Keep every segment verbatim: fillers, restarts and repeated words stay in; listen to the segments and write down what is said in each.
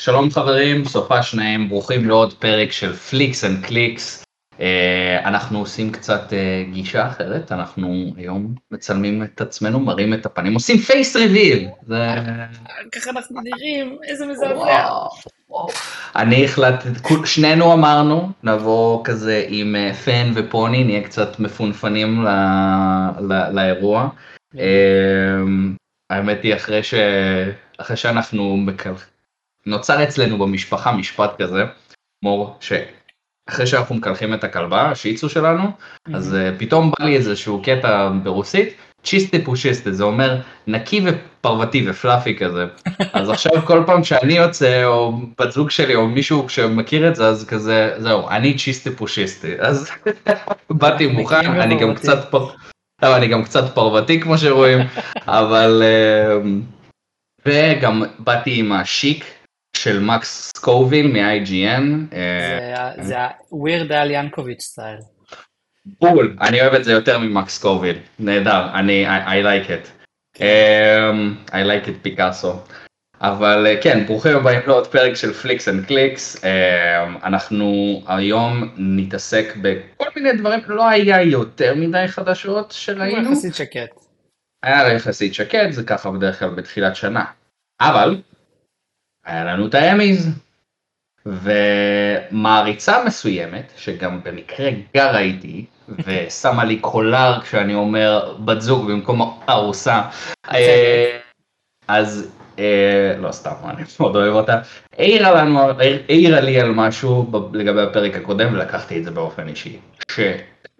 שלום חברים, סופה שניים, ברוכים לעוד פרק של פליקס אנד קליקס. אנחנו עושים קצת גישה אחרת, אנחנו היום מצלמים את עצמנו, מראים את הפנים, עושים פייס ריביל. ככה אנחנו נראים, איזה מזעזע. אני החלטתי, שנינו אמרנו, נבוא כזה עם פן ופוני, נהיה קצת מפונפנים לאירוע. האמת היא אחרי ש... אחרי שאנחנו מקלחים. נוצר אצלנו במשפחה משפט כזה, מור, שאחרי שאנחנו מקלחים את הכלבה, השיצו שלנו, אז פתאום בא לי איזשהו קטע ברוסית, צ'יסטי פושיסטי, זה אומר נקי ופרוותי ופלאפי כזה. אז עכשיו כל פעם שאני יוצא, או בת זוג שלי, או מישהו שמכיר את זה, אז כזה, זהו, אני צ'יסטי פושיסטי. אז באתי מוכן, אני גם קצת פר... אני גם קצת פרוותי כמו שרואים, אבל... וגם באתי עם השיק, של מקס סקוביל מ-איי ג'י אן. זה ה-Weird Al Yankovic סטייל. בול, אני אוהב את זה יותר ממקס סקוביל, נהדר, אני, I like it. I like it פיקאסו. אבל כן, ברוכים הבאים לעוד פרק של פליקס אנד קליקס. אנחנו היום נתעסק בכל מיני דברים, לא היה יותר מדי חדשות שראינו. היה יחסית שקט. היה יחסית שקט, זה ככה בדרך כלל בתחילת שנה. אבל... היה לנו את האמיז, ומעריצה מסוימת, שגם במקרה גרה איתי, ושמה לי קולר כשאני אומר בת זוג במקום ארוסה, אז לא סתם, אני מאוד אוהב אותה, העירה לנו, העירה לי על משהו לגבי הפרק הקודם, ולקחתי את זה באופן אישי, שלא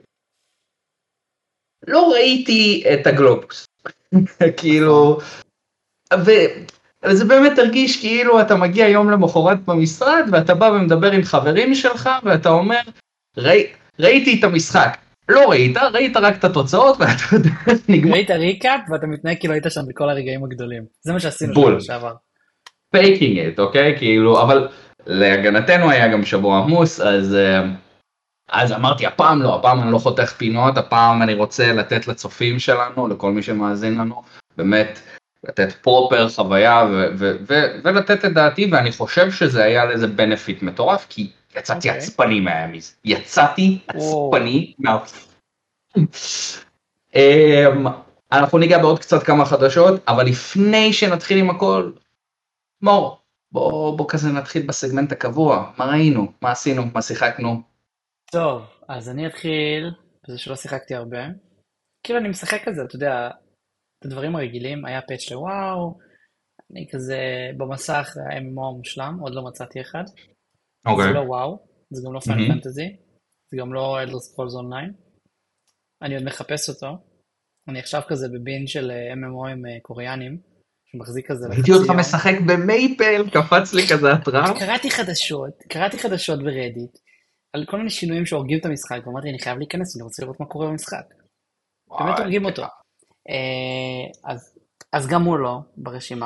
ראיתי את הגלובוס, כאילו, ו... אבל זה באמת תרגיש כאילו אתה מגיע יום למחרת במשרד, ואתה בא ומדבר עם חברים שלך, ואתה אומר, ראי, ראיתי את המשחק. לא ראית, ראית רק את התוצאות, ואתה יודע, נגמר. ראית ריקאפ, ואתה מתנהג כאילו היית שם בכל הרגעים הגדולים. זה מה שעשינו בול. שבוע שעבר. פייקינג את, אוקיי? כאילו, אבל להגנתנו היה גם שבוע עמוס, אז, אז אמרתי, הפעם לא, הפעם אני לא חותך פינות, הפעם אני רוצה לתת לצופים שלנו, לכל מי שמאזין לנו, באמת, לתת פרופר חוויה ולתת את דעתי, ואני חושב שזה היה לזה בנפיט מטורף, כי יצאתי עצפני מהאמיז. יצאתי עצפני מהאמיז. אנחנו ניגע בעוד קצת כמה חדשות, אבל לפני שנתחיל עם הכל, מור, בוא כזה נתחיל בסגמנט הקבוע. מה ראינו? מה עשינו? מה שיחקנו? טוב, אז אני אתחיל, בזה שלא שיחקתי הרבה. כאילו אני משחק כזה, אתה יודע, את הדברים הרגילים, היה פאץ' לוואו, אני כזה במסך ה-אם אם או המושלם, עוד לא מצאתי אחד. אוקיי. זה לא וואו, זה גם לא פיינל פנטזי, זה גם לא אלדר סקרולס אונליין. אני עוד מחפש אותו. אני עכשיו כזה בבין של אם אם או עם קוריאנים, שמחזיק כזה לחצי יום. ראיתי אותך משחק במייפל, קפץ לי כזה התראה. קראתי חדשות, קראתי חדשות ברדיט, על כל מיני שינויים שהורגים את המשחק, ואמרתי, אני חייב להיכנס, אני רוצה לראות מה קורה במשחק. באמת הורגים אותו. אז, אז גם הוא לא ברשימה,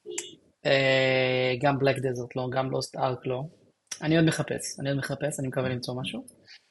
גם בלק דזרט לא, גם לוסט ארק לא. אני עוד מחפש, אני עוד מחפש, אני מקווה למצוא משהו.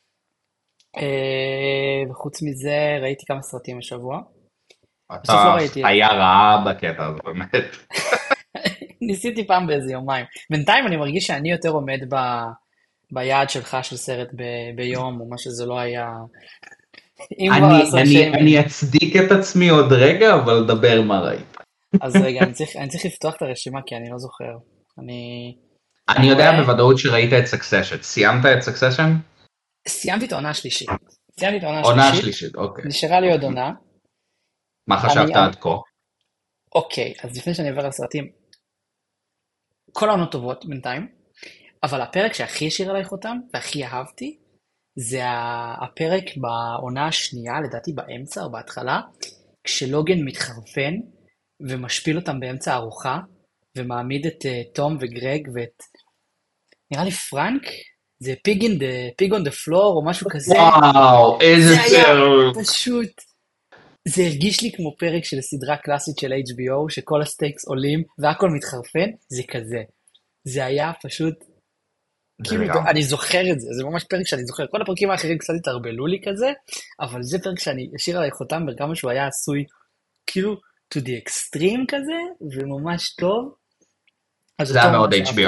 וחוץ מזה ראיתי כמה סרטים השבוע. אתה היה רעה בקטע הזה, באמת. ניסיתי פעם באיזה יומיים. בינתיים אני מרגיש שאני יותר עומד ב, ביעד שלך של סרט ב, ביום, או מה שזה לא היה... אני, אני, אני אצדיק את עצמי עוד רגע, אבל דבר מה ראית. אז רגע, אני צריך, אני צריך לפתוח את הרשימה, כי אני לא זוכר. אני... אני יודע בוודאות שראית את סקסשן. סיימת את סקסשן? סיימתי את העונה השלישית. סיימתי את העונה השלישית. עונה השלישית, אוקיי. נשארה לי עוד עונה. מה חשבת עד כה? אוקיי, אז לפני שאני עובר לסרטים, כל העונות טובות בינתיים, אבל הפרק שהכי השאיר עלייך אותם, והכי אהבתי, זה הפרק בעונה השנייה, לדעתי באמצע או בהתחלה, כשלוגן מתחרפן ומשפיל אותם באמצע הארוחה, ומעמיד את תום וגרג ואת, נראה לי פרנק, זה פיג on the floor או משהו כזה. וואו, איזה פרק. זה היה פשוט, זה הרגיש לי כמו פרק של סדרה קלאסית של אייץ' בי או, שכל הסטייקס עולים והכל מתחרפן, זה כזה. זה היה פשוט... כאילו, אני זוכר את זה, זה ממש פרק שאני זוכר, כל הפרקים האחרים קצת התערבלו לי כזה, אבל זה פרק שאני אשאיר עליי חותם בכמה שהוא היה עשוי, כאילו, to the extreme כזה, וממש טוב. זה היה מאוד אייץ' בי או.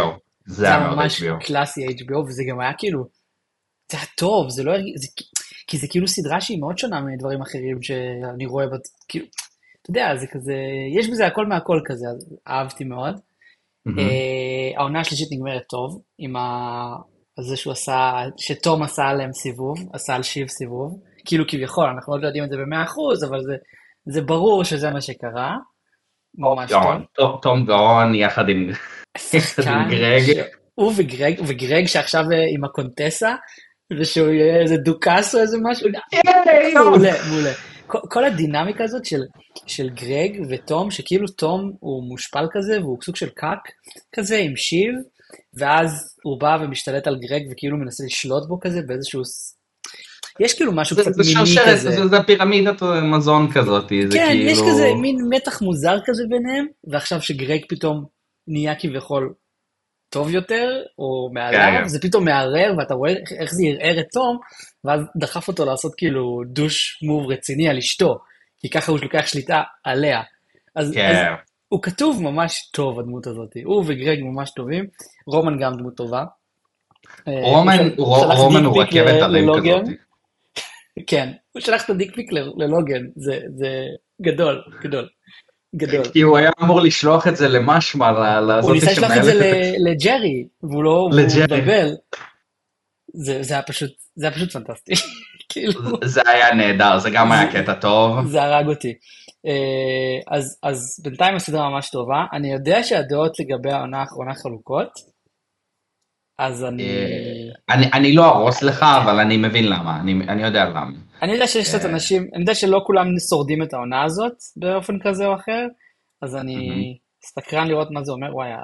זה זה היה היה מאוד ממש אייץ' בי או. קלאסי אייץ' בי או, וזה גם היה כאילו, זה היה טוב, זה לא הרגיש, זה, כי זה כאילו סדרה שהיא מאוד שונה מדברים אחרים שאני רואה, בת, כאילו, אתה יודע, זה כזה, יש בזה הכל מהכל כזה, אז אהבתי מאוד. מהמם. אה, העונה השלישית נגמרת טוב, עם ה... זה שהוא עשה, שתום עשה עליהם סיבוב, עשה על שיב סיבוב, כאילו כביכול, אנחנו עוד לא יודעים את זה במאה אחוז, אבל זה, זה ברור שזה מה שקרה, ממש טוב. גאון, תום תום גאון יחד עם יחד עם שחקן גרג. שהוא וגרג, וגרג שעכשיו אה, עם הקונטסה, ושהוא יהיה איזה דוכס או איזה משהו, ייי, יואו. מעולה, מעולה. כל, כל הדינמיקה הזאת של, של גרג וטום, שכאילו תום הוא מושפל כזה, והוא סוג של קאק כזה עם שיב, ואז הוא בא ומשתלט על גרג וכאילו מנסה לשלוט בו כזה באיזשהו... ס- יש כאילו משהו זה קצת זה מיני שרשרת, כזה. זה זה פירמידת מזון כזאת, זה כן, יש כאילו... כזה מין מתח מוזר כזה ביניהם, ועכשיו שגרג פתאום נהיה כביכול טוב יותר, או מעליו, כן, זה פתאום מערער, ואתה רואה איך איך זה ערער את תום, ואז דחף אותו לעשות כאילו דוש מוב רציני על אשתו, כי ככה הוא לוקח שליטה עליה. אז, אז כן. הוא כתוב ממש טוב, הדמות הזאת. הוא וגרג ממש טובים, רומן גם דמות טובה. אה, הוא רומן, של- רו- שלח רומן דיק הוא פיק רכבת ל- הרים ללוגן, כזאת. כן, הוא שלח את הדיק פיק ל- ללוגן, זה, זה גדול, גדול, גדול. כי הוא היה אמור לשלוח את זה למשמע, ל- הוא לזאתי ניסה לשלוח את זה שמנהלת את ל- לג'רי, והוא לא, והוא לג'רי. מתבלבל. זה, זה היה פשוט, זה היה פשוט פנטסטי. כאילו, זה- זה היה נהדר, זה גם היה זה- קטע טוב. זה הרג אותי. אה, אז, אז בינתיים הסדרה ממש טובה. אני יודע שהדעות לגבי העונה האחרונה חלוקות, אז אני... אה, אני אני לא ארוס לך, אבל אני מבין למה, אני אני יודע למה. אני יודע שיש קצת אה, אנשים, אני יודע שלא כולם שורדים את העונה הזאת באופן כזה או אחר, אז אני מהמם. סקרן לראות מה זה אומר. וואי, אני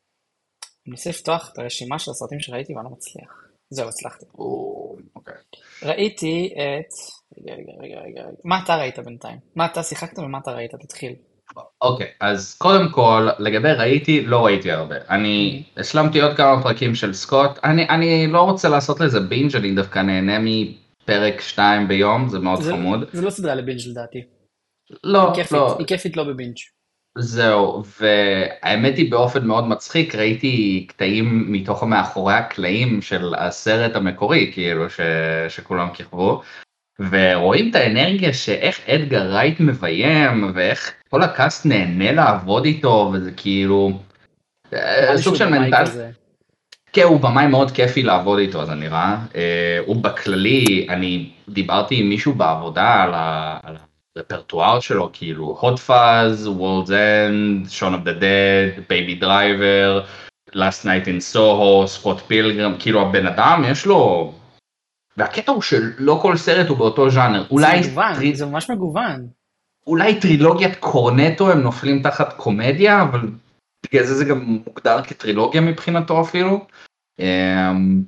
מנסה לפתוח את הרשימה של הסרטים שראיתי ואני לא מצליח. זהו, הצלחתי. או, אוקיי. ראיתי את... רגע, רגע, רגע, רגע. רגע. מה אתה ראית בינתיים? מה אתה שיחקת ומה אתה ראית? תתחיל. אוקיי, אז קודם כל, לגבי ראיתי, לא ראיתי הרבה. אני השלמתי עוד כמה פרקים של סקוט. אני, אני לא רוצה לעשות לזה בינג', אני דווקא נהנה מפרק שתיים ביום, זה מאוד זה, חמוד. זה לא סדרה לבינג' לדעתי. היא לא, כיפית, לא, היא כיפית לא בבינג'. זהו, והאמת היא באופן מאוד מצחיק, ראיתי קטעים מתוך מאחורי הקלעים של הסרט המקורי, כאילו, ש, שכולם כיכבו. ורואים את האנרגיה שאיך אדגר רייט מביים, ואיך כל הקאסט נהנה לעבוד איתו, וזה כאילו נראה אה, לי סוג שהוא של במאי מנטל. כזה. כן, הוא במאי מאוד כיפי לעבוד איתו, זה נראה. אה, הוא בכללי, אני דיברתי עם מישהו בעבודה על ה- על הרפרטואר שלו, כאילו hot fuzz, world's end, Shaun of the dead, baby driver, last night in soho, scott pilgrim, כאילו הבן אדם יש לו... והקטע הוא שלא כל סרט הוא באותו ז'אנר, זה אולי, מגוון, טרי... זה ממש מגוון. אולי טרילוגיית קורנטו הם נופלים תחת קומדיה, אבל בגלל זה זה גם מוגדר כטרילוגיה מבחינתו אפילו. אמ,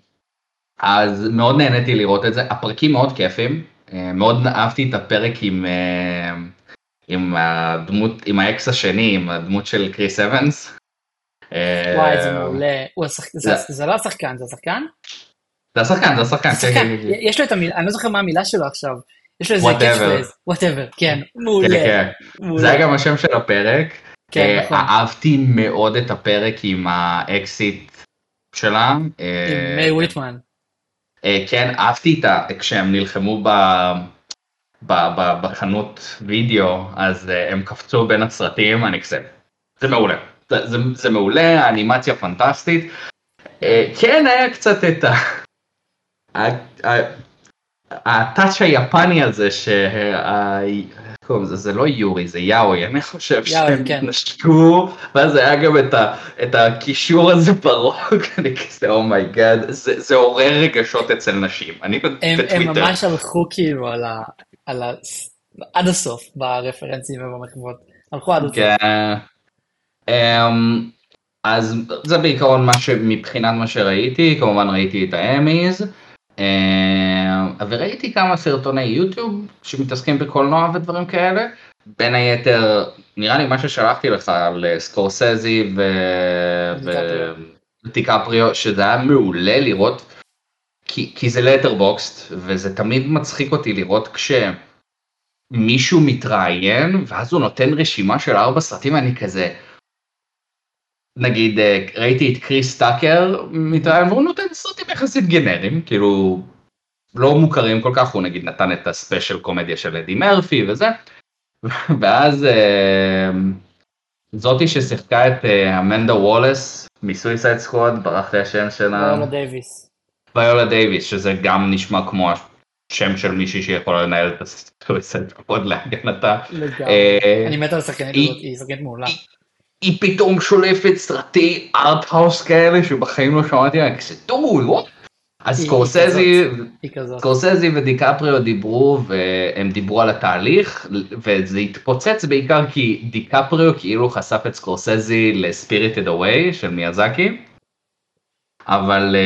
אז מאוד נהניתי לראות את זה, הפרקים מאוד כיפים, אמ, מאוד אהבתי את הפרק עם, אמ, עם הדמות, עם האקס השני, עם הדמות של קריס אבנס. וואי, זה אמ, מעולה. הוא השחק... זה, זה זה לא השחקן, זה השחקן? זה השחקן, זה השחקן, זה כן, שחקן. כן, כן, כן. יש לו את המילה, אני לא זוכר מה המילה שלו עכשיו. יש לו איזה Whatever. קאץ' פרייז, whatever, כן, מעולה. כן, כן. מעולה. זה היה גם השם של הפרק. כן, אה, נכון. אהבתי מאוד את הפרק עם האקסיט שלה. עם אה, מיי וויטמן. אה, כן, אהבתי את ה... כשהם נלחמו ב... ב... ב... בחנות וידאו, אז אה, הם קפצו בין הסרטים, אני כזה, זה מעולה. זה, זה, זה מעולה, האנימציה פנטסטית. אה, כן, היה קצת את ה... ה- ה- הטאץ' היפני הזה, שה... קוראים לזה, זה לא יורי, זה יאוי, אני חושב יאוי, שהם כן. נשקו, ואז היה גם את, ה, את הקישור הזה ברוק, אני כזה, אומייגאד, זה, זה עורר רגשות אצל נשים, אני הם, הם בטוויטר. ממש הלכו כאילו על ה... על ה... עד הסוף ברפרנסים ובמחוות. הלכו עד הסוף. כן. אמ, אז זה בעיקרון מה שמבחינת מה שראיתי, כמובן ראיתי את האמיז, אמ, וראיתי כמה סרטוני יוטיוב שמתעסקים בקולנוע ודברים כאלה, בין היתר נראה לי מה ששלחתי לך על סקורסזי דיקפריו. ודיקפריו, שזה היה מעולה לראות, כי, כי זה לטרבוקסט, וזה תמיד מצחיק אותי לראות כשמישהו מתראיין, ואז הוא נותן רשימה של ארבע סרטים, אני כזה, נגיד ראיתי את קריס טאקר מתראיין, והוא נותן סרטים יחסית גנריים, כאילו לא מוכרים כל כך, הוא נגיד נתן את הספיישל קומדיה של אדי מרפי וזה, ואז זאתי ששיחקה את אמנדה וולס מסויסייד סקוואד, ברח לי השם שלה. ויולה דייביס. ויולה דייביס, שזה גם נשמע כמו השם של מישהי שיכולה לנהל את הסויסייד סקוואד להגנתה. אני מת על השחקנית הזאת, היא שחקנית מעולה. היא פתאום שולפת סרטי ארט-האוס כאלה שבחיים לא שמעתי עליהם, כזה דוד, וואט? אז סקורסזי ודיקפריו דיברו, והם דיברו על התהליך, וזה התפוצץ בעיקר כי דיקפריו כאילו חשף את סקורסזי לספיריטד אווי של מיאזקי, אבל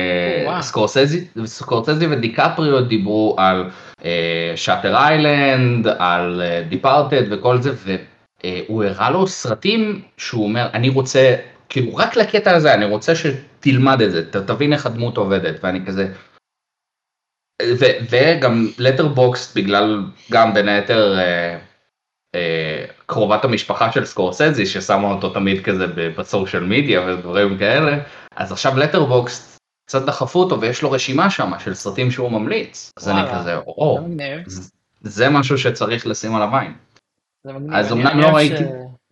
סקורסזי ודיקפריו דיברו על שאטר איילנד, על דיפארטד וכל זה, והוא הראה לו סרטים שהוא אומר, אני רוצה, כאילו רק לקטע הזה, אני רוצה שתלמד את זה, תבין איך הדמות עובדת, ואני כזה, ו- וגם לטרבוקסט, בגלל גם בין היתר אה, אה, קרובת המשפחה של סקורסזי, ששמה אותו תמיד כזה בסושיאל מדיה ודברים כאלה, אז עכשיו לטרבוקסט קצת דחפו אותו, ויש לו רשימה שם של סרטים שהוא ממליץ, אז אני כזה, או, זה, זה משהו שצריך לשים עליו עין. אז אמנם לא ראיתי,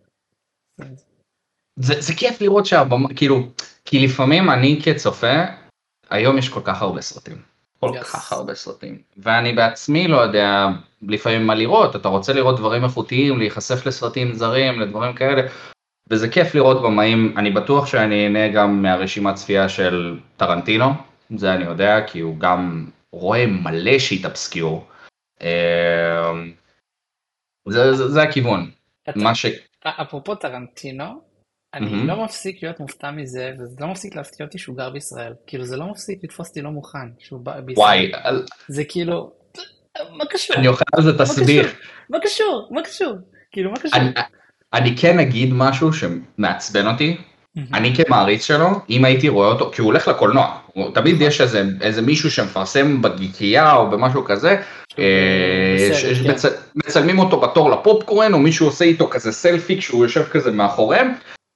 זה, זה כיף לראות שהבמה, כאילו, כי לפעמים אני כצופה, היום יש כל כך הרבה סרטים, כל yes. כך הרבה סרטים, ואני בעצמי לא יודע לפעמים מה לראות, אתה רוצה לראות דברים איכותיים, להיחשף לסרטים זרים, לדברים כאלה, וזה כיף לראות במאים, אני בטוח שאני אהנה גם מהרשימת צפייה של טרנטינו, זה אני יודע, כי הוא גם רואה מלא שיט אבסקיור, זה, זה, זה הכיוון. מה ש... אפרופו טרנטינו, אני לא מפסיק להיות מופתע מזה, וזה לא מפסיק להפתיע אותי שהוא גר בישראל. כאילו זה לא מפסיק לתפוס אותי לא מוכן שהוא בא בישראל. וואי. זה כאילו, מה קשור? אני אוכל על זה תסביר. מה קשור? מה קשור? כאילו מה קשור? אני כן אגיד משהו שמעצבן אותי. אני כמעריץ שלו, אם הייתי רואה אותו, כי הוא הולך לקולנוע, תמיד יש איזה מישהו שמפרסם בגיקייה או במשהו כזה, מצלמים אותו בתור לפופקורן, או מישהו עושה איתו כזה סלפי כשהוא יושב כזה מאחוריהם.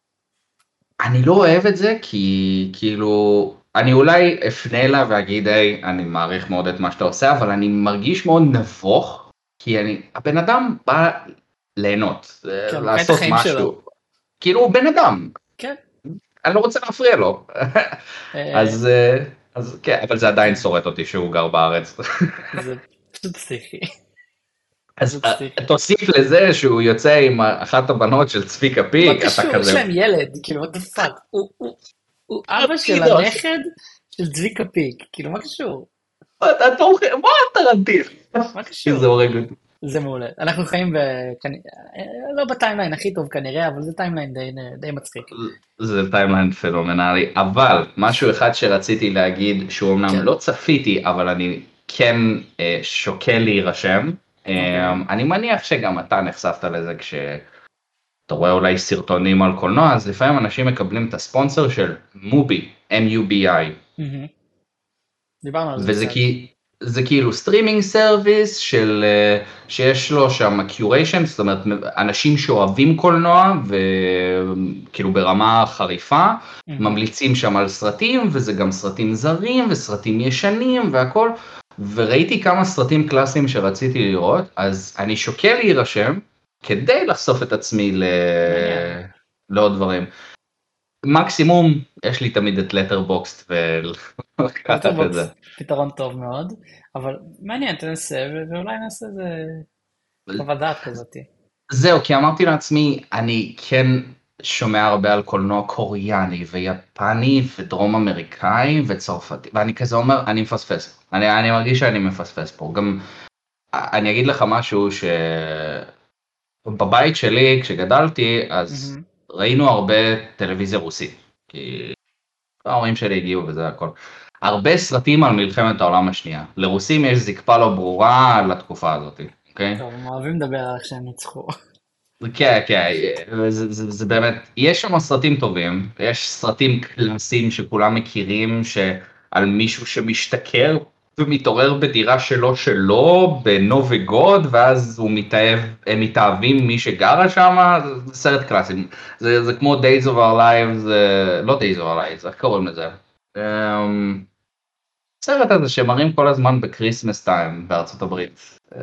אני לא אוהב את זה, כי כאילו, אני אולי אפנה לה ואגיד, היי, אני מעריך מאוד את מה שאתה עושה, אבל אני מרגיש מאוד נבוך, כי אני, הבן אדם בא ליהנות, לעשות משהו. כאילו הוא בן אדם. כן. אני לא רוצה להפריע לו. אז, אז כן, אבל זה עדיין שורט אותי שהוא גר בארץ. זה פשוט פסיכי. אז תוסיף לזה שהוא יוצא עם אחת הבנות של צביקה פיק, אתה כזה... מה קשור? יש להם ילד, כאילו, what the fuck? הוא אבא של הנכד של צביקה פיק, כאילו, מה קשור? מה טרנטינו? מה קשור? זה הורג אותי. זה מעולה. אנחנו חיים ב... לא בטיימליין הכי טוב כנראה, אבל זה טיימליין די מצחיק. זה טיימליין פנומנלי, אבל משהו אחד שרציתי להגיד, שהוא אמנם לא צפיתי, אבל אני כן שוקל להירשם, אני מניח שגם אתה נחשפת לזה כשאתה רואה אולי סרטונים על קולנוע, אז לפעמים אנשים מקבלים את הספונסר של מובי, M U B I. דיברנו על זה. וזה כי... זה כאילו סטרימינג סרוויס של, שיש לו שם קיוריישן, זאת אומרת אנשים שאוהבים קולנוע וכאילו ברמה חריפה, ממליצים שם על סרטים, וזה גם סרטים זרים וסרטים ישנים והכל, וראיתי כמה סרטים קלאסיים שרציתי לראות, אז אני שוקל להירשם כדי לחשוף את עצמי ל... לעוד דברים. מקסימום יש לי תמיד את לטרבוקסט ולקחת את זה. פתרון טוב מאוד, אבל מעניין, תנסה ואולי נעשה איזה חוות דעת כזאת. זהו, כי אמרתי לעצמי, אני כן שומע הרבה על קולנוע קוריאני ויפני ודרום אמריקאי וצרפתי, ואני כזה אומר, אני מפספס, אני, אני מרגיש שאני מפספס פה. גם אני אגיד לך משהו שבבית שלי כשגדלתי, אז mm-hmm. ראינו הרבה טלוויזיה רוסית, כי ההורים שלי הגיעו וזה הכל. הרבה סרטים על מלחמת העולם השנייה. לרוסים יש זקפה לא ברורה לתקופה הזאת, אוקיי? טוב, הם אוהבים לדבר על איך שהם ניצחו. כן, כן, זה, זה, זה באמת, יש שם סרטים טובים, יש סרטים קלאסיים שכולם מכירים, שעל מישהו שמשתכר ומתעורר בדירה שלו שלו, בנובי גוד, ואז הוא מתאהב, הם מתאהבים מי שגרה שם, זה, זה סרט קלאסי. זה, זה כמו Days of Our Lives, זה, לא Days of Our Lives, איך קוראים לזה? Um, סרט הזה שמראים כל הזמן בקריסמס טיים בארצות הברית. Uh,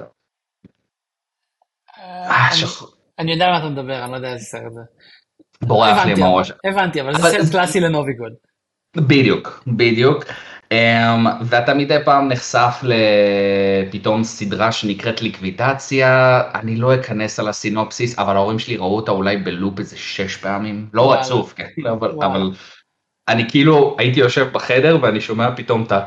אני יודע מה אתה מדבר, אני לא יודע איזה סרט זה. בורח לי מהראש. הבנתי, אבל זה סרט קלאסי לנובי גוד. בדיוק, בדיוק. Um, ואתה מדי פעם נחשף לפתאום סדרה שנקראת ליקווידציה, אני לא אכנס על הסינופסיס, אבל ההורים שלי ראו אותה אולי בלופ איזה שש פעמים, לא וואלה. רצוף, כן, אבל, אבל אני כאילו הייתי יושב בחדר ואני שומע פתאום את ה...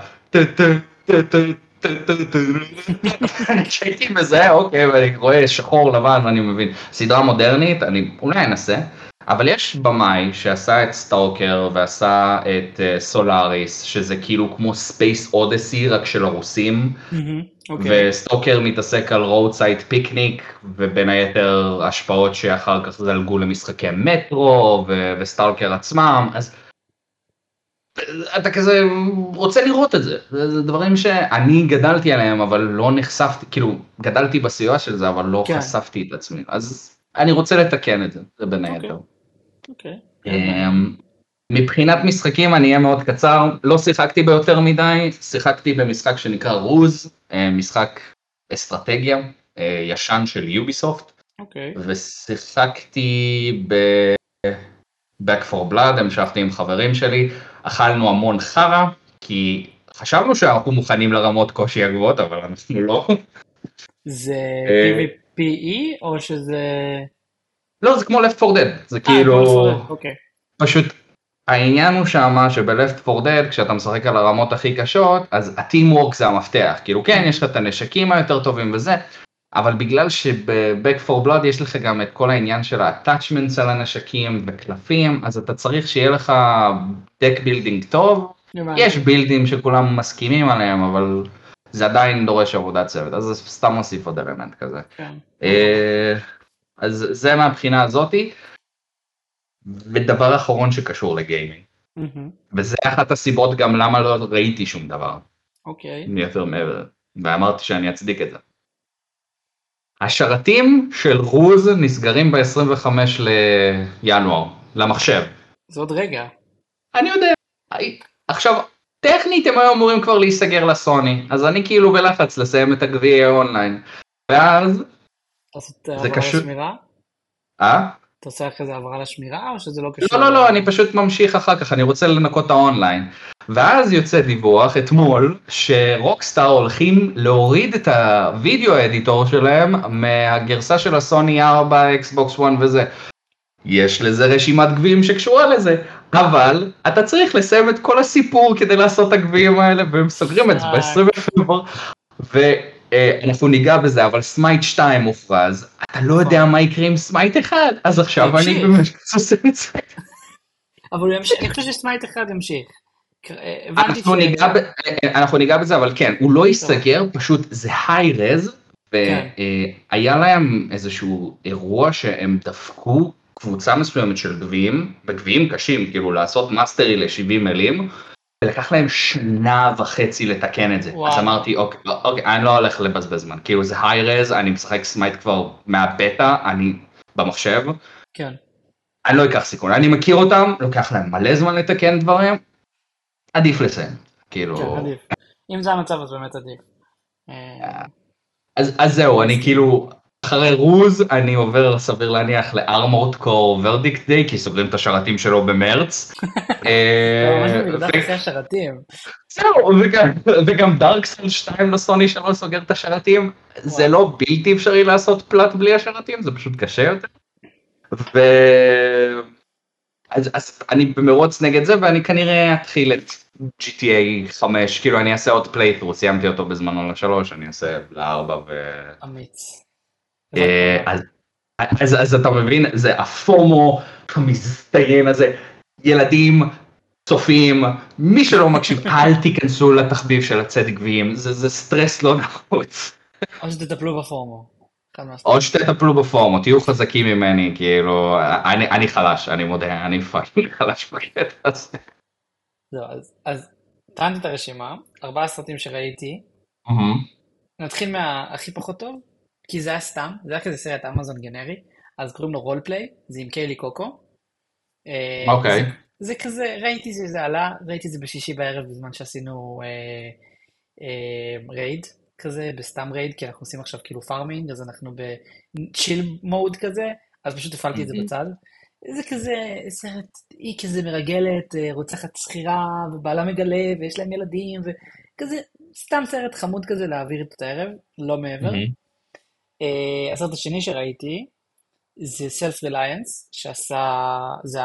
כשהייתי בזה, אוקיי, ואני רואה שחור לבן ואני מבין, סדרה מודרנית, אני אולי אנסה. אבל יש במאי שעשה את סטוקר ועשה את סולאריס, שזה כאילו כמו ספייס אודסי רק של הרוסים, וסטוקר מתעסק על רודסייד פיקניק, ובין היתר השפעות שאחר כך זלגו למשחקי מטרו וסטוקר עצמם, אז אתה כזה רוצה לראות את זה, זה דברים שאני גדלתי עליהם אבל לא נחשפתי, כאילו גדלתי בסיוע של זה אבל לא חשפתי את עצמי, אז אני רוצה לתקן את זה, זה בין היתר. אוקיי. מבחינת משחקים אני אהיה מאוד קצר, לא שיחקתי ביותר מדי, שיחקתי במשחק שנקרא רוז, משחק אסטרטגיה, ישן של יוביסופט, ושיחקתי ב-Back for Blood, המשכתי עם חברים שלי, אכלנו המון חרה, כי חשבנו שאנחנו מוכנים לרמות קושי הגבוהות, אבל אנחנו לא. זה פי וי פי אי או שזה... לא, זה כמו Left four Dead, זה כאילו, פשוט העניין הוא שמה שב-Left four Dead, כשאתה משחק על הרמות הכי קשות, אז ה-Teamwork זה המפתח, כאילו כן, יש לך את הנשקים היותר טובים וזה, אבל בגלל שב-Back for Blood יש לך גם את כל העניין של ה-attachments על הנשקים וקלפים, אז אתה צריך שיהיה לך deck building טוב, יש בילדים שכולם מסכימים עליהם, אבל זה עדיין דורש עבודת צוות, אז זה סתם מוסיף עוד אלמנט כזה. אז זה מהבחינה הזאתי, ודבר אחרון שקשור לגיימינג. וזה אחת הסיבות גם למה לא ראיתי שום דבר. אוקיי. יותר מעבר, ואמרתי שאני אצדיק את זה. השרתים של רוז נסגרים ב-עשרים וחמישה לינואר, למחשב. זה עוד רגע. אני יודע. עכשיו, טכנית הם היו אמורים כבר להיסגר לסוני, אז אני כאילו בלחץ לסיים את הגביע אונליין. ואז... אתה עושה עברה לשמירה? אה? אתה עושה אחרי זה עברה לשמירה או שזה לא קשור? לא, לא, לא, אני פשוט ממשיך אחר כך, אני רוצה לנקות את האונליין. ואז יוצא דיווח אתמול, שרוקסטאר הולכים להוריד את הוידאו האדיטור שלהם מהגרסה של הסוני ארבע, אקסבוקס אחת וזה. יש לזה רשימת גביעים שקשורה לזה, אבל אתה צריך לסיים את כל הסיפור כדי לעשות את הגביעים האלה, והם סוגרים את זה ב-עשרים בפברואר, ואנחנו ניגע בזה, אבל סמייט שתיים מופרז, אתה לא יודע מה יקרה עם סמייט אחד, אז עכשיו אני באמת עושה את זה. אבל הוא ימשיך, אני חושב שסמייט אחד ימשיך. אנחנו ניגע בזה, אבל כן, הוא לא ייסגר, פשוט זה היי-רז, והיה להם איזשהו אירוע שהם דפקו קבוצה מסוימת של גביעים, בגביעים קשים, כאילו לעשות מאסטרי ל-שבעים מילים, ולקח להם שנה וחצי לתקן את זה. אז אמרתי, אוקיי, אוקיי, אני לא הולך לבזבז זמן, כאילו זה היי-רז, אני משחק סמייט כבר מהבטא, אני במחשב, כן. אני לא אקח סיכון, אני מכיר אותם, לוקח להם מלא זמן לתקן דברים, עדיף לסיים, כאילו... כן, עדיף. אם זה המצב, אז באמת עדיף. אז, אז זהו, אני כאילו, אחרי רוז, אני עובר סביר להניח לארמורד קור ורדיקט דיי, כי סוגרים את השרתים שלו במרץ. לא, ממש במרדף עושה השרתים. זהו, וגם דארקסל שתיים לסוני שלו סוגר את השרתים, זה לא בלתי אפשרי לעשות פלט בלי השרתים, זה פשוט קשה יותר. ו... אז, אז אני במרוץ נגד זה, ואני כנראה אתחיל את ג'י טי איי חמש, כאילו אני אעשה עוד פליית'רו, סיימתי אותו בזמנו לשלוש, אני אעשה לארבע ו... אמיץ. אז, אז, אז אתה מבין, זה הפומו המסתיין הזה, ילדים, צופים, מי שלא מקשיב, אל תיכנסו לתחביב של הצד גביעים, זה, זה סטרס לא נחוץ. או שתטפלו בפומו. או שתטפלו בפורמו, תהיו חזקים ממני, כאילו, אני, אני חלש, אני מודה, אני פאקינג חלש בקטע הזה. זהו, אז, אז טענתי את הרשימה, ארבעה סרטים שראיתי. מהמם. נתחיל מהכי פחות טוב, כי זה היה סתם, זה היה כזה סרט אמזון גנרי, אז קוראים לו רולפליי, זה עם קיילי קוקו. אה, זה, אוקיי. זה כזה, ראיתי שזה עלה, ראיתי זה בשישי בערב בזמן שעשינו אה, אה, רייד כזה, בסתם רייד, כי אנחנו עושים עכשיו כאילו פארמינג, אז אנחנו בצ'יל מוד כזה, אז פשוט הפעלתי את זה מהמם. בצד. זה כזה סרט, היא כזה מרגלת, אה, רוצחת שכירה, ובעלה מגלה, ויש להם ילדים, וכזה, סתם סרט חמוד כזה להעביר את הערב, לא מעבר. מהמם. אה, הסרט השני שראיתי, זה Self Reliance, שעשה, זה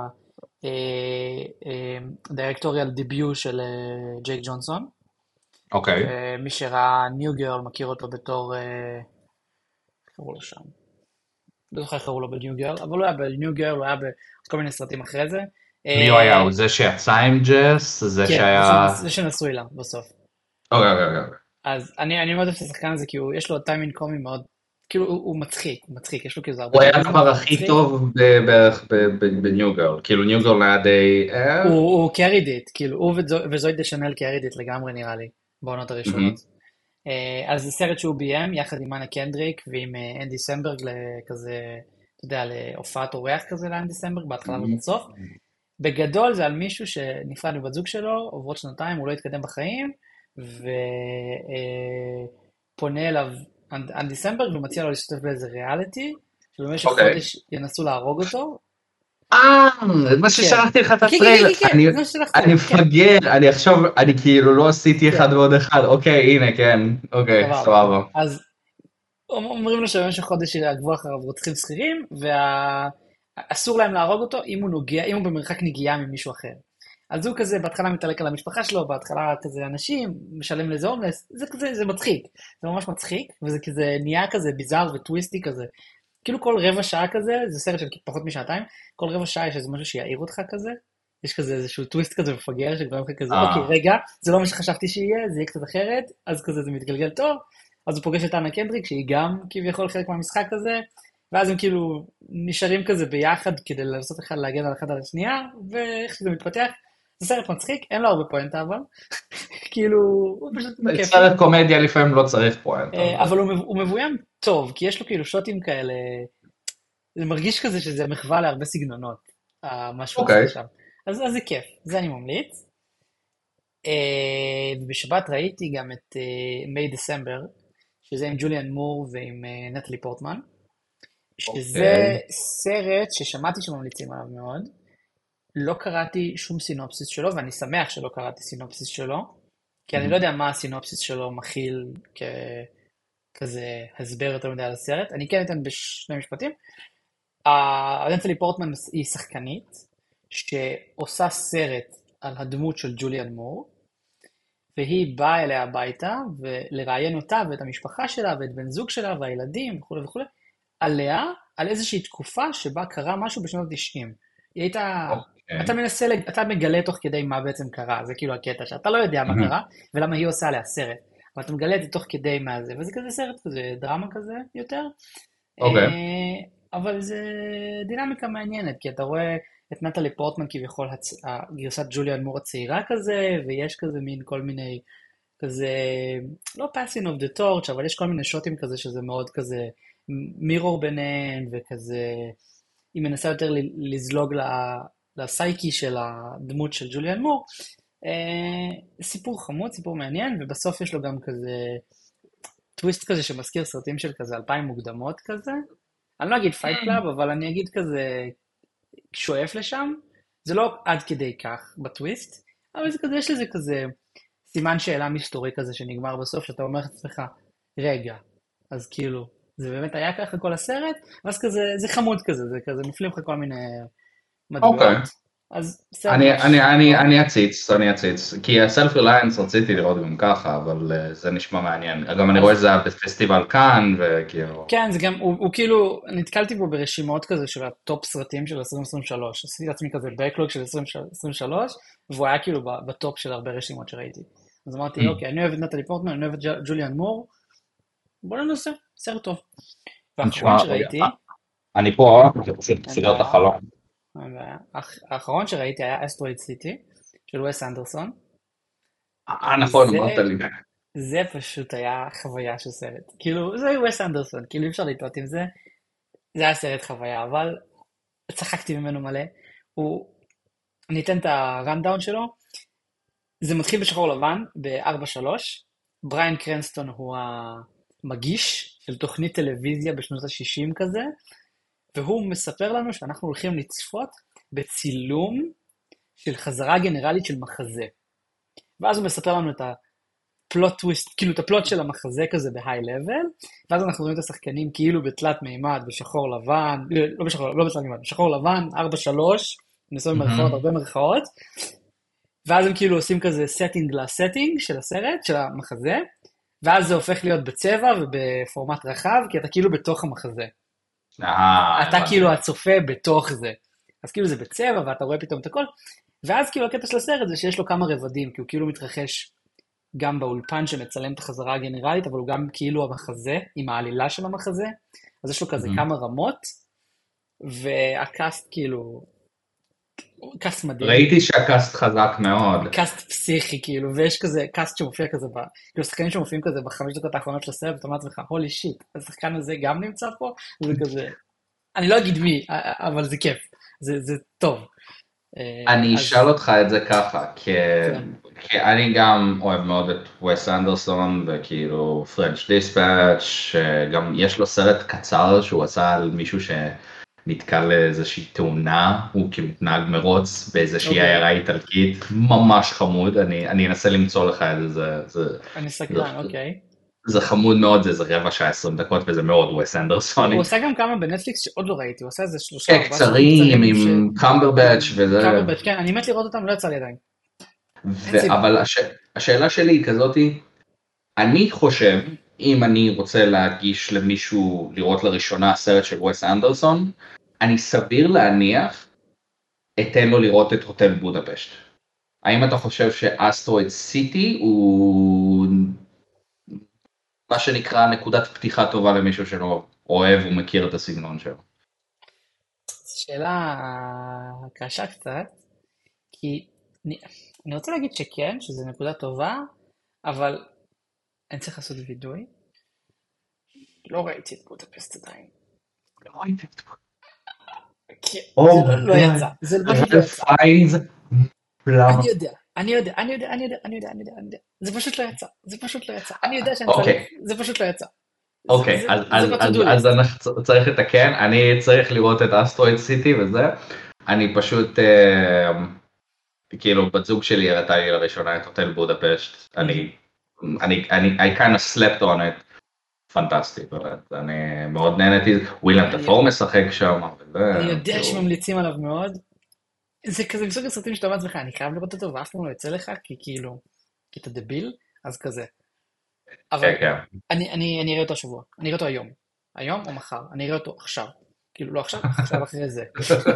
הדירקטוריאל דיביוט של אה, ג'ייק ג'ונסון, אוקיי. ומי שראה ניו גרל מכיר אותו בתור, אה, איך קראו לו שם? לא זוכר איך קראו לו בניו גרל, אבל הוא היה בניו גרל, הוא היה בכל מיני סרטים אחרי זה. מי הוא היה? אה, הוא זה שיצא עם ג'ס? זה כן, זה שהיה... שנס- זה שנשוי לה בסוף. אוקיי, אוקיי, אוקיי. אז אני, אני מאוד אוהב את השחקן הזה, כי הוא, יש לו טיימינג קומי מאוד, כאילו הוא, הוא מצחיק, הוא מצחיק, יש לו כאילו הרבה הוא היה כריזמה הדבר והוא הכי מצחיק. טוב ב- בערך בניו גרל. כאילו ניו גרל היה די... אה? הוא, הוא קריד איט, כאילו הוא וזו, וזוהי דשנל קריד איט לגמרי נראה לי, בעונות מהמם. הראשונות. אה, אז זה סרט שהוא ביים יחד עם אנה קנדריק ועם אה, אנדי סמברג לכזה, אתה יודע, להופעת אורח כזה לאנדי סמברג בהתחלה מהמם. ובסוף. בגדול זה על מישהו שנפרד מבת זוג שלו, עוברות שנתיים, הוא לא התקדם בחיים, ופונה אליו אנד- אנדי סמברג ומציע לו להשתתף באיזה ריאליטי, שבמשך אוקיי. חודש ינסו להרוג אותו. אה, מה כן. ששלחתי לך את כן, כן, הטריילר. כן, כן, אני כן, זה מה ששלחתי אני לך, כן, מפגר, אני עכשיו, אני כאילו לא עשיתי אחד כן, ועוד אחד. אוקיי, הנה, כן. אוקיי, סבבה. סבבה. אז אומרים לו שבמשך חודש יעקבו אחריו רוצחים שכירים, ואסור להם להרוג אותו אם הוא נוגע, אם הוא במרחק נגיעה ממישהו אחר. אז הוא כזה בהתחלה מתעלק על המשפחה שלו, בהתחלה כזה אנשים, משלם לזה הומלס, זה כזה, זה מצחיק, זה ממש מצחיק, וזה כזה נהיה כזה ביזאר וטוויסטי כזה. כאילו כל רבע שעה כזה, זה סרט של פחות משעתיים, כל רבע שעה יש איזה משהו שיעיר אותך כזה, יש כזה איזשהו טוויסט כזה מפגר, שגורם לך כזה, אוקיי, אה, רגע, זה לא מה שחשבתי שיהיה, זה יהיה קצת אחרת, אז כזה זה מתגלגל טוב, אז הוא פוגש את אנה קנדריק, שהיא גם כביכול חלק מהמשחק הזה, ואז הם כאילו נשארים כזה ביחד כדי לנסות אחד להגן על אחד על השנייה, ואיך שזה מתפתח. זה סרט מצחיק, אין לו הרבה פואנטה אבל, כאילו, הוא פשוט כיפי. סרט קומדיה לפעמים לא צריך פואנטה. אה, אבל הוא מב- הוא מבוים טוב, כי יש לו כאילו שוטים כאלה, זה מרגיש כזה שזה מחווה להרבה סגנונות, אה, מה שהוא אוקיי. עושה שם. אז אז זה כיף, זה אני ממליץ. אה, ובשבת ראיתי גם את מיי דצמבר, שזה עם ג'וליאן מור ועם אה, נטלי פורטמן, שזה אוקיי. סרט ששמעתי שממליצים עליו מאוד. לא קראתי שום סינופסיס שלו, ואני שמח שלא קראתי סינופסיס שלו, כי אני לא יודע מה הסינופסיס שלו מכיל ככזה הסבר יותר מדי על הסרט. אני כן אתן בשני משפטים. נטלי פורטמן היא שחקנית, שעושה סרט על הדמות של ג'וליאן מור, והיא באה אליה הביתה, ולראיין אותה ואת המשפחה שלה, ואת בן זוג שלה, והילדים, וכו' וכו', עליה, על איזושהי תקופה שבה קרה משהו בשנות ה-תשעים. היא הייתה, אוקיי. אתה מנסה, לג- אתה מגלה תוך כדי מה בעצם קרה, זה כאילו הקטע, שאתה לא יודע מה מהמם. קרה, ולמה היא עושה עליה סרט, אבל אתה מגלה את זה תוך כדי מה זה, וזה כזה סרט כזה, דרמה כזה יותר, אוקיי. אה, אבל זה דינמיקה מעניינת, כי אתה רואה את נטלי פורטמן כביכול, הצ- גרסת ג'וליאן מור הצעירה כזה, ויש כזה מין כל מיני, כזה, לא passing of the torch, אבל יש כל מיני שוטים כזה שזה מאוד כזה מירור ביניהן, וכזה, היא מנסה יותר ל- לזלוג ל- לסייקי של הדמות של ג'וליאן מור. אה, סיפור חמוד, סיפור מעניין, ובסוף יש לו גם כזה טוויסט כזה שמזכיר סרטים של כזה אלפיים מוקדמות כזה. אני לא אגיד פייט קלאב, אבל אני אגיד כזה שואף לשם. זה לא עד כדי כך בטוויסט, אבל זה כזה, יש לזה כזה סימן שאלה מסתורי כזה שנגמר בסוף, שאתה אומר לעצמך, רגע, אז כאילו, זה באמת היה ככה כל הסרט, ואז כזה, זה חמוד כזה, זה כזה, נופלים לך כל מיני אוקיי. מטבעות, אז סרט אני, ממש אני, אני, טוב. אני אציץ, אני אציץ, כי הסלף ריליינס רציתי לראות גם ככה, אבל אה, זה נשמע מעניין. גם אני רואה אז שזה היה בפסטיבל כאן, וכאילו... כן, זה גם, הוא, הוא כאילו, נתקלתי בו ברשימות כזה של הטופ סרטים של עשרים עשרים ושלוש, עשיתי לעצמי כזה בקלוג של עשרים עשרים ושלוש, והוא היה כאילו ב- בטופ של הרבה רשימות שראיתי. אז אמרתי, Mm. אוקיי, אני אוהב את נטלי פורטמן, אני אוהב את ג'- ג'וליאן מור, בוא ננסה, סרט טוב. והאחרון נשמע, רגע, שראיתי, אני פה, זה פשוט אין סגר את בעיה, החלום. אין בעיה. האח- האחרון שראיתי היה אסטרואיד סיטי, של וס אנדרסון. אה, נכון, זה, אמרת לי. זה פשוט היה חוויה של סרט. כאילו, זה וס אנדרסון, כאילו אי אפשר לטעות עם זה. זה היה סרט חוויה, אבל צחקתי ממנו מלא. הוא, אני אתן את הרנדאון שלו. זה מתחיל בשחור לבן, ב-ארבע שלוש. בריין קרנסטון הוא המגיש של תוכנית טלוויזיה בשנות ה-שישים כזה, והוא מספר לנו שאנחנו הולכים לצפות בצילום של חזרה גנרלית של מחזה. ואז הוא מספר לנו את הפלוט טוויסט, כאילו את הפלוט של המחזה כזה בהיי לבל, ואז אנחנו רואים את השחקנים כאילו בתלת מימד, בשחור לבן, לא בשחור, לא בתלת מימד, בשחור לבן, ארבע שלוש, נעשו במרכאות, הרבה מרכאות, ואז הם כאילו עושים כזה setting לסטינג של הסרט, של המחזה, ואז זה הופך להיות בצבע ובפורמט רחב, כי אתה כאילו בתוך המחזה. אתה כאילו הצופה בתוך זה. אז כאילו זה בצבע, ואתה רואה פתאום את הכל, ואז כאילו הקטע של הסרט זה שיש לו כמה רבדים, כי הוא כאילו מתרחש גם באולפן שמצלם את החזרה הגנרלית, אבל הוא גם כאילו המחזה, עם העלילה של המחזה, אז יש לו כזה כמה רמות, והקאסט כאילו, קאסט מדהים. ראיתי שהקאסט חזק מאוד. קאסט פסיכי כאילו, ויש כזה קאסט שמופיע כזה, כאילו שחקנים שמופיעים כזה בחמש דקות האחרונות של הסרט, ואתה אומר לעצמך, הולי שיט, השחקן הזה גם נמצא פה, זה כזה, אני לא אגיד מי, אבל זה כיף, זה, זה טוב. אני אשאל אותך את זה ככה, כי אני גם אוהב מאוד את וס אנדרסון, וכאילו פרנץ' דיספאץ', גם יש לו סרט קצר שהוא עשה על מישהו שנתקל לאיזושהי תאונה, הוא כאילו נהג מרוץ באיזושהי עיירה איטלקית, ממש חמוד, אני אנסה למצוא לך את זה. אני סקרן, אוקיי. זה חמוד מאוד, זה רבע שעה עשרים דקות, וזה מאוד וס אנדרסוני. הוא עושה גם כמה בנטפליקס שעוד לא ראיתי, הוא עושה איזה שלושה... כן, קצרים, עם קמברבץ' וזה... קמברבץ', כן, אני מת לראות אותם, לא יצא לי עדיין. אבל השאלה שלי היא כזאתי, אני חושב, אם אני רוצה להגיש למישהו לראות לראשונה סרט של וס אנדרסון, אני סביר להניח, אתן לו לראות את הוטל בודפשט. האם אתה חושב שאסטרואיד סיטי הוא... מה שנקרא נקודת פתיחה טובה למישהו שלא אוהב ומכיר את הסגנון שלו? שאלה קשה קצת, כי אני, אני רוצה להגיד שכן, שזו נקודה טובה, אבל אני צריך לעשות וידוי. לא ראיתי את בודפשט עדיין. לא ראיתי את בודפשט. זה לא יצא, זה לא יצא. אני יודע. אני יודע, אני יודע, אני יודע, אני יודע, אני יודע, אני יודע. זה פשוט לא יצא, זה פשוט לא יצא. אני יודע שאני צריך, זה פשוט לא יצא. אוקיי, אז אנחנו צריך לתקן, אני צריך לראות את אסטרואיד סיטי וזה, אני פשוט, כאילו, בת זוג שלי הראתה לי לראשונה את הוטל בודפשט, אני, I kind of slept on it, פנטסטי, באמת, אני מאוד נהנתי, ווילם דפור משחק שם, אני יודע שממליצים עליו מאוד, זה כזה מסוג הסרטים שאתה אומר לעצמך, אני חייב לראות אותו ואף פעם לא יוצא לך, כי כאילו, כי אתה דביל, אז כזה. אבל אני אראה אותו השבוע, אני אראה אותו היום. היום או מחר, אני אראה אותו עכשיו. כאילו לא עכשיו, עכשיו אחרי זה.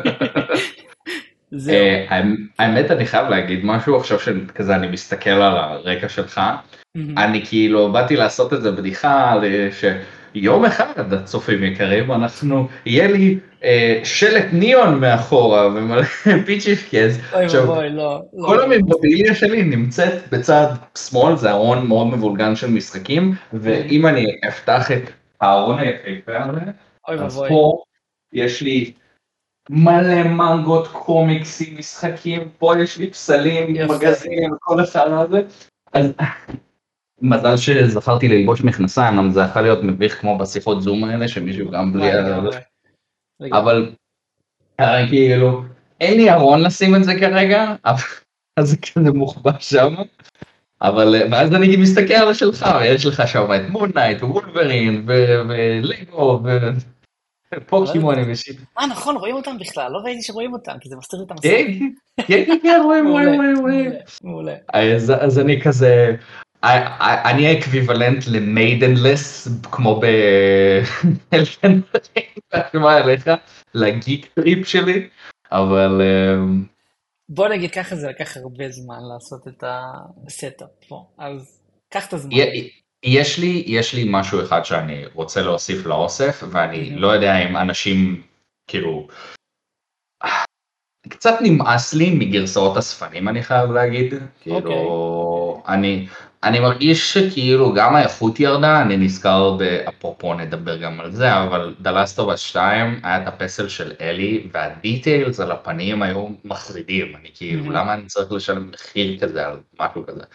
האמת אני חייב להגיד משהו, עכשיו שכזה אני מסתכל על הרקע שלך, אני כאילו באתי לעשות את זה בדיחה, שיום אחד הצופים יקרים, אנחנו, יהיה לי שלט ניאון מאחורה ומלא פיצ'יפקז. אוי ובוי, לא. כל הממוביליה שלי נמצאת בצד שמאל, זה ארון מאוד מבולגן של משחקים, ואם אני אפתח את הארון היפה הזה, אז פה יש לי מלא מנגות, קומיקסים, משחקים, פה יש לי פסלים, מגזינים, כל השאר הזה. אז מזל שזכרתי ללבוש מכנסיים, זה יכול להיות מביך כמו בשיחות זום האלה, שמישהו גם בלי... אבל כאילו, אין לי ארון לשים את זה כרגע, אז זה כזה מוחבא שם, אבל ואז אני מסתכל על השלך, ויש לך שם את מוננייט, וולברין, ולגו, ופוקימונים ושיט. אה נכון, רואים אותם בכלל, לא ראיתי שרואים אותם, כי זה מסתיר את המסך. כן, כן, כן, רואים, רואים, רואים. מעולה. אז אני כזה... אני האקוויוולנט למיידנלס, כמו באלפן מה אליך, לגיק טריפ שלי, אבל... בוא נגיד ככה, זה לקח הרבה זמן לעשות את הסטאפ פה, אז קח את הזמן. יש לי, יש לי משהו אחד שאני רוצה להוסיף לאוסף, ואני לא יודע אם אנשים, כאילו, קצת נמאס לי מגרסאות הספנים, אני חייב להגיד. אוקיי. כאילו, אני, אני מרגיש שכאילו גם האיכות ירדה, אני נזכר באפרופו נדבר גם על זה, אבל The Last of Us שתיים היה את הפסל של אלי, והדיטיילס על הפנים היו מחרידים. אני כאילו, מהמם. למה אני צריך לשלם מחיר כזה על משהו כזה?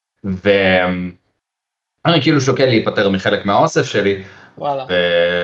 ואני כאילו שוקל להיפטר מחלק מהאוסף שלי, וואלה. ו...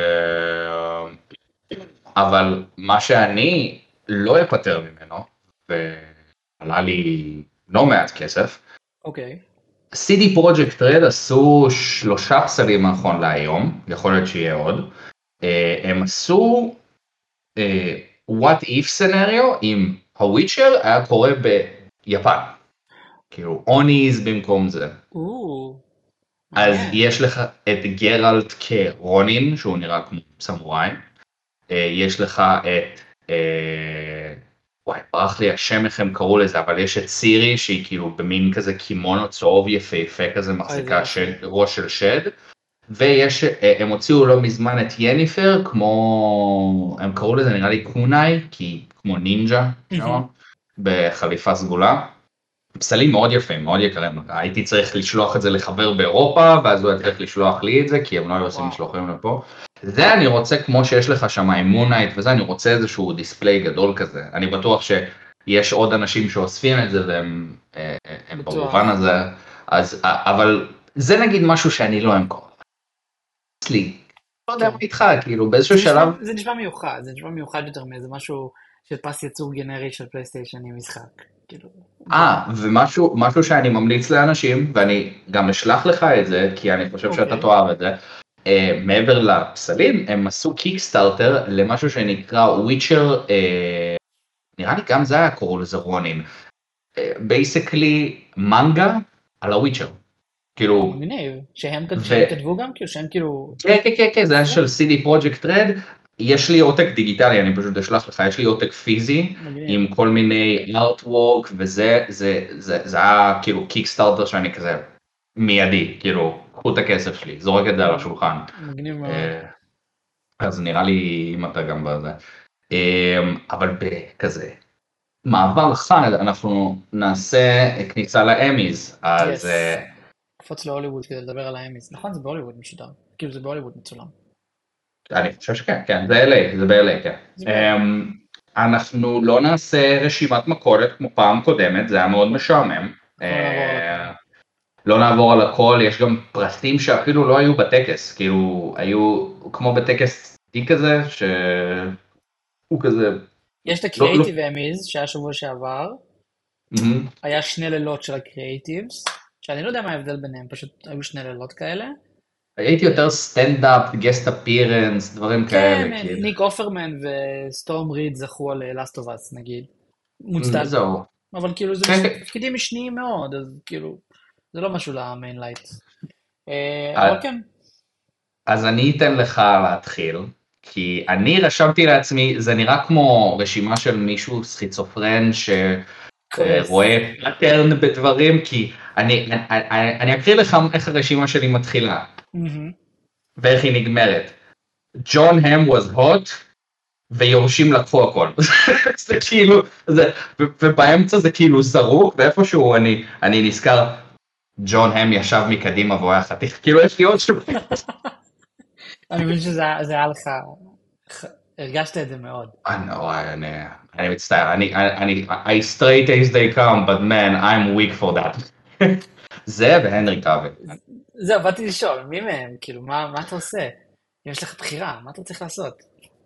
אבל מה שאני לא אפטר ממנו, ועלה לי לא מעט כסף, אוקיי. סי די Projekt Red עשו שלושה פסלים נכון להיום, יכול להיות שיהיה עוד. אה, הם עשו אה, what if scenario אם הוויצ'ר היה קורה ביפן. כאילו אוניז במקום זה. או, אז מעניין. יש לך את גרלט כרונין, שהוא נראה כמו סמוראי. אה, יש לך את, אה, וואי, ברח לי השם איך הם קראו לזה, אבל יש את סירי שהיא כאילו במין כזה קימונו צהוב יפהפה כזה, אוי, זה מחזיקה יופי. שד, ראש של שד. ויש, אה, הם הוציאו לא מזמן את יניפר, כמו, הם קראו לזה נראה לי קונאי, כי כמו נינג'ה, מהמם. בחליפה סגולה. פסלים מאוד יפים, מאוד יקרים, הייתי צריך לשלוח את זה לחבר באירופה, ואז הוא היה צריך לשלוח לי את זה, כי הם לא היו עושים וואו. משלוחים לפה. זה אני רוצה, כמו שיש לך שם אימונייט וזה, אני רוצה איזשהו דיספליי גדול כזה. אני בטוח שיש עוד אנשים שאוספים את זה, והם אה, אה, הם במובן בטוח. הזה, אז, אה, אבל זה נגיד משהו שאני לא אמכור. אצלי, לא יודע כן. מה איתך, כאילו באיזשהו זה נשמע, שלב, זה נשמע מיוחד, זה נשמע מיוחד יותר מאיזה משהו של פס ייצור גנרי של פלייסטיישן עם משחק. כאילו, זה... אה, ומשהו משהו שאני ממליץ לאנשים, ואני גם אשלח לך את זה, כי אני חושב שאתה אוקיי. תאהב את זה, אה, מעבר לפסלים, הם עשו קיקסטארטר למשהו שנקרא וויצ'ר, אה, נראה לי גם זה היה קורא לזה רונין, בייסקלי מנגה על הוויצ'ר, כאילו, מגניב. שהם כת- ו... שהם כתבו גם? כאילו שהם כאילו... כן, כן, כן, כן, זה היה יצרו? של סי די Projekt Red, יש לי עותק דיגיטלי, אני פשוט אשלח לך, יש לי עותק פיזי, מגניב. עם כל מיני ארטוורק, וזה, זה, זה, זה היה כאילו קיקסטארטר שאני כזה מיידי, כאילו, קחו את הכסף שלי, זורק את זה על השולחן. מגניב מאוד. אה, אז נראה לי אם אתה גם בזה. אה, אבל בכזה, מעבר חד, אנחנו נעשה כניסה לאמיז, אז... יס. אה, קפוץ להוליווד כדי לדבר על האמיז. נכון, זה בהוליווד משודר. כאילו זה בהוליווד מצולם. אני חושב שכן, כן, זה אל איי, זה ב-אל איי, כן. זה ב-אל איי. אמ, אנחנו לא נעשה רשימת מכולת כמו פעם קודמת, זה היה מאוד משעמם. אנחנו לא נעבור על אה, הכל. לא נעבור על הכל, יש גם פרטים שאפילו לא היו בטקס, כאילו היו כמו בטקס די כזה, שהוא כזה, יש את לא, לא, הקריאיטיב אמיז שהיה שבוע שעבר. מהמם. היה שני לילות של הקריאיטיבס. שאני לא יודע מה ההבדל ביניהם, פשוט היו שני לילות כאלה. הייתי יותר סטנדאפ, גסט אפירנס, דברים כן, כאלה, כאילו. ניק אופרמן וסטורם ריד זכו על Last of Us נגיד. אמ, מוצדק. זהו. אבל כאילו זה כן, מש- כן. תפקידים משניים מאוד, אז כאילו, זה לא משהו למיין לייט. אה, אבל כן, אז אני אתן לך להתחיל, כי אני רשמתי לעצמי, זה נראה כמו רשימה של מישהו סכיצופרן קורס. שרואה פאטרן בדברים, כי אני, אני, אני אקריא לך איך הרשימה שלי מתחילה, מהמם. ואיך היא נגמרת. ג'ון הם was hot, ויורשים לקחו הכל. זה כאילו, זה, ו- ובאמצע זה כאילו זרוק, ואיפשהו אני, אני נזכר, ג'ון הם ישב מקדימה והוא היה חתיך, כאילו יש לי עוד שוב. אני מבין שזה היה- זה היה לך, ח- הרגשת את זה מאוד. אני, וואי, אני, אני מצטער, אני, אני, I straight as they come, but man, I'm weak for that. זה והנרי קאבל. זהו, באתי לשאול, מי מהם? כאילו, מה מה אתה עושה? אם יש לך בחירה, מה אתה צריך לעשות?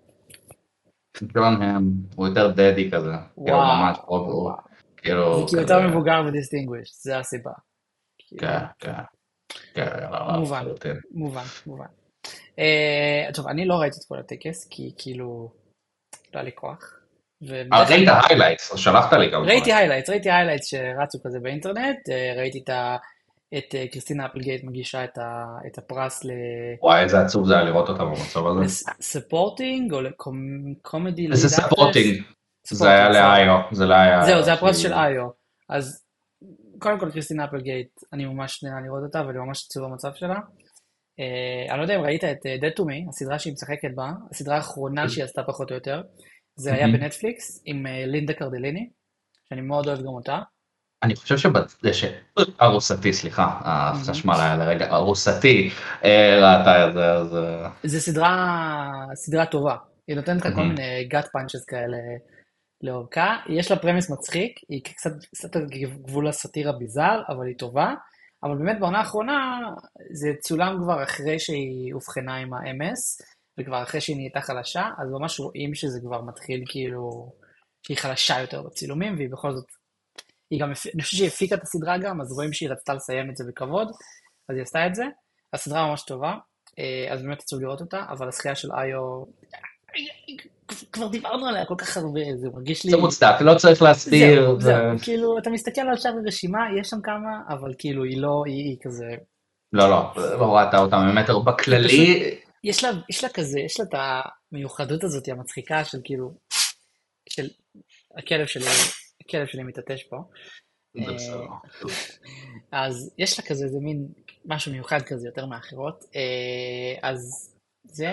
ג'ון הם, הוא יותר דדי כזה, כאילו ממש, וואו, הוא, הוא, וואו. זה כאילו כי הוא כזה, יותר מבוגר ודיסטינגוויש, זה הסיבה. כאילו, כן, כן, כן, לא, לא, מובן, לחלוטין. מובן, מובן. אה, טוב, אני לא ראיתי את כל הטקס, כי כאילו, לא היה לי כוח. אה, ובדרך כלל, ראית היילייטס, שלחת לי גם ראיתי דברים. היילייטס, ראיתי היילייטס שרצו כזה באינטרנט, אה, ראיתי את ה- את אה, קריסטינה אפלגייט מגישה את ה- את הפרס וואי, איזה עצוב זה היה לראות אותה במצב הזה. לספורטינג או לקומדי ליד זה אקטרס. ספורטינג, זה היה לאיו, זה לא היה... זהו, זה הפרס של כאילו- איו. אז קודם כל קריסטינה אפלגייט, אני ממש נהנה לראות אותה, ואני ממש עצוב במצב שלה. אה, אני לא יודע אם ראית את אה, Dead to Me, הסדרה שהיא משחקת בה, הסדרה האחרונה שהיא עשתה פחות או יותר, זה היה בנטפליקס עם לינדה קרדליני, שאני מאוד אוהב גם אותה. אני חושב שארוסתי, סליחה, החשמל היה לרגע, ארוסתי ראתה את זה, אז... זה סדרה טובה, היא נותנת לך כל מיני גאט פאנצ'ס כאלה לאורכה, יש לה פרמיס מצחיק, היא קצת גבול הסאטירה ביזאר, אבל היא טובה, אבל באמת בעונה האחרונה זה צולם כבר אחרי שהיא הובחנה עם ה-אם אס, וכבר אחרי שהיא נהייתה חלשה, אז ממש רואים שזה כבר מתחיל כאילו, שהיא חלשה יותר בצילומים, והיא בכל זאת, היא גם, אני חושב שהיא הפיקה את הסדרה גם, אז רואים שהיא רצתה לסיים את זה בכבוד, אז היא עשתה את זה, הסדרה ממש טובה, אז באמת תצאו לראות אותה, אבל השחייה של איו, כבר דיברנו עליה כל כך הרבה, זה מרגיש לי... זה מוצדק, לא צריך להסביר. זהו, זהו, כאילו, אתה מסתכל על שאר הרשימה, יש שם כמה, אבל כאילו, היא לא, היא כזה... לא, לא, לא ראתה אותה ממטר בכללי. יש לה, יש לה כזה, יש לה את המיוחדות הזאת, המצחיקה של כאילו, של הכלב שלי, הכלב שלי מתעטש פה. זה בסדר. אז יש לה כזה, זה מין משהו מיוחד כזה, יותר מאחרות. אז זה...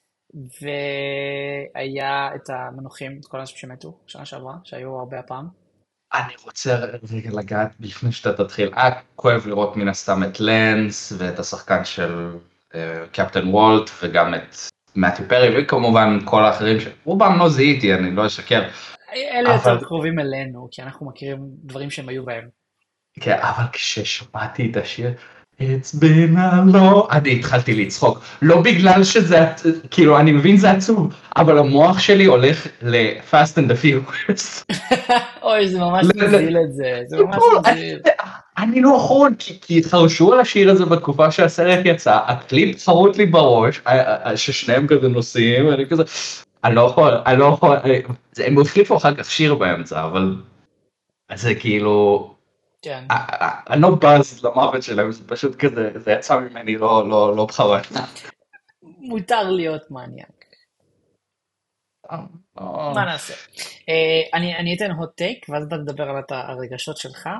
והיה את המנוחים, את כל האנשים שמתו, שנה שעברה, שהיו הרבה הפעם. אני רוצה רגע לגעת, לפני שאתה תתחיל, אה, כואב לראות מן הסתם את לנס, ואת השחקן של קפטן וולט, וגם את מתיו פרי, וכמובן כל האחרים, רובם לא זיהיתי, אני לא אשקר. אלה יותר קרובים אלינו, כי אנחנו מכירים דברים שהם היו בהם. כן, אבל כששמעתי את השיר, It's been a long... אני התחלתי לצחוק, לא בגלל שזה, כאילו אני מבין זה עצוב, אבל המוח שלי הולך ל-Fast and the Furious. אוי, זה ממש מזיל את זה, זה ממש מזיל. אני לא אחרון, כי חרשו על השיר הזה בתקופה שהסרט יצא, הקליפ חרוט לי בראש, ששניהם כזה נוסעים, ואני כזה, אני לא יכול, אני לא יכול, הם החליפו אחר כך שיר באמצע, אבל זה כאילו... כן. אני לא בז למוות שלהם, זה פשוט כזה, זה יצא ממני לא בחוויה. מותר להיות מניאק. מה נעשה? אני אתן hot take, ואז אתה תדבר על הרגשות שלך.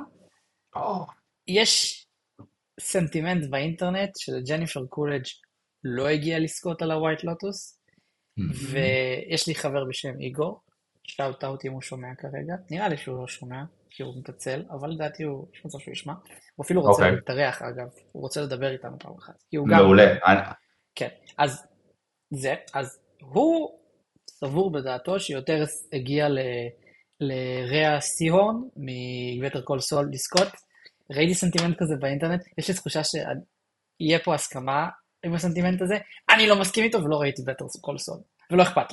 יש סנטימנט באינטרנט שלג'ניפר קולג' לא הגיע לזכות על הווייט לוטוס, ויש לי חבר בשם איגור, שאלת אותי אם הוא שומע כרגע, נראה לי שהוא לא שומע. כי הוא מתעצל, אבל לדעתי הוא, יש מצב שהוא ישמע. הוא אפילו רוצה להתארח, אגב. הוא רוצה לדבר איתנו פעם אחת. מעולה. כן, אז זה, אז הוא סבור בדעתו שיותר הגיע לרע סיהון, מבטר קול סול לזכות. ראיתי סנטימנט כזה באינטרנט, יש לי תחושה שיהיה פה הסכמה עם הסנטימנט הזה. אני לא מסכים איתו ולא ראיתי בטר קול סול, ולא אכפת לי.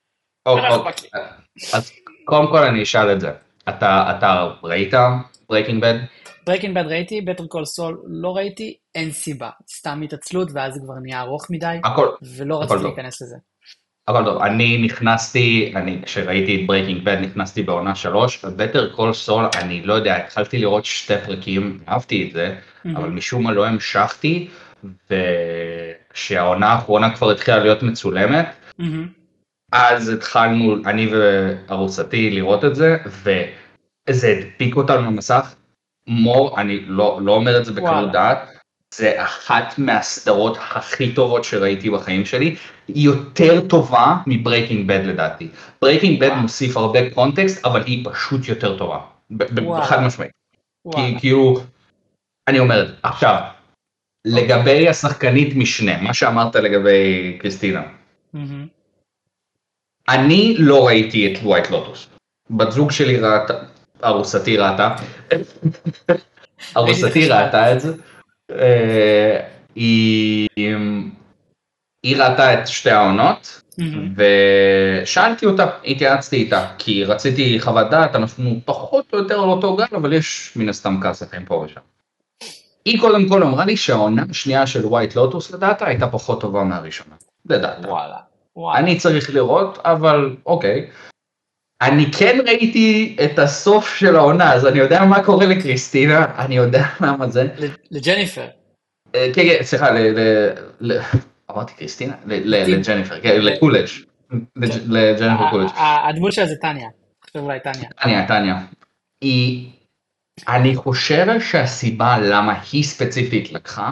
אז קודם כל אני אשאל את זה. אתה, אתה ראית ברייקינג בד? ברייקינג בד ראיתי, בטר קול סול לא ראיתי, אין סיבה. סתם התעצלות, ואז זה כבר נהיה ארוך מדי, הכל, ולא רציתי להיכנס לזה. הכל טוב, אני נכנסתי, אני, כשראיתי את ברייקינג בד, נכנסתי בעונה שלוש, ובטר קול סול, אני לא יודע, התחלתי לראות שתי פרקים, אהבתי את זה, mm-hmm. אבל משום מה לא המשכתי, וכשהעונה האחרונה כבר התחילה להיות מצולמת, mm-hmm. אז התחלנו, אני וארוסתי, לראות את זה, וזה הדביק אותנו במסך. מור, אני לא, לא אומר את זה בקלות דעת, זה אחת מהסדרות הכי טובות שראיתי בחיים שלי, היא יותר טובה מברייקינג בד לדעתי. ברייקינג בד מוסיף הרבה קונטקסט, אבל היא פשוט יותר טובה. בחד משמעית. כי כאילו, אני אומר את זה. עכשיו, לגבי השחקנית משנה, מה שאמרת לגבי קריסטינה, אני לא ראיתי את ווייט לוטוס. בת זוג שלי ראתה, ארוסתי ראתה, ארוסתי ראתה את זה. היא ראתה את שתי העונות, ושאלתי אותה, התייעצתי איתה, כי רציתי חוות דעת, אנחנו פחות או יותר על אותו גל, אבל יש מן הסתם כספים פה ושם. היא קודם כל אמרה לי שהעונה השנייה של ווייט לוטוס לדעתה הייתה פחות טובה מהראשונה. לדעתה. וואלה. אני צריך לראות, אבל אוקיי. אני כן ראיתי את הסוף של העונה, אז אני יודע מה קורה לקריסטינה, אני יודע למה זה. לג'ניפר. כן, כן, סליחה, אמרתי קריסטינה? לג'ניפר, לקולג'. לג'ניפר קולג'. הדמות שלה זה טניה. חושב אולי טניה. טניה, טניה. אני חושב שהסיבה למה היא ספציפית לקחה,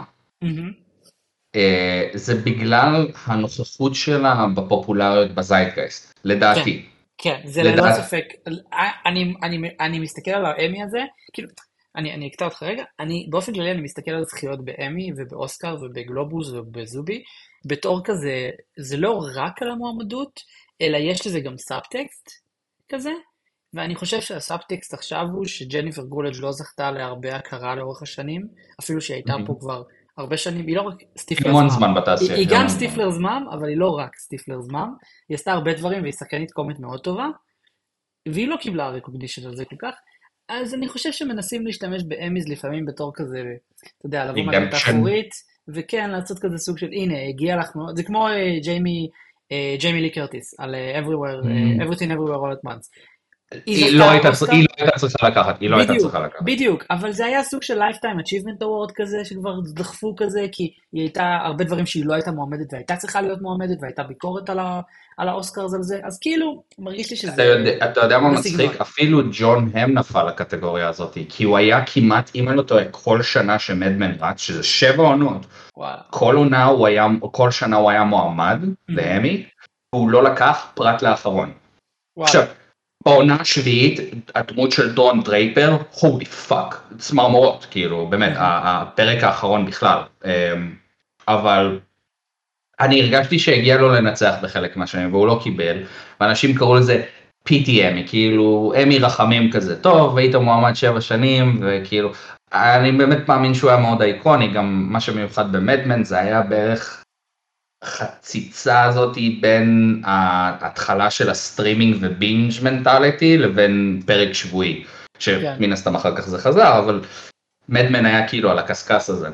זה בגלל הנוכחות שלה בפופולריות בזייטגייסט, לדעתי. כן, זה ללא ספק. אני, אני, אני מסתכל על האמי הזה, כאילו, אני, אני אקטע אותך רגע, אני, באופן כללי אני מסתכל על זכיות באמי ובאוסקר ובגלובוס ובזובי, בתור כזה, זה לא רק על המועמדות, אלא יש לזה גם סאבטקסט כזה, ואני חושב שהסאבטקסט עכשיו הוא שג'ניפר גולדג' לא זכתה להרבה הכרה לאורך השנים, אפילו שהיא הייתה פה כבר הרבה שנים, היא לא רק סטיפלר זמם. זמן בתעשייה. היא, היא גם סטיפלר זמם, אבל היא לא רק סטיפלר זמם, היא עשתה הרבה דברים והיא שחקנית קומית מאוד טובה, והיא לא קיבלה רקוגנישן על זה כל כך, אז אני חושב שמנסים להשתמש באמיז לפעמים בתור כזה, אתה יודע, לבוא מהדלת האחורית, וכן, לעשות כזה סוג של, הנה, הגיע לך מאוד, זה כמו ג'יימי, ג'יימי לי קרטיס, על everywhere, everything everywhere all at once. היא לא הייתה צריכה לקחת, היא לא הייתה צריכה לקחת. בדיוק, אבל זה היה סוג של Lifetime Achievement Award כזה, שכבר דחפו כזה, כי היא הייתה, הרבה דברים שהיא לא הייתה מועמדת, והייתה צריכה להיות מועמדת, והייתה ביקורת על האוסקרס על זה, אז כאילו, מרגיש לי שזה... אתה יודע מה מצחיק? אפילו ג'ון הם נפל לקטגוריה הזאת, כי הוא היה כמעט, אם אני לא טועה, כל שנה שמדמן רץ, שזה שבע עונות, כל עונה הוא היה, כל שנה הוא היה מועמד לאמי, והוא לא לקח פרט לאחרון. עכשיו, בעונה השביעית, הדמות של דון דרייפר, הולי פאק, צמרמורות, כאילו, באמת, הפרק האחרון בכלל. אבל אני הרגשתי שהגיע לו לנצח בחלק מהשנים, והוא לא קיבל, ואנשים קראו לזה פי טי אמי, כאילו, אמי רחמים כזה, טוב, היית מועמד שבע שנים, וכאילו, אני באמת מאמין שהוא היה מאוד איקוני, גם מה שמיוחד במדמן, זה היה בערך... החציצה הזאת בין ההתחלה של הסטרימינג ובינג' מנטליטי לבין פרק שבועי, שמן הסתם אחר כך זה חזר, אבל מדמן היה כאילו על הקסקס הזה.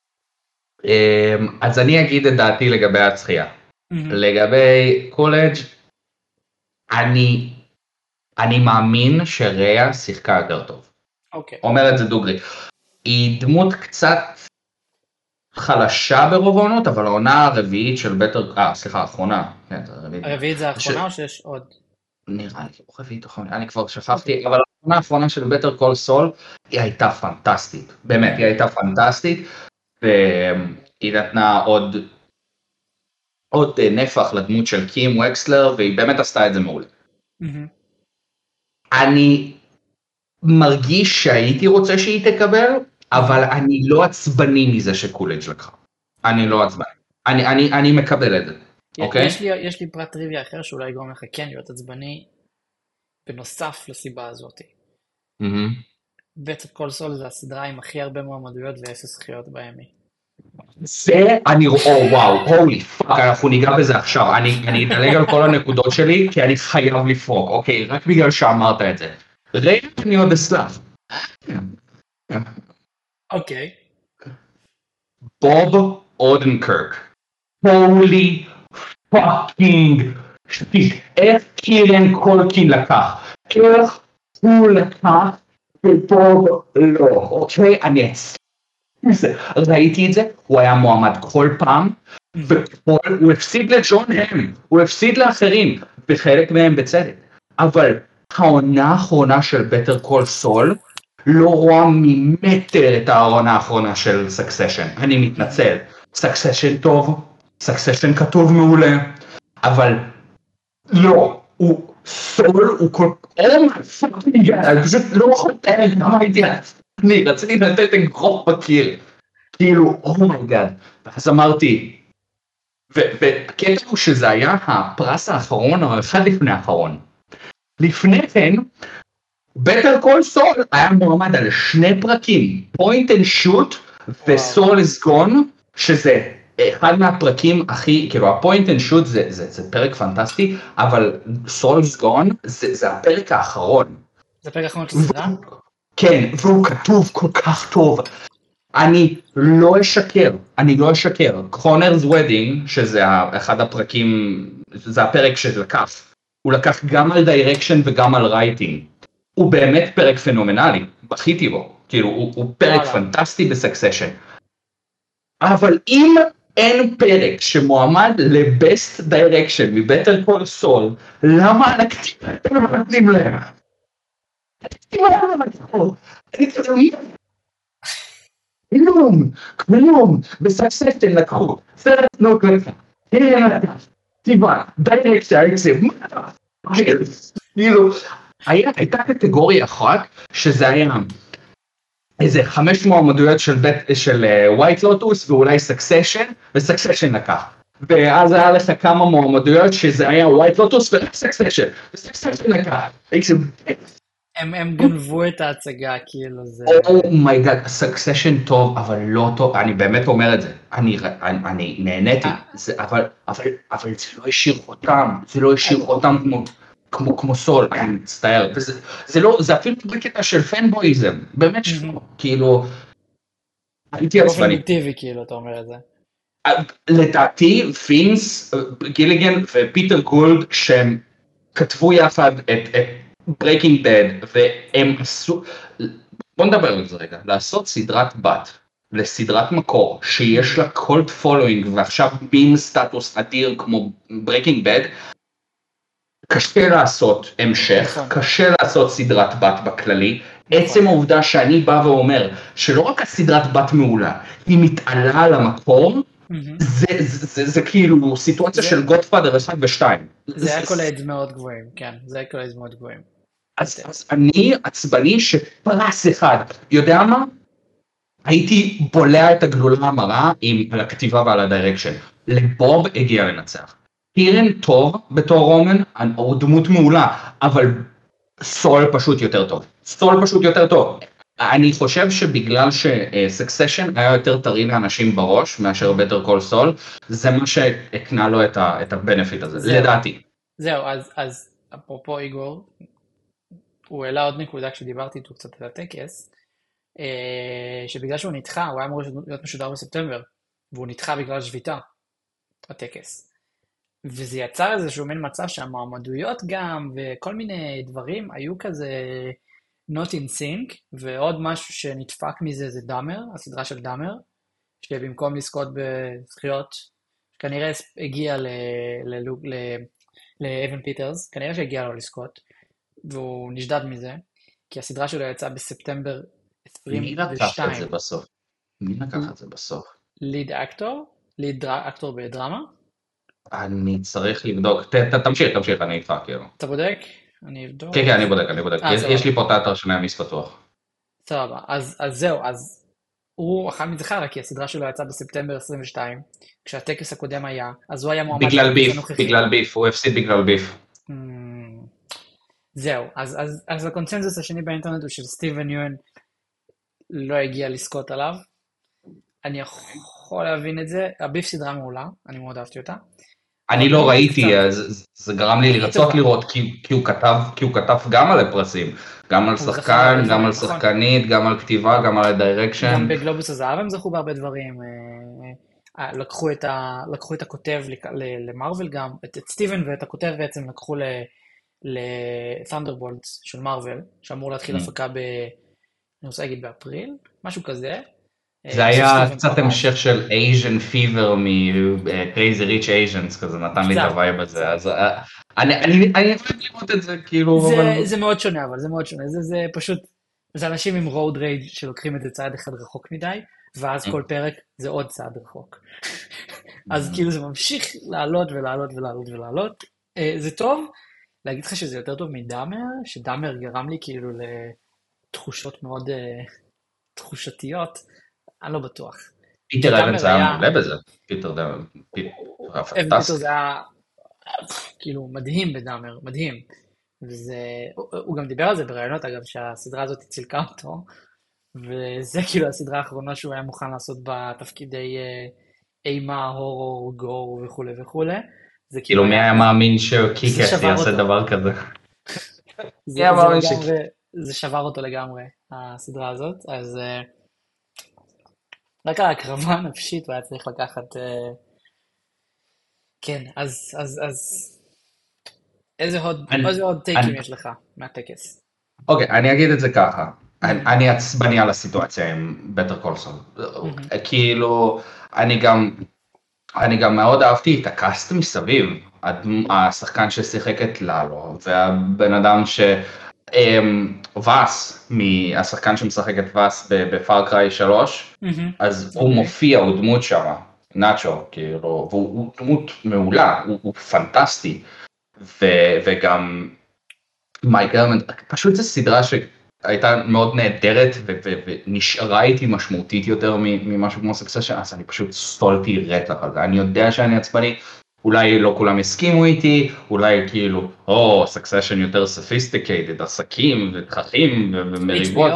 אז אני אגיד את דעתי לגבי הצחייה. לגבי קולג' אני, אני מאמין שריה שיחקה יותר טוב. אומר את זה דוגרי. היא דמות קצת... חלשה ברוב העונות, אבל העונה הרביעית של בטר, אה, סליחה, האחרונה. הרביעית זה האחרונה או שיש עוד? נראה לי, רביעית האחרונה, אני כבר שכחתי, אבל העונה האחרונה של בטר קול סול, היא הייתה פנטסטית, באמת, היא הייתה פנטסטית, והיא נתנה עוד, עוד נפח לדמות של קים וקסלר, והיא באמת עשתה את זה מעולה. אני מרגיש שהייתי רוצה שהיא תקבל, אבל אני לא עצבני מזה שקולג' לקחה. אני לא עצבני. אני, אני, אני מקבל את זה. אוקיי? יש לי, יש לי פרט טריוויה אחר שאולי יגרום לך כן להיות עצבני, בנוסף לסיבה הזאת. בטר קול סול זה הסדרה עם הכי הרבה מועמדויות ועשר זכיות באמי. זה אני רואה, וואו, הולי פאק, אנחנו ניגע בזה עכשיו. אני, אני אדלג על כל הנקודות שלי, כי אני חייב לפרוק. אוקיי, רק בגלל שאמרת את זה. ראי, אני עוד אסלח. אוקיי. בוב אודנקirk. הולי פאקינג שיט. איך קירן קולקין לקח? איך הוא לקח ובוב לא. אוקיי, אני אצא. ראיתי את זה, הוא היה מועמד כל פעם, הוא הפסיד לג'ון הם, הוא הפסיד לאחרים, בחלק מהם בצדק. אבל העונה האחרונה של בטר קול סול, לא רואה ממטר את העונה האחרונה של סקסשן. אני מתנצל. סקסשן טוב, סקסשן כתוב מעולה, אבל לא, הוא סול, הוא כל... אומי פאקינג גאד, אני פשוט לא חותר, למה הייתי עצמי, רציתי לתת אגרוף בקיר. כאילו, אומי גאד. אז אמרתי, והקטע הוא שזה היה הפרס האחרון, או אחד לפני האחרון. לפני כן, בטר קול סול היה מועמד על שני פרקים, פוינט אנד שוט וסול איז גון, שזה אחד מהפרקים הכי, כאילו הפוינט אנד שוט זה, זה, זה פרק פנטסטי, אבל סול איז גון זה, זה הפרק האחרון. זה הפרק האחרון של הסדרה? כן, והוא כתוב כל כך טוב. אני לא אשקר, אני לא אשקר. קונר's wedding, שזה אחד הפרקים, זה הפרק שלקח. הוא לקח גם על דיירקשן וגם על רייטינג. הוא באמת פרק פנומנלי, בכיתי בו, כאילו הוא, הוא פרק פנטסטי בסקסשן. אבל אם אין פרק שמועמד לבסט דיירקשן מבטר קול סול, למה על הכתיבה אתם לא נותנים להם? הכתיבה לא נתנו, אני כתבים. כלום, כלום, בסקסשן לקחו, סרט נוק לך, כתיבה, דיירקשן, מה אתה? כאילו, היה- הייתה קטגוריה אחת, שזה היה איזה חמש מועמדויות של בית- של ווייט לוטוס ואולי סקסשן, וסקסשן לקח. ואז היה לך כמה מועמדויות שזה היה ווייט לוטוס וסקסשן, וסקסשן לקח. הם הם גנבו את ההצגה, כאילו זה... אומייגאד, סקסשן טוב, אבל לא טוב, אני באמת אומר את זה, אני אני- אני נהניתי, אה. זה- אבל אבל אבל זה לא השאיר אותם, זה לא השאיר אותם כמו כמו כמו סול, אני מצטער, וזה- זה לא, זה אפילו בקטע של פנבויזם, באמת שלא, כאילו, הייתי באופן עצבני. אובייקטיבי, כאילו, אתה אומר את זה. לדעתי וינס, גיליגן ופיטר גולד שהם כתבו יחד את ברייקינג בד והם עשו, בוא נדבר על זה רגע, לעשות סדרת בת לסדרת מקור שיש לה קולט פולואינג ועכשיו בים סטטוס אדיר כמו ברייקינג בד, קשה לעשות המשך, נכון. קשה לעשות סדרת בת בכללי, עצם העובדה שאני בא ואומר שלא רק הסדרת בת מעולה, היא מתעלה על המקור, מהמם. זה, זה, זה, זה כאילו סיטואציה זה- של גודפאדר אחד ושתיים. זה היה קוליידס מאוד גבוהים, כן, זה היה קוליידס מאוד גבוהים. אז, אז אני עצבני שפרס אחד, יודע מה? הייתי בולע את הגלולה המרה עם, על הכתיבה ועל הדירקשן. לבוב הגיע לנצח. קירן טוב בתור רומן, הוא דמות מעולה, אבל סול פשוט יותר טוב. סול פשוט יותר טוב. אני חושב שבגלל שסקסשן היה יותר טרי לאנשים בראש מאשר בטר קול סול, זה מה שהקנה לו את ה- את הבנפיט הזה, זהו. לדעתי. זהו, אז, אז אפרופו איגור, הוא העלה עוד נקודה כשדיברתי איתו קצת על הטקס, אה, שבגלל שהוא נדחה, הוא היה אמור להיות משודר בספטמבר, והוא נדחה בגלל שביתה, הטקס. וזה יצר איזשהו מין מצב שהמועמדויות גם, וכל מיני דברים היו כזה not in sync, ועוד משהו שנדפק מזה זה דאמר, הסדרה של דאמר, שבמקום לזכות בזכיות, כנראה הגיע לאבן פיטרס, כנראה שהגיע לו לזכות, והוא נשדד מזה, כי הסדרה שלו יצאה בספטמבר מי לקח את עשרים ושתיים. זה בסוף? מי לקח את זה בסוף? ליד אקטור, ליד אקטור בדרמה. אני צריך לבדוק, ת- ת- תמשיך, תמשיך, אני איתך, כאילו. אתה בודק? אני אבדוק. כן, כן, אני בודק, אני בודק. אה, יש- סבבה. יש לי פה את האתר של הימיס פתוח. סבבה, אז, אז זהו, אז הוא אכל מזה חרא, כי הסדרה שלו יצאה בספטמבר עשרים ושתיים, כשהטקס הקודם היה, אז הוא היה מועמד בגלל לטקס ביף, הנוכחי. בגלל ביף, הוא הפסיד בגלל ביף. Hmm, זהו, אז, אז, אז הקונצנזוס השני באינטרנט הוא של סטיבן יואן לא הגיע לזכות עליו. אני יכול להבין את זה, הביף סדרה מעולה, אני מאוד אהבתי אותה. אני אבל לא קצת- ראיתי, אז זה גרם לי היא לרצות טובה. לראות, כי כי הוא כתב כי הוא כתב גם על הפרסים, גם על זכה שחקן, בהרבה גם דברים, על נכון. שחקנית, גם על כתיבה, גם על הדירקשן. גם בגלובוס הזהב הם זכו בהרבה דברים, אה, אה, לקחו את ה- לקחו את הכותב לק- ל- למרוול גם, את את סטיבן ואת הכותב בעצם לקחו לת'נדרבולטס של מרוול, שאמור להתחיל Mm. הפקה ב... אני רוצה להגיד באפריל, משהו כזה. אה, זה היה סטיבן קצת פרס. המשך של אייז'ן פיבר מ-Crazy Rich Asians, כזה נתן לי את קצת, הווייב הזה, קצת. אז אה, אני אני אני יכול לראות את זה, כאילו, זה, אבל... זה מאוד שונה, אבל זה מאוד שונה. זה, זה פשוט, זה אנשים עם road rage שלוקחים את זה צעד אחד רחוק מדי, ואז כל פרק זה עוד צעד רחוק. אז כאילו זה ממשיך לעלות ולעלות ולעלות ולעלות. אה, זה טוב, להגיד לך שזה יותר טוב מדאמר, שדאמר גרם לי כאילו לתחושות מאוד אה, תחושתיות, אני לא בטוח. פיטר כי אבנס דאמר היה היה- מעולה בזה, פיטר דאמר, פיטר היה אבן פיטר פנטסטי. זה היה כאילו מדהים בדאמר, מדהים. וזה, הוא, הוא גם דיבר על זה בראיונות אגב, שהסדרה הזאת צילקה אותו, וזה כאילו הסדרה האחרונה שהוא היה מוכן לעשות בתפקידי אה, אימה, הורור, גור וכולי וכולי. זה כאילו מי היה מאמין זה שקיקס שבר יעשה אותו. דבר כזה. זה, היה זה, מאמין לגמרי, זה שבר אותו לגמרי, הסדרה הזאת, אז אה, רק על ההקרבה הנפשית הוא היה צריך לקחת, אה, כן, אז, אז, אז, איזה עוד, אני- איזה עוד טייקים אני- יש לך מהטקס? אוקיי, אני אגיד את זה ככה, אני אני עצבני על הסיטואציה עם בטר קולסון, כאילו, אני גם, אני גם מאוד אהבתי את הקאסט מסביב, הדמ- השחקן ששיחק את ללו, והבן אדם ש... אמ, ואס, השחקן שמשחק את ואס בפאר קריי שלוש, אז הוא אוקיי. מופיע, הוא דמות שם, נאצ'ו, כאילו, והוא הוא דמות מעולה, הוא, הוא פנטסטי, ו, וגם My Government, פשוט זו סדרה שהייתה מאוד נהדרת ונשארה איתי משמעותית יותר ממשהו כמו Succession, אז אני פשוט סטולתי רצח על זה, אני יודע שאני עצבני, אולי לא כולם הסכימו איתי, אולי כאילו, או, Succession יותר sophisticated, עסקים ותככים ומריבות.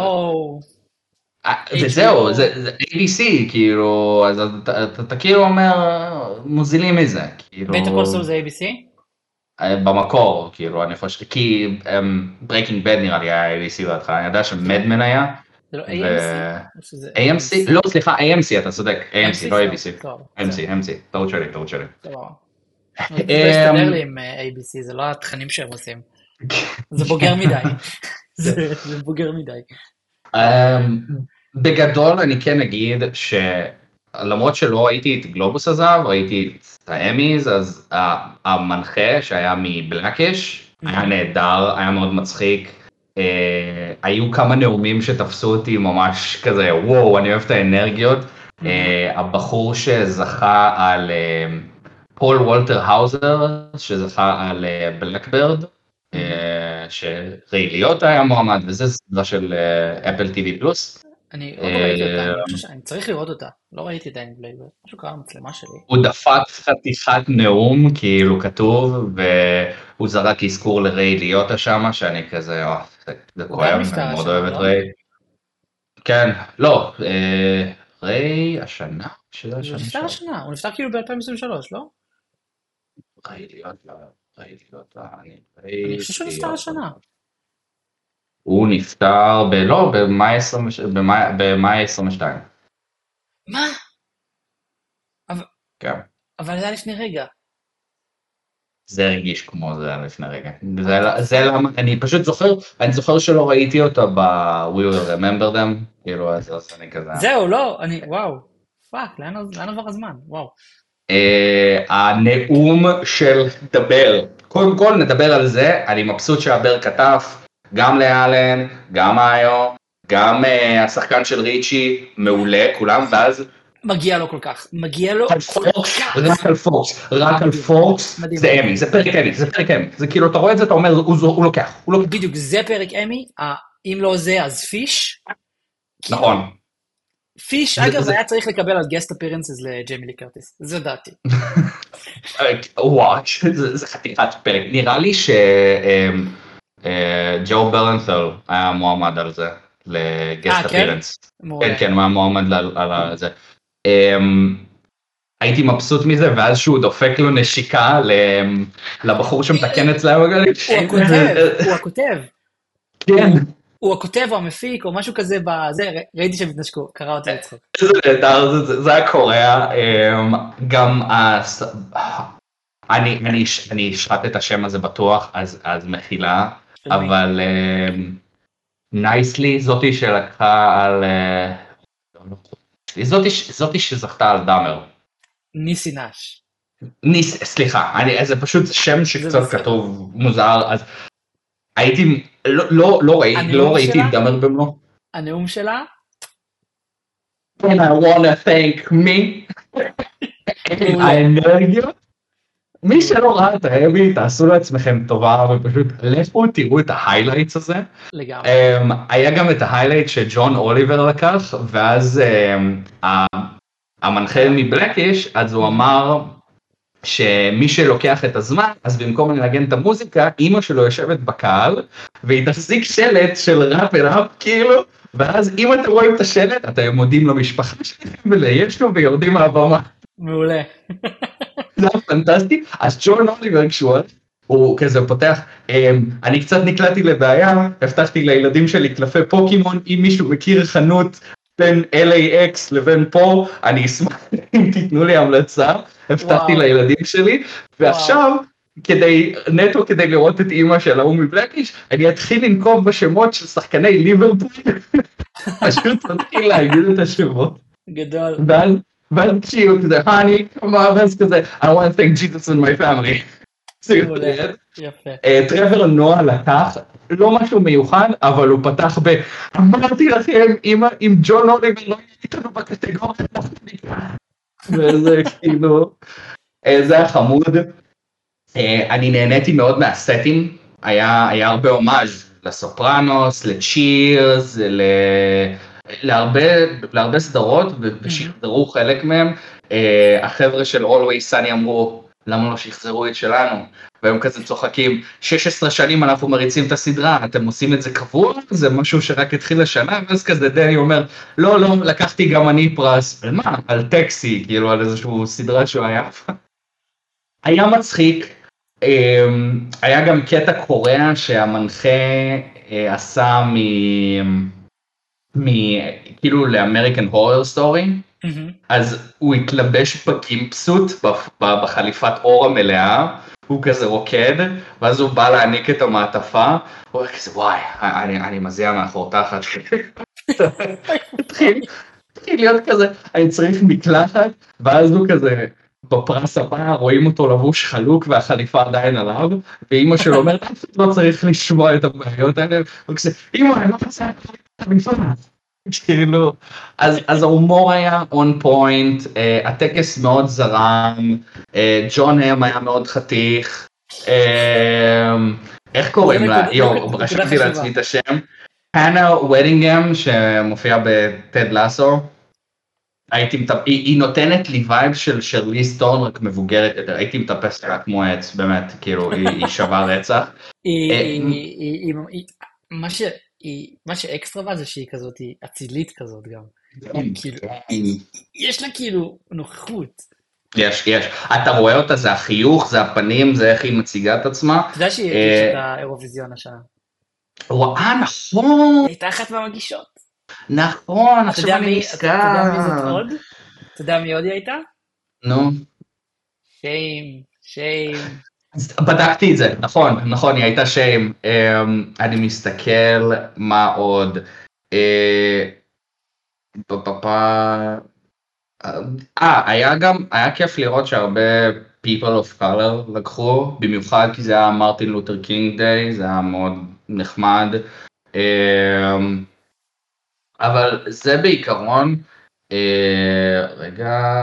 וזהו, זה A B C, כאילו, אז אתה כאילו אומר, מוזילים מזה, כאילו. בית הכל סול זה A B C? במקור, כאילו, אני חושב, כי Breaking Bad נראה לי היה A B C בהתחלה, אני יודע שמדמן היה. זה לא A M C? A M C? לא, סליחה, A M C, אתה צודק, A M C, לא A B C. A M C, A M C, טעות שלי, טעות שלי. זה לא הסתדר לי עם A B C, זה לא התכנים שהם עושים. זה בוגר מדי. זה בוגר מדי. בגדול אני כן אגיד שלמרות שלא ראיתי את גלובוס הזהב, ראיתי את האמיז, אז המנחה שהיה מבלאקיש היה נהדר, היה מאוד מצחיק, היו כמה נאומים שתפסו אותי ממש כזה וואו, אני אוהב את האנרגיות, הבחור שזכה על פול וולטר האוזר, שזכה על בלקברד, שריי ליוטה היה מועמד, וזה סדרה של אפל טי וי פלוס. אני עוד לא ראיתי אותה, אני צריך לראות אותה, לא ראיתי את האנגלי, משהו קרה למצלמה שלי. הוא דפק חתיכת נאום, כאילו כתוב, והוא זרק אזכור לריי ליוטה שם, שאני כזה, זה כואב, אני מאוד אוהב את ריי. כן, לא, ריי השנה? הוא נפטר השנה, הוא נפטר כאילו ב-אלפיים עשרים ושלוש, לא? ריי ליוטה, ריי ליוטה, אני חושב שהוא נפטר השנה. הוא נפטר ב... לא, במאי עשרים ושתיים. מה? כן. אבל זה היה לפני רגע. זה הרגיש כמו זה היה לפני רגע. זה למה, אני פשוט זוכר, אני זוכר שלא ראיתי אותה ב-We Will Remember Them, כאילו, אז אני כזה... זהו, לא, אני, וואו, פאק, לאן עבר הזמן, וואו. הנאום של דבר, קודם כל נדבר על זה, אני מבסוט שהבר כתב, גם לאלן, גם איו, גם השחקן של ריצ'י, מעולה, כולם, ואז... מגיע לו כל כך, מגיע לו כל כך. רק על פוקס, רק על פוקס, זה אמי, זה פרק אמי, זה פרק אמי, זה כאילו, אתה רואה את זה, אתה אומר, הוא לוקח, הוא לוקח. בדיוק, זה פרק אמי, אם לא זה, אז פיש. נכון. פיש, אגב, היה צריך לקבל על גסט אפירנסס לג'יימי לי קרטיס, זה דעתי. וואו, זה חתיכת פרק, נראה לי ש... ג'ו ברנת'ל היה מועמד על זה, לגסט אפירנס. כן, כן, הוא היה מועמד על זה. הייתי מבסוט מזה, ואז שהוא דופק לו נשיקה לבחור שמתקן אצלהם הגלית. הוא הכותב, הוא הכותב. כן. הוא הכותב או המפיק או משהו כזה בזה, ראיתי שהם התנשקו, קרא אותי לצחוק. זה נהדר, זה היה קורע. גם אני אשחט את השם הזה בטוח, אז מחילה. אבל נייסלי, זאתי שלקחה על... זאתי שזכתה על דאמר. ניסי נש. ניס, סליחה, זה פשוט שם שקצת כתוב מוזר, אז הייתי, לא ראיתי את דאמר במלוא. הנאום שלה? And I want to thank me. האנרגיות. מי שלא ראה את האמי, תעשו לעצמכם טובה, ופשוט לכו תראו את ההיילייטס הזה. לגמרי. היה גם את ההיילייט שג'ון אוליבר לקח, ואז המנחה מבלאקיש, אז הוא אמר שמי שלוקח את הזמן, אז במקום לנגן את המוזיקה, אמא שלו יושבת בקהל, והיא תחזיק שלט של ראפ וראפ כאילו, ואז אם אתם רואים את השלט, אתם מודים למשפחה שלכם וליש לו ויורדים מהבמה. מעולה. זה היה פנטסטי. אז ג'ון אוליבר כשהוא הוא כזה פותח, אני קצת נקלעתי לבעיה, הבטחתי לילדים שלי קלפי פוקימון, אם מישהו מכיר חנות בין אל איי אקס לבין פה, אני אשמח אם תיתנו לי המלצה, הבטחתי לילדים שלי, ועכשיו, כדי, נטו כדי לראות את אימא של ההוא מבלאקיש, אני אתחיל לנקוב בשמות של שחקני ליברפול, פשוט תתחיל להגיד את השמות. גדול. ואז כשהוא כזה, הני, ואז כזה, I want to thank Jesus and my family. יפה. טרוור נועה לקח, לא משהו מיוחד, אבל הוא פתח ב, אמרתי לכם, אם ג'ון אוליבר לא יהיה איתנו בקטגוריה, וזה כאילו, זה היה חמוד. אני נהניתי מאוד מהסטים, היה, היה הרבה הומאז' לסופרנוס, לצ'ירס, ל... להרבה, להרבה סדרות, ושחזרו חלק מהם. החבר'ה של Always Sunny אמרו, למה לא שחזרו את שלנו? והם כזה צוחקים, שש עשרה שנים אנחנו מריצים את הסדרה, אתם עושים את זה קבוע? זה משהו שרק התחיל לשנה? ואז כזה דני אומר, לא, לא, לקחתי גם אני פרס. על מה? על טקסי, כאילו על איזשהו סדרה שהוא היה. היה מצחיק, היה גם קטע קוריאה שהמנחה עשה מ... מ... כאילו לאמריקן הורר סטורי, אז הוא התלבש בגימפסוט, בחליפת אור המלאה, הוא כזה רוקד, ואז הוא בא להעניק את המעטפה, הוא אומר כזה וואי, אני, אני מזיע מאחור תחת, התחיל, התחיל להיות כזה, אני צריך מקלחת, ואז הוא כזה, בפרס הבא רואים אותו לבוש חלוק והחליפה עדיין עליו, ואימא שלו אומרת, אף אחד לא צריך לשמוע את הבעיות האלה, הוא כזה, אימא, אני לא רוצה את החליפה, כאילו, אז, אז ההומור היה on point, uh, הטקס מאוד זרם, ג'ון הם היה מאוד חתיך, uh, איך קוראים לה? יו, רשמתי לעצמי את השם, הנה ודינגהם שמופיע בטד לסו, הייתי, היא, היא נותנת לי וייב של שרליז טורן רק מבוגרת יותר, הייתי מטפס לה כמו עץ, באמת, כאילו, היא, היא שווה רצח. מה שאקסטרה בה זה שהיא כזאת, היא אצילית כזאת גם. יש לה כאילו נוכחות. יש, יש. אתה רואה אותה, זה החיוך, זה הפנים, זה איך היא מציגה את עצמה. אתה יודע שהיא הגישה את האירוויזיון השנה. וואה, נכון. היא הייתה אחת מהמגישות. נכון, עכשיו אני נזכר. אתה יודע מי זאת עוד? אתה יודע מי עוד היא הייתה? נו. שיים, שיים. בדקתי את זה, נכון, נכון, היא הייתה שיים. אני מסתכל מה עוד. אה, היה גם, היה כיף לראות שהרבה people of color לקחו, במיוחד כי זה היה מרטין לותר קינג דיי, זה היה מאוד נחמד. אבל זה בעיקרון, אה, רגע,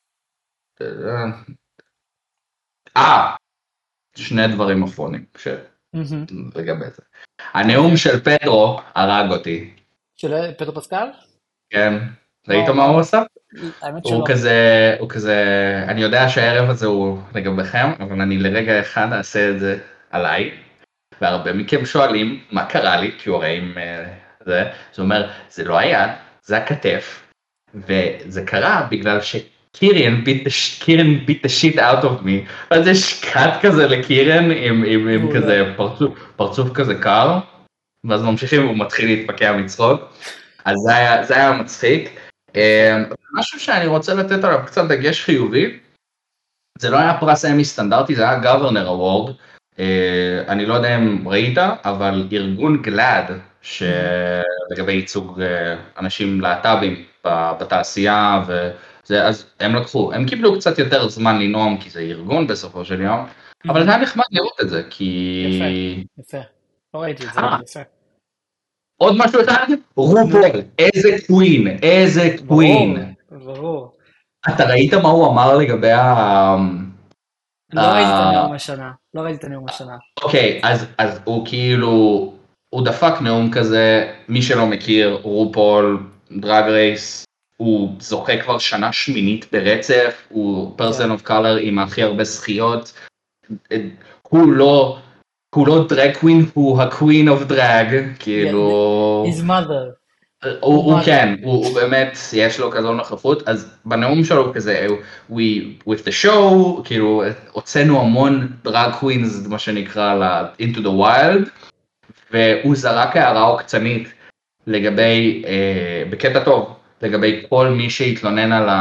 אה, שני דברים אחרונים, לגבי זה. הנאום של פדרו הרג אותי. של פדרו פסקל? כן, ראית מה הוא עשה? הוא כזה, הוא כזה, אני יודע שהערב הזה הוא לגביכם, אבל אני לרגע אחד אעשה את זה עליי, והרבה מכם שואלים מה קרה לי, כי הוא הרי עם זה, זה אומר, זה לא היה, זה הכתף, וזה קרה בגלל שקירן beat the shit out of me, אז יש קאט כזה לקירן עם, עם, עם כזה פרצוף, פרצוף כזה קר, ואז ממשיכים והוא מתחיל להתפקע מצחוק, אז זה היה, זה היה מצחיק. משהו שאני רוצה לתת עליו קצת דגש חיובי, זה לא היה פרס אמי סטנדרטי, זה היה גוורנר אוורד, אני לא יודע אם ראית, אבל ארגון גלאד, שלגבי ייצוג אנשים להט"בים בתעשייה, וזה, אז הם לקחו, הם קיבלו קצת יותר זמן לנאום, כי זה ארגון בסופו של יום, אבל זה היה נחמד לראות את זה, כי... יפה, יפה, לא ראיתי את זה, יפה. עוד משהו אחד? רופול, איזה קווין, איזה קווין. ברור. אתה ראית מה הוא אמר לגבי ה... לא ראיתי את הנאום השנה, לא ראיתי את הנאום השנה. אוקיי, אז הוא כאילו, הוא דפק נאום כזה, מי שלא מכיר, רופול, דרג רייס, הוא זוכה כבר שנה שמינית ברצף, הוא פרסן אוף קולר עם הכי הרבה זכיות, הוא לא... הוא לא דרג קווין, הוא הקווין אוף דרג, כאילו... his mother. הוא כן, הוא באמת, יש לו כזו נוכחות, אז בנאום שלו כזה, we, with the show, כאילו, הוצאנו המון דרג קווינס, מה שנקרא, into the wild, והוא זרק הערה עוקצנית לגבי, בקטע טוב, לגבי כל מי שהתלונן על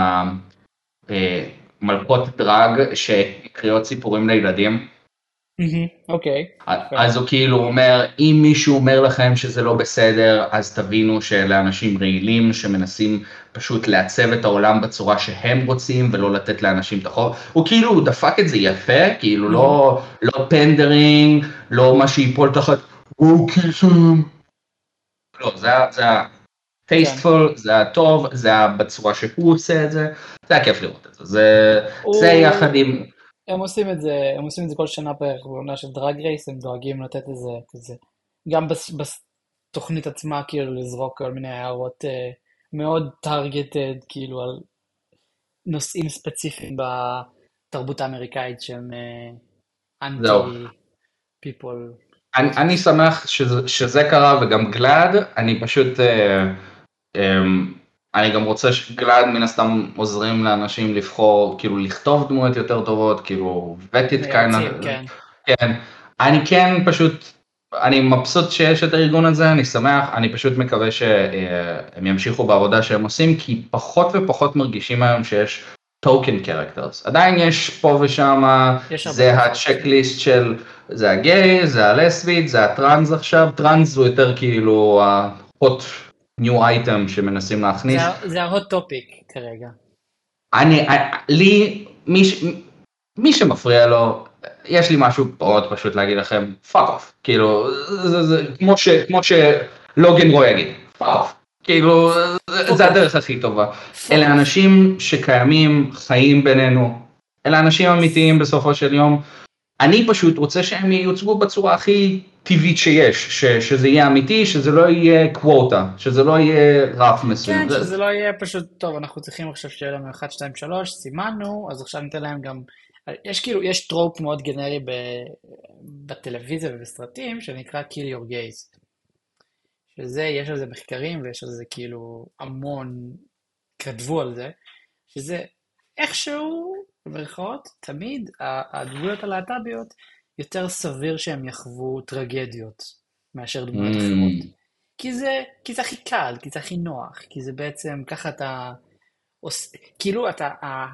המלכות דרג, שקריאות סיפורים לילדים, אוקיי. אז הוא כאילו אומר, אם מישהו אומר לכם שזה לא בסדר, אז תבינו שאלה אנשים רעילים שמנסים פשוט לעצב את העולם בצורה שהם רוצים, ולא לתת לאנשים את החוב. הוא כאילו דפק את זה יפה, כאילו לא, לא פנדרינג, לא מה שיפול תחת, אוקיסם. לא, זה היה טייסטפול, זה היה טוב, זה היה בצורה שהוא עושה את זה, זה היה כיף לראות את זה. זה יחד עם... הם עושים את זה, הם עושים את זה כל שנה בערך בעונה של דרג רייס, הם דואגים לתת איזה כזה, גם בס, בתוכנית עצמה כאילו לזרוק כל מיני הערות אה, מאוד טרגטד כאילו על נושאים ספציפיים בתרבות האמריקאית שהם אנטי זהו. פיפול. אני, אני שמח שזה, שזה קרה וגם גלעד, אני פשוט, אה, אה, אני גם רוצה שגלעד מן הסתם עוזרים לאנשים לבחור, כאילו לכתוב דמויות יותר טובות, כאילו ותית מייעצים, כאלה, כן. כן, אני כן פשוט, אני מבסוט שיש את הארגון הזה, אני שמח, אני פשוט מקווה שהם ימשיכו בעבודה שהם עושים, כי פחות ופחות מרגישים היום שיש טוקן קרקטרס, עדיין יש פה ושם, יש הרבה זה פחות. הצ'קליסט של, זה הגיי, זה הלסבית, זה הטרנס עכשיו, טרנס הוא יותר כאילו ה-hot new item שמנסים זה, להכניס, ה- זה ה-hot topic כרגע. אני, לי, מי, ש- מי שמפריע לו, יש לי משהו מאוד פשוט להגיד לכם, פאק אוף, כאילו, זה, זה, כמו ש, כמו שלוגן רוי יגיד, פאק אוף, כאילו, זה, זה הדרך הכי טובה. פאק אלה אוף. אנשים שקיימים, חיים בינינו, אלה אנשים אמיתיים בסופו של יום, אני פשוט רוצה שהם ייוצגו בצורה הכי טבעית שיש, ש, שזה יהיה אמיתי, שזה לא יהיה קווטה, שזה לא יהיה רף מסוים. כן, שזה לא יהיה פשוט, טוב, אנחנו צריכים עכשיו שיהיה לנו אחת, שתיים, שלוש, סימנו, אז עכשיו ניתן להם גם, יש כאילו, יש טרופ מאוד גנרי ב, בטלוויזיה ובסרטים, שנקרא Kill Your Gaze. שזה, יש על זה מחקרים, ויש על זה כאילו המון, כתבו על זה, שזה איכשהו, במרכאות, תמיד הדמויות הלהט"ביות יותר סביר שהם יחוו טרגדיות מאשר דמויות אחרות. כי זה, כי זה הכי קל, כי זה הכי נוח, כי זה בעצם, ככה אתה, עוש, כאילו אתה,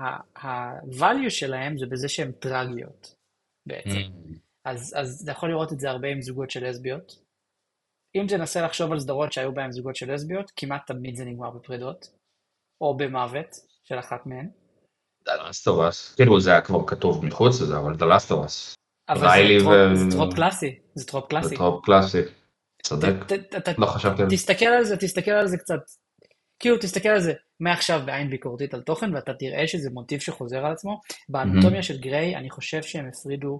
ה-value שלהם זה בזה שהם טרגיות, בעצם. אז, אז אתה יכול לראות את זה הרבה עם זוגות של לסביות. אם תנסה לחשוב על סדרות שהיו בהם זוגות של לסביות, כמעט תמיד זה נגמר בפרידות, או במוות של אחת מהן. The Last of Us, כאילו זה היה כבר כתוב מחוץ לזה, אבל The Last of Us. אבל זה טרופ, זה טרופ קלאסי, זה טרופ קלאסי. זה טרופ קלאסי, צודק, לא חשבתי על זה. תסתכל על זה, תסתכל על זה קצת, כאילו תסתכל על זה מעכשיו בעין ביקורתית על תוכן, ואתה תראה שזה מוטיב שחוזר על עצמו. באנטומיה של גריי, אני חושב שהם הפרידו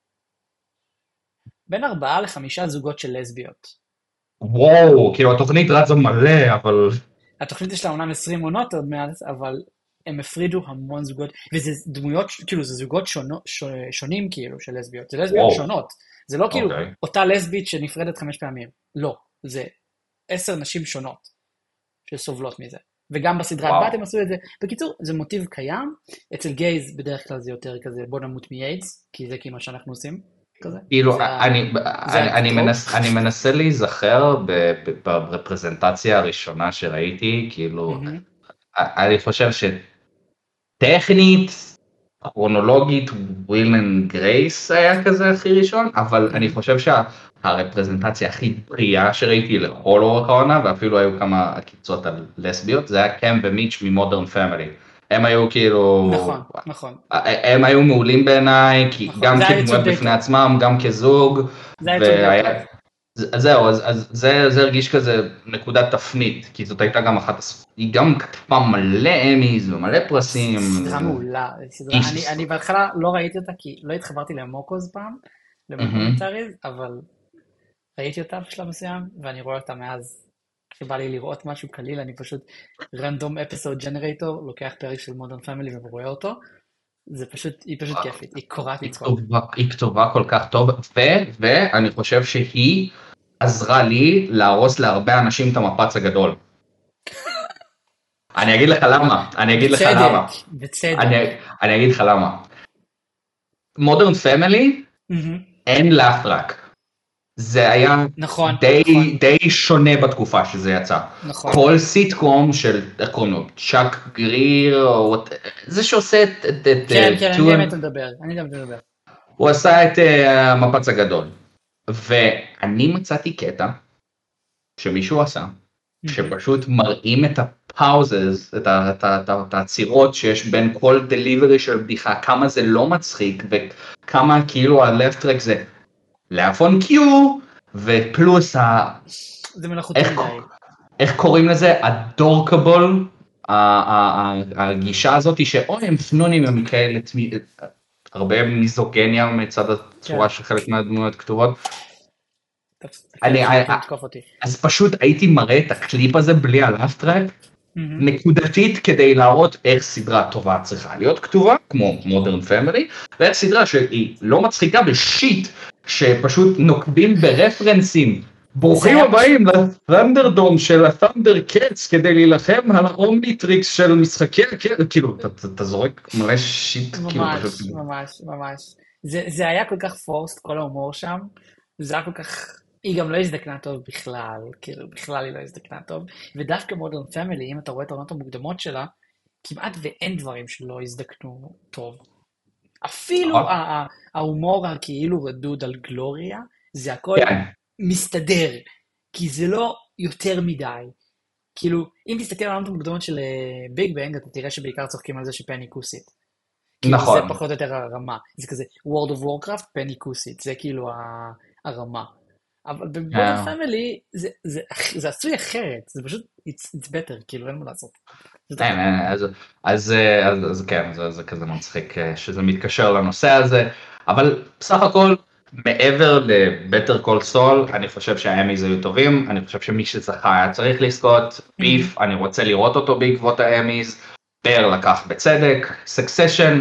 בין ארבעה לחמישה זוגות של לסביות. וואו, כאילו התוכנית רצה מלא, אבל... התוכנית יש לה אומנם עשרים עונות עוד מעט, אבל הם הפרידו המון זוגות, וזה דמויות, כאילו זה זוגות שונו, ש, שונים כאילו של לסביות, זה לסביות וואו. שונות, זה לא כאילו okay. אותה לסבית שנפרדת חמש פעמים, לא, זה עשר נשים שונות שסובלות מזה, וגם בסדרת בת הם עשו את זה. בקיצור, זה מוטיב קיים, אצל גייז בדרך כלל זה יותר כזה בוא נמות מיידס, כי זה כמה שאנחנו עושים. כאילו, אני מנסה להיזכר ברפרזנטציה הראשונה שראיתי, כאילו, אני חושב שטכנית, כרונולוגית, וויל אנד גרייס היה כזה הכי ראשון, אבל אני חושב שהרפרזנטציה הכי בריאה שראיתי לכל אורך העונה, ואפילו היו כמה עקיצות על לסביות, זה היה קם ומיץ' ממודרן פמילי. הם היו כאילו, נכון, נכון. הם היו מעולים בעיניי, כי גם כדמויות בפני עצמם, גם כזוג, זהו, אז זה הרגיש כזה נקודת תפנית, כי זאת הייתה גם אחת, היא גם כתבה מלא אמיז ומלא פרסים. סדרה מעולה, אני בהתחלה לא ראיתי אותה, כי לא התחברתי למוקוז פעם, למוקומנטריז, אבל ראיתי אותה בשלב מסוים, ואני רואה אותה מאז, כשבא לי לראות משהו קליל, אני פשוט רנדום אפיסוד ג'נרייטור, לוקח פרק של מודרן פמילי ורואה אותו, זה פשוט, היא פשוט כיפית, היא קוראת מצחוק. היא כתובה כל כך טוב, ואני חושב שהיא עזרה לי להרוס להרבה אנשים את המפץ הגדול. אני אגיד לך למה, אני אגיד לך למה. בצדק. אני אגיד לך למה. מודרן פמילי, אין לאף רק. זה היה נכון, די, נכון. די שונה בתקופה שזה יצא. נכון. כל סיטקום של, איך קוראים לו, צ'אק גריר, או זה שעושה את... כן, כן, אני באמת מדבר, אני גם מדבר. הוא עשה את המפץ uh, הגדול, ואני מצאתי קטע שמישהו עשה, mm-hmm. שפשוט מראים את הפאוזז, את, ה, את, ה, את, ה, את העצירות שיש בין כל דליברי של בדיחה, כמה זה לא מצחיק, וכמה כאילו ה-left track זה לאפון קיו, ופלוס ה... זה מלאכותי איך, מדי. איך קוראים לזה? הדורקבול, הגישה הזאת שאוי הם פנונים הם כאלה, הרבה מיזוגניה מצד הצורה שחלק מהדמויות כתובות. אני, אז פשוט הייתי מראה את הקליפ הזה בלי הלאף טרק, נקודתית כדי להראות איך סדרה טובה צריכה להיות כתובה, כמו מודרן פמילי, ואיך סדרה שהיא לא מצחיקה בשיט, שפשוט נוקבים ברפרנסים. ברוכים הבאים לטנדרדום של הטנדר קטס כדי להילחם על האומניטריקס של משחקי הקטס, כאילו, אתה זורק מלא שיט. ממש, ממש, ממש. זה היה כל כך פורסט, כל ההומור שם, זה היה כל כך... היא גם לא הזדקנה טוב בכלל, כאילו בכלל היא לא הזדקנה טוב, ודווקא מודרן פמילי, אם אתה רואה את העונות המוקדמות שלה, כמעט ואין דברים שלא הזדקנו טוב. אפילו ההומור הכאילו רדוד על גלוריה, זה הכל מסתדר, כי זה לא יותר מדי. כאילו, אם תסתכל על העונות המוקדמות של ביג בנג, אתה תראה שבעיקר צוחקים על זה שפני כוסית. נכון. זה פחות או יותר הרמה. זה כזה, World of Warcraft, פני כוסית, זה כאילו הרמה. אבל במודרן פמילי זה עשוי אחרת, זה פשוט, it's better, כאילו אין מה לעשות. אז כן, זה כזה מצחיק שזה מתקשר לנושא הזה, אבל בסך הכל, מעבר ל-Better Call Saul, אני חושב שהאמיז היו טובים, אני חושב שמי שזכה היה צריך לזכות, ביף, אני רוצה לראות אותו בעקבות האמיז, בר לקח בצדק, Succession,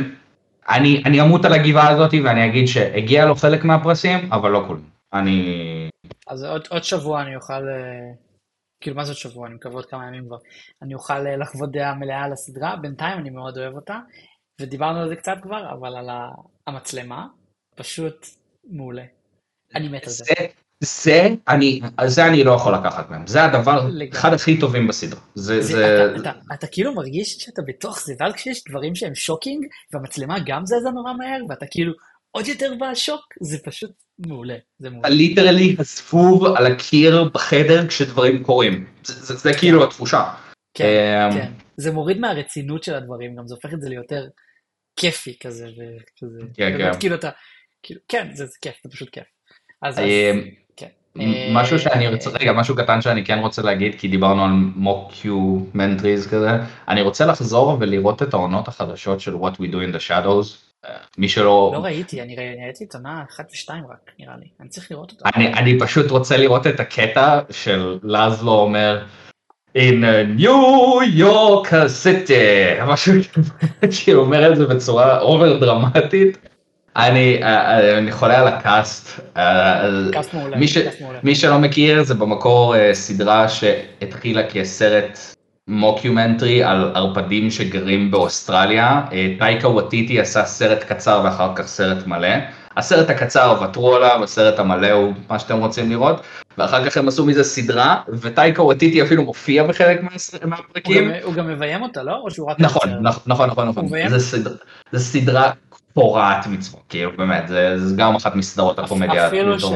אני אמות על הגבעה הזאת ואני אגיד שהגיע לו חלק מהפרסים, אבל לא כולם. אני... אז עוד, עוד שבוע אני אוכל, כאילו מה זה עוד שבוע, אני מקווה עוד כמה ימים כבר, אני אוכל לחוות דעה מלאה על הסדרה, בינתיים אני מאוד אוהב אותה, ודיברנו על זה קצת כבר, אבל על המצלמה, פשוט מעולה. אני מת על זה. זה, זה, אני, זה אני לא יכול לקחת מהם, זה הדבר, אחד הכי טובים בסדרה. זה, זה, זה... אתה, אתה, אתה כאילו מרגיש שאתה בתוך זה, ואז כשיש דברים שהם שוקינג, והמצלמה גם זזה נורא מהר, ואתה כאילו עוד יותר בשוק, זה פשוט מעולה, זה מעולה. ליטרלי הספוב על הקיר בחדר כשדברים קורים, זה, זה, זה כאילו התחושה. כן, כן, זה מוריד מהרצינות של הדברים, גם זה הופך את זה ליותר כיפי כזה, וכזה, כן, באמת כן. כאילו אתה, כאילו, כן, זה, זה כיף, זה פשוט כיף. אז, אז, כן. משהו שאני רוצה, רגע, משהו קטן שאני כן רוצה להגיד, כי דיברנו על מוקיומנטריז כזה, אני רוצה לחזור ולראות את העונות החדשות של What We Do in the Shadows, מי שלא... לא ראיתי, אני ראיתי את עונה אחת ושתיים רק, נראה לי, אני צריך לראות אותה. אני, אני פשוט רוצה לראות את הקטע של לזלו אומר, In New York City, משהו שהוא אומר את זה בצורה אובר דרמטית, אני, אני חולה על הקאסט, קאסט מעולה, מי, ש, קאסט מעולה. מי שלא מכיר זה במקור סדרה שהתחילה כסרט מוקיומנטרי על ערפדים שגרים באוסטרליה, טייקה וטיטי עשה סרט קצר ואחר כך סרט מלא, הסרט הקצר ותרו עליו, הסרט המלא הוא מה שאתם רוצים לראות, ואחר כך הם עשו מזה סדרה, וטייקה וטיטי אפילו מופיע בחלק מהפרקים. הוא גם מביים אותה, לא? או שהוא רק... נכון, נכון, נכון, נכון. זה סדרה פורעת מצוות, כאילו באמת, זה גם אחת מסדרות הקומדיה.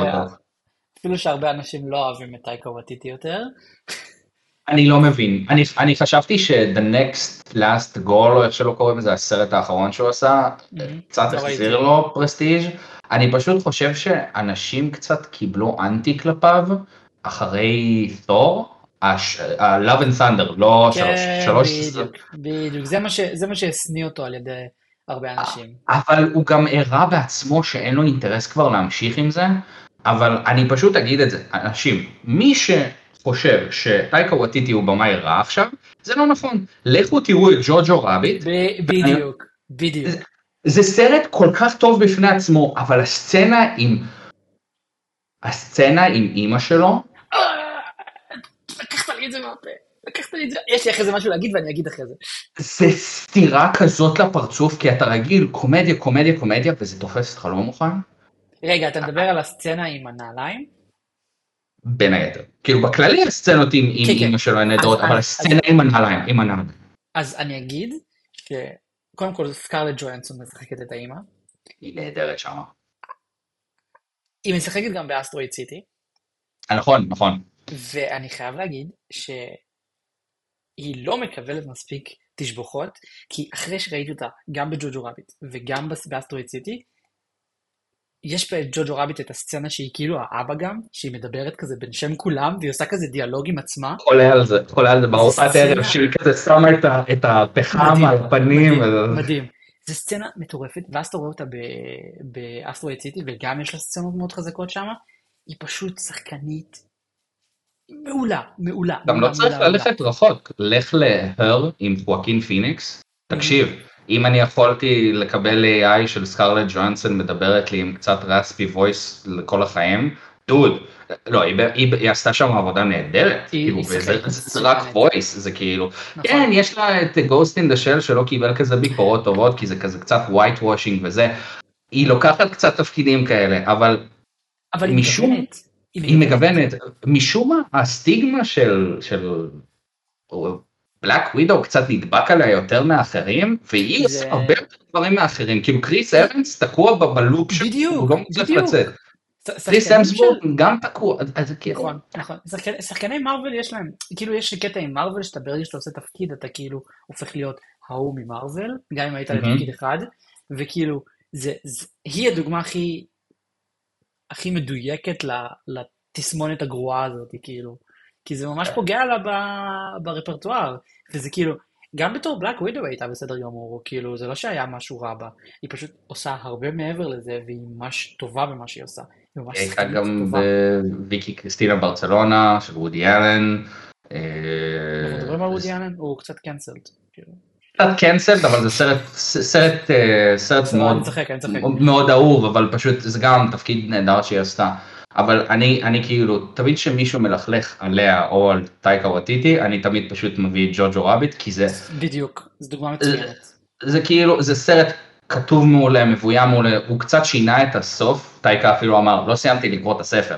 אפילו שהרבה אנשים לא אוהבים את טייקה וטיטי יותר. אני לא מבין, אני, אני חשבתי ש-The Next Last Goal, או איך שלא קוראים לזה, הסרט האחרון שהוא עשה, קצת החזיר לו פרסטיג'. אני פשוט חושב שאנשים קצת קיבלו אנטי כלפיו, אחרי תור, ה-Love and Thunder, לא שלוש. כן, בדיוק, בדיוק, זה מה שהסניע אותו על ידי הרבה אנשים. אבל הוא גם הראה בעצמו שאין לו אינטרס כבר להמשיך עם זה, אבל אני פשוט אגיד את זה, אנשים, מי ש... חושב שטייקה וטיטי הוא במאי רע עכשיו, זה לא נכון. לכו תראו את ג'וג'ו רביט. בדיוק, בדיוק. זה סרט כל כך טוב בפני עצמו, אבל הסצנה עם... הסצנה עם אמא שלו... לקחת לי את זה מהפה. לקחת לי את זה. יש לי אחרי זה משהו להגיד ואני אגיד אחרי זה. זה סתירה כזאת לפרצוף, כי אתה רגיל קומדיה, קומדיה, קומדיה, וזה תופס אותך לא מוכן. רגע, אתה מדבר על הסצנה עם הנעליים? בין היתר. כאילו בכללי הסצנות עם אמא שלו הן נהדרות, אבל הסצנה עם הנעליים, עם הנעליים. אז אני אגיד שקודם כל סקרלט ג'ואנסון משחקת את האמא. היא נהדרת שמה. היא משחקת גם באסטרואיד סיטי. נכון, נכון. ואני חייב להגיד שהיא לא מקבלת מספיק תשבוכות, כי אחרי שראיתי אותה גם בג'וג'ו רביט וגם באסטרואיד סיטי, יש בג'וג'ו רביט את הסצנה שהיא כאילו האבא גם, שהיא מדברת כזה בין שם כולם, והיא עושה כזה דיאלוג עם עצמה. חולה על זה, חולה על זה, בארוחת ערב שהיא כזה שמה את הפחם על הפנים. מדהים, זו סצנה מטורפת, ואז אתה רואה אותה באסטרואיד סיטי, וגם יש לה סצנות מאוד חזקות שם, היא פשוט שחקנית מעולה, מעולה, גם לא מעולה, צריך מעולה, מעולה. ללכת רחוק, לך להר עם חואקין פיניקס, מהמם. תקשיב, אם אני יכולתי לקבל איי איי של סקרלט ג'ואנסון מדברת לי עם קצת רספי וויס לכל החיים, דוד, לא, היא, היא, היא עשתה שם עבודה נהדרת, היא, כאילו, היא וזה שחקנית זה, זה רק מצוינת, וויס, זה כאילו, נכון. כן, יש לה את גוסט אין דה של שלא קיבל כזה ביקורות טובות, כי זה כזה קצת ווייט וושינג וזה, היא לוקחת קצת תפקידים כאלה, אבל אבל היא משום, מגוונת, היא היא מגוונת. מגוונת, משום מה, הסטיגמה של, של בלק ווידו קצת נדבק עליה יותר מאחרים, והיא עושה זה הרבה יותר דברים מאחרים, כאילו קריס היא, אבנס תקוע ב- בלופ שלו, הוא בדיוק, לא מצליח לצאת. בדיוק. ש- קריס שחקנים של, אמסבורג גם תקוע, אז זה כאילו, נכון, נכון. שחקני, שחקני מרוויל יש להם, כאילו יש קטע עם מרוויל, שאתה ברגע שאתה עושה תפקיד, אתה כאילו הופך להיות ההוא ממרוויל, גם אם היית לתפקיד מהמם. אחד, וכאילו, זה, זה, היא הדוגמה הכי, הכי מדויקת ל- לתסמונת הגרועה הזאת, כאילו. כי זה ממש פוגע לה ב- ברפרטואר, וזה כאילו, גם בתור בלק ווידו הייתה בסדר גמור, כאילו, זה לא שהיה משהו רע בה, היא פשוט עושה הרבה מעבר לזה, והיא ממש טובה במה שהיא עושה. היא ממש היא הייתה שחקנית גם טובה. בוויקי קריסטינה ברצלונה של וודי אלן, אה, אנחנו מדברים על וודי זה אלן, הוא קצת קנסלד, כאילו. קצת קנסלד, אבל זה סרט, סרט, אה, סרט בסדר, אני מאוד, צוחק, אני צוחק. מאוד אהוב, אבל פשוט זה גם תפקיד נהדר שהיא עשתה. אבל אני, אני כאילו, תמיד שמישהו מלכלך עליה או על טייקה וטיטי, אני תמיד פשוט מביא את ג'וג'ו רביט, כי זה, בדיוק, זו דוגמה זה, מצוינת. זה כאילו, זה סרט כתוב מעולה, מבוים מעולה, הוא קצת שינה את הסוף, טייקה אפילו אמר, לא סיימתי לקרוא את הספר.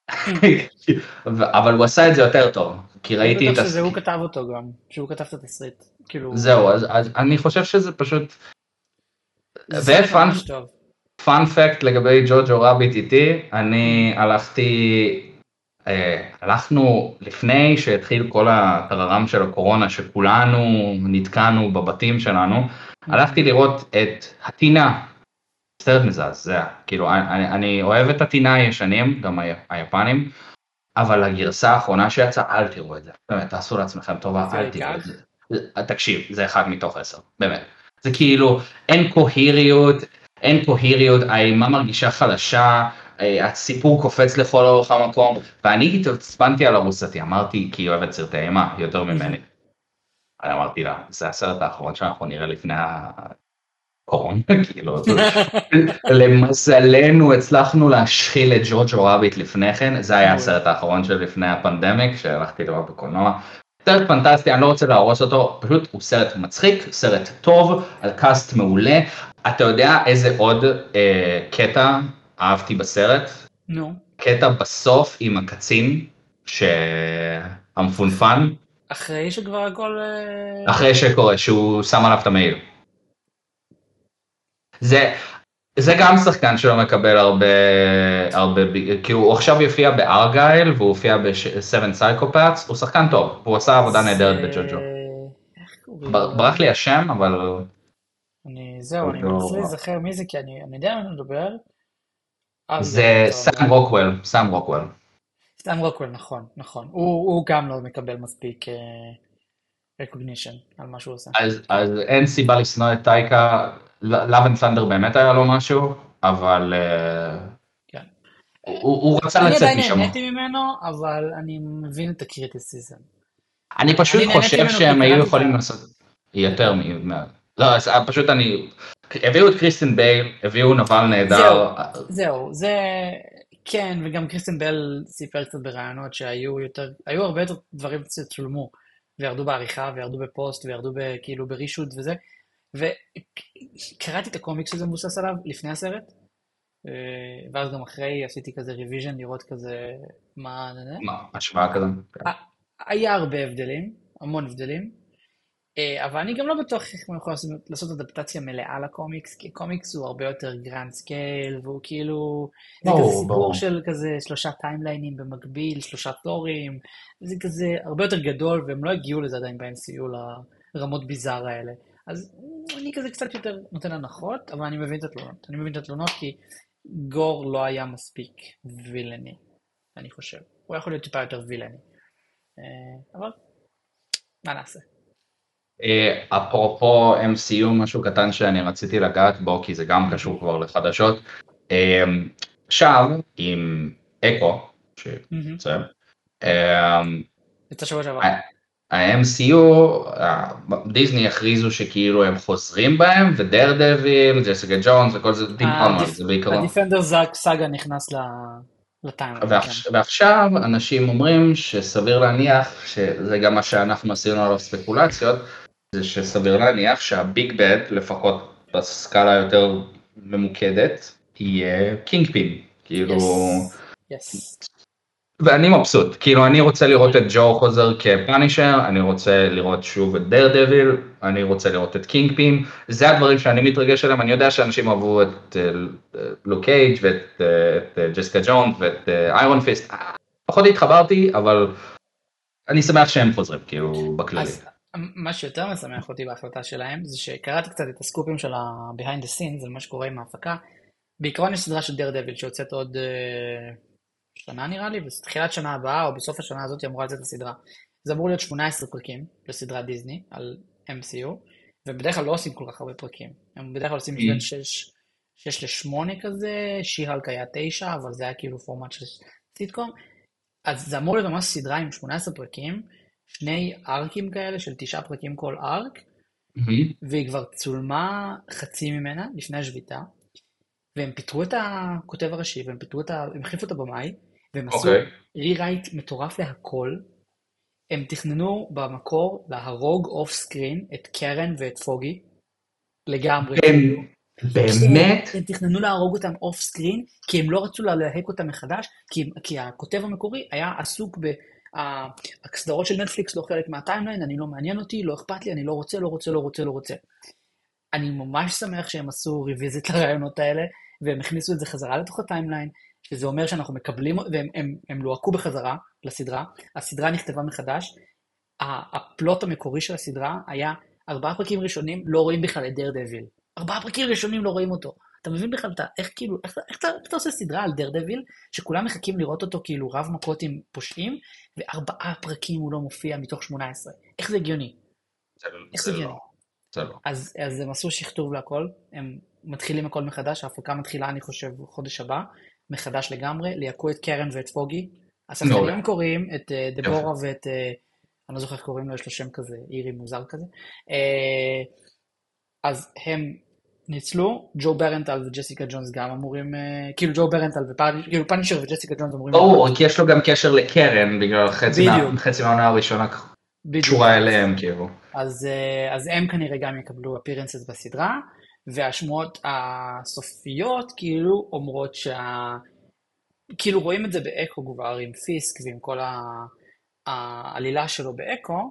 אבל הוא עשה את זה יותר טוב, כי אני ראיתי בטוח את שזה הס... הוא כתב אותו גם, שהוא כתב את התסריט. כאילו, זהו, אז, אז אני חושב שזה פשוט, זה סרט ממש טוב. פאנ פקט לגבי ג'וג'ו רביט איתי, אני הלכתי, אה, הלכנו לפני שהתחיל כל הטררם של הקורונה, שכולנו נתקענו בבתים שלנו, הלכתי לראות את הטינה, סרט מזעזע, כאילו אני, אני אוהב את הטינה הישנים, גם ה- היפנים, אבל הגרסה האחרונה שיצאה, אל תראו את זה, באמת, תעשו לעצמכם טובה, זה אל תראו גג? את זה. תקשיב, זה אחד מתוך עשר, באמת. זה כאילו, אין קוהיריות, אין קוהיריות, האימה מרגישה חלשה, אה, הסיפור קופץ לכל אורך המקום, ואני התעצבנתי על הרוסתי, אמרתי, כי היא אוהבת סרטי אימה יותר ממני. אני אמרתי לה, זה הסרט האחרון שאנחנו נראה לפני הקורונה, כאילו, למזלנו הצלחנו להשחיל את ג'וג'ו רביט לפני כן, זה היה מעולה. הסרט האחרון של לפני הפנדמיק, שהלכתי לראות בקולנוע. סרט פנטסטי, אני לא רוצה להרוס אותו, פשוט הוא סרט מצחיק, סרט טוב, על קאסט מעולה. אתה יודע איזה עוד אה, קטע אהבתי בסרט? נו. קטע בסוף עם הקצין, שהמפונפן, אחרי שכבר הכל... אה, אחרי שקורה, שהוא שם עליו את המעיל. זה, זה גם שחקן שלא מקבל הרבה, הרבה, כי הוא עכשיו יופיע בארגייל, והוא הופיע ב-Seven Psychopaths, הוא שחקן טוב, הוא עשה עבודה זה... נהדרת בג'וג'ו. איך קוראים בר- לו? ברח לי השם, אבל אני... זהו, הוא אני לא... מנסה להיזכר מי זה, כי אני, אני יודע על מה מדבר. ארגייל, זה טוב. סאם רוקוול, סאם רוקוול. סטן רוקוול, נכון, נכון. הוא, הוא גם לא מקבל מספיק uh, recognition על מה שהוא עושה. אז, אז אין סיבה לשנוא את טייקה, Love and Thunder באמת היה לו משהו, אבל אה, כן. הוא, הוא רצה אני לצאת עדיין משם. נהניתי ממנו, אבל אני מבין את הקריטיסיזם. אני פשוט אני נהניתי חושב ממנו כי שהם היו קראתי את יכולים ה... לעשות יותר מ... מה- לא, אז פשוט אני... הביאו את קריסטין בייל, הביאו נבל זהו, נהדר, זהו, זה... כן, וגם קריסטן בל סיפר קצת ברעיונות שהיו יותר... היו הרבה יותר דברים שצולמו, וירדו בעריכה, וירדו בפוסט, וירדו ב- כאילו ברישות וזה. וקראתי את הקומיקס שזה מבוסס עליו לפני הסרט, אה, ואז גם אחרי עשיתי כזה ריוויז'ן לראות כזה מה... מה, השוואה כזה. היה הרבה הבדלים, המון הבדלים, אה, אבל אני גם לא בטוח איך הם יכולים לעשות- לעשות אדפטציה מלאה לקומיקס, כי קומיקס הוא הרבה יותר גרנד סקייל, והוא כאילו, זה כזה ברור, סיפור ברור. של כזה שלושה טיימליינים במקביל, שלושה תורים, זה כזה הרבה יותר גדול, והם לא הגיעו לזה עדיין ב-אם סי יו לרמות ביזאר האלה. אז אני כזה קצת יותר נותן הנחות, אבל אני מבין את התלונות. אני מבין את התלונות כי גור לא היה מספיק וילני, אני חושב. הוא יכול להיות טיפה יותר וילני. אה, אבל מה נעשה? אה, אפרופו אם סי יו, משהו קטן שאני רציתי לגעת בו, כי זה גם קשור כבר לחדשות. אה, עכשיו, עם אקו, שיוצא, אה, יצא שבוע שעבר. ה-אם סי יו, דיסני הכריזו שכאילו הם חוזרים בהם, ודר דביל, ג'סיקה ג'ונס וכל זה, דיברנו על זה בעיקרון. הדיפנדר סאגה נכנס לטיימליין. ועכשיו אנשים אומרים שסביר להניח, שזה גם מה שאנחנו עשינו עליו ספקולציות, זה שסביר להניח שהביג בד, לפחות בסקאלה יותר ממוקדת, יהיה קינג פין. כאילו... ואני מבסוט, כאילו אני רוצה לראות את ג'ו חוזר כפאנישר, אני רוצה לראות שוב את דר דביל, אני רוצה לראות את קינג פין, זה הדברים שאני מתרגש עליהם, אני יודע שאנשים אהבו את לוק קייג' ואת ג'סיקה ג'ונס ואת איירון פיסט, פחות התחברתי, אבל אני שמח שהם חוזרים, כאילו בכללי. אז מה שיותר משמח אותי בהחלטה שלהם, זה שקראתי קצת את הסקופים של ה-behind the scenes, על מה שקורה עם ההפקה, בעיקרון יש סדרה של דר דביל שיוצאת עוד... שנה נראה לי, בתחילת שנה הבאה או בסוף השנה הזאת אמורה לצאת הסדרה. זה אמור להיות שמונה עשרה פרקים לסדרת דיסני על אם סי יו, ובדרך כלל לא עושים כל כך הרבה פרקים. הם בדרך כלל עושים בין שש לשמונה כזה, שי-הלק היה תשע, אבל זה היה כאילו פורמט של סיטקום. אז זה אמור להיות ממש סדרה עם שמונה עשרה פרקים, שני ארקים כאלה של תשעה פרקים כל ארק, והיא כבר צולמה חצי ממנה לפני השביתה, והם פיתרו את הכותב הראשי, והם פיתרו את ה... הם החליפו את הבמאי, והם עשו רירייט מטורף להכל. הם תכננו במקור להרוג אוף סקרין את קרן ואת פוגי, לגמרי. באמת? הם תכננו להרוג אותם אוף סקרין, כי הם לא רצו להלהק אותם מחדש, כי, כי הכותב המקורי היה עסוק בהסדרות של נטפליקס, לא חלק מהטיימליין, אני לא מעניין אותי, לא אכפת לי, אני לא רוצה, לא רוצה, לא רוצה, לא רוצה. אני ממש שמח שהם עשו ריוויזית לרעיונות האלה, והם הכניסו את זה חזרה לתוך הטיימליין, שזה אומר שאנחנו מקבלים, והם הם, הם לוהקו בחזרה לסדרה, הסדרה נכתבה מחדש, הפלוט המקורי של הסדרה היה, ארבעה פרקים ראשונים לא רואים בכלל את דר דביל, ארבעה פרקים ראשונים לא רואים אותו, אתה מבין בכלל, אתה, איך כאילו, איך, איך, איך אתה עושה סדרה על דר דביל, שכולם מחכים לראות אותו כאילו רב מכות עם פושעים, וארבעה פרקים הוא לא מופיע מתוך שמונה עשרה, איך זה הגיוני? איך זה הגיוני? אז, אז הם עשו שכתוב להכל, הם מתחילים הכל מחדש, ההפקה מתחילה אני חושב חודש הבא, מחדש לגמרי, ליעקו את קרן ואת פוגי, השחקנים קוראים את דבורה ואת, אני לא זוכר איך קוראים לו, יש לו שם כזה, אירי מוזר כזה, אז הם ניצלו, ג'ו ברנטל וג'סיקה ג'ונס גם אמורים, כאילו ג'ו ברנטל וכאילו פאנישר וג'סיקה ג'ונס אמורים... ברור, כי יש לו גם קשר לקרן, בגלל חצי מהעונה הראשונה קשורה אליהם כאילו. אז, אז הם כנראה גם יקבלו appearances בסדרה, והשמועות הסופיות כאילו אומרות שה... כאילו רואים את זה באקו כבר עם פיסק ועם כל העלילה שלו באקו,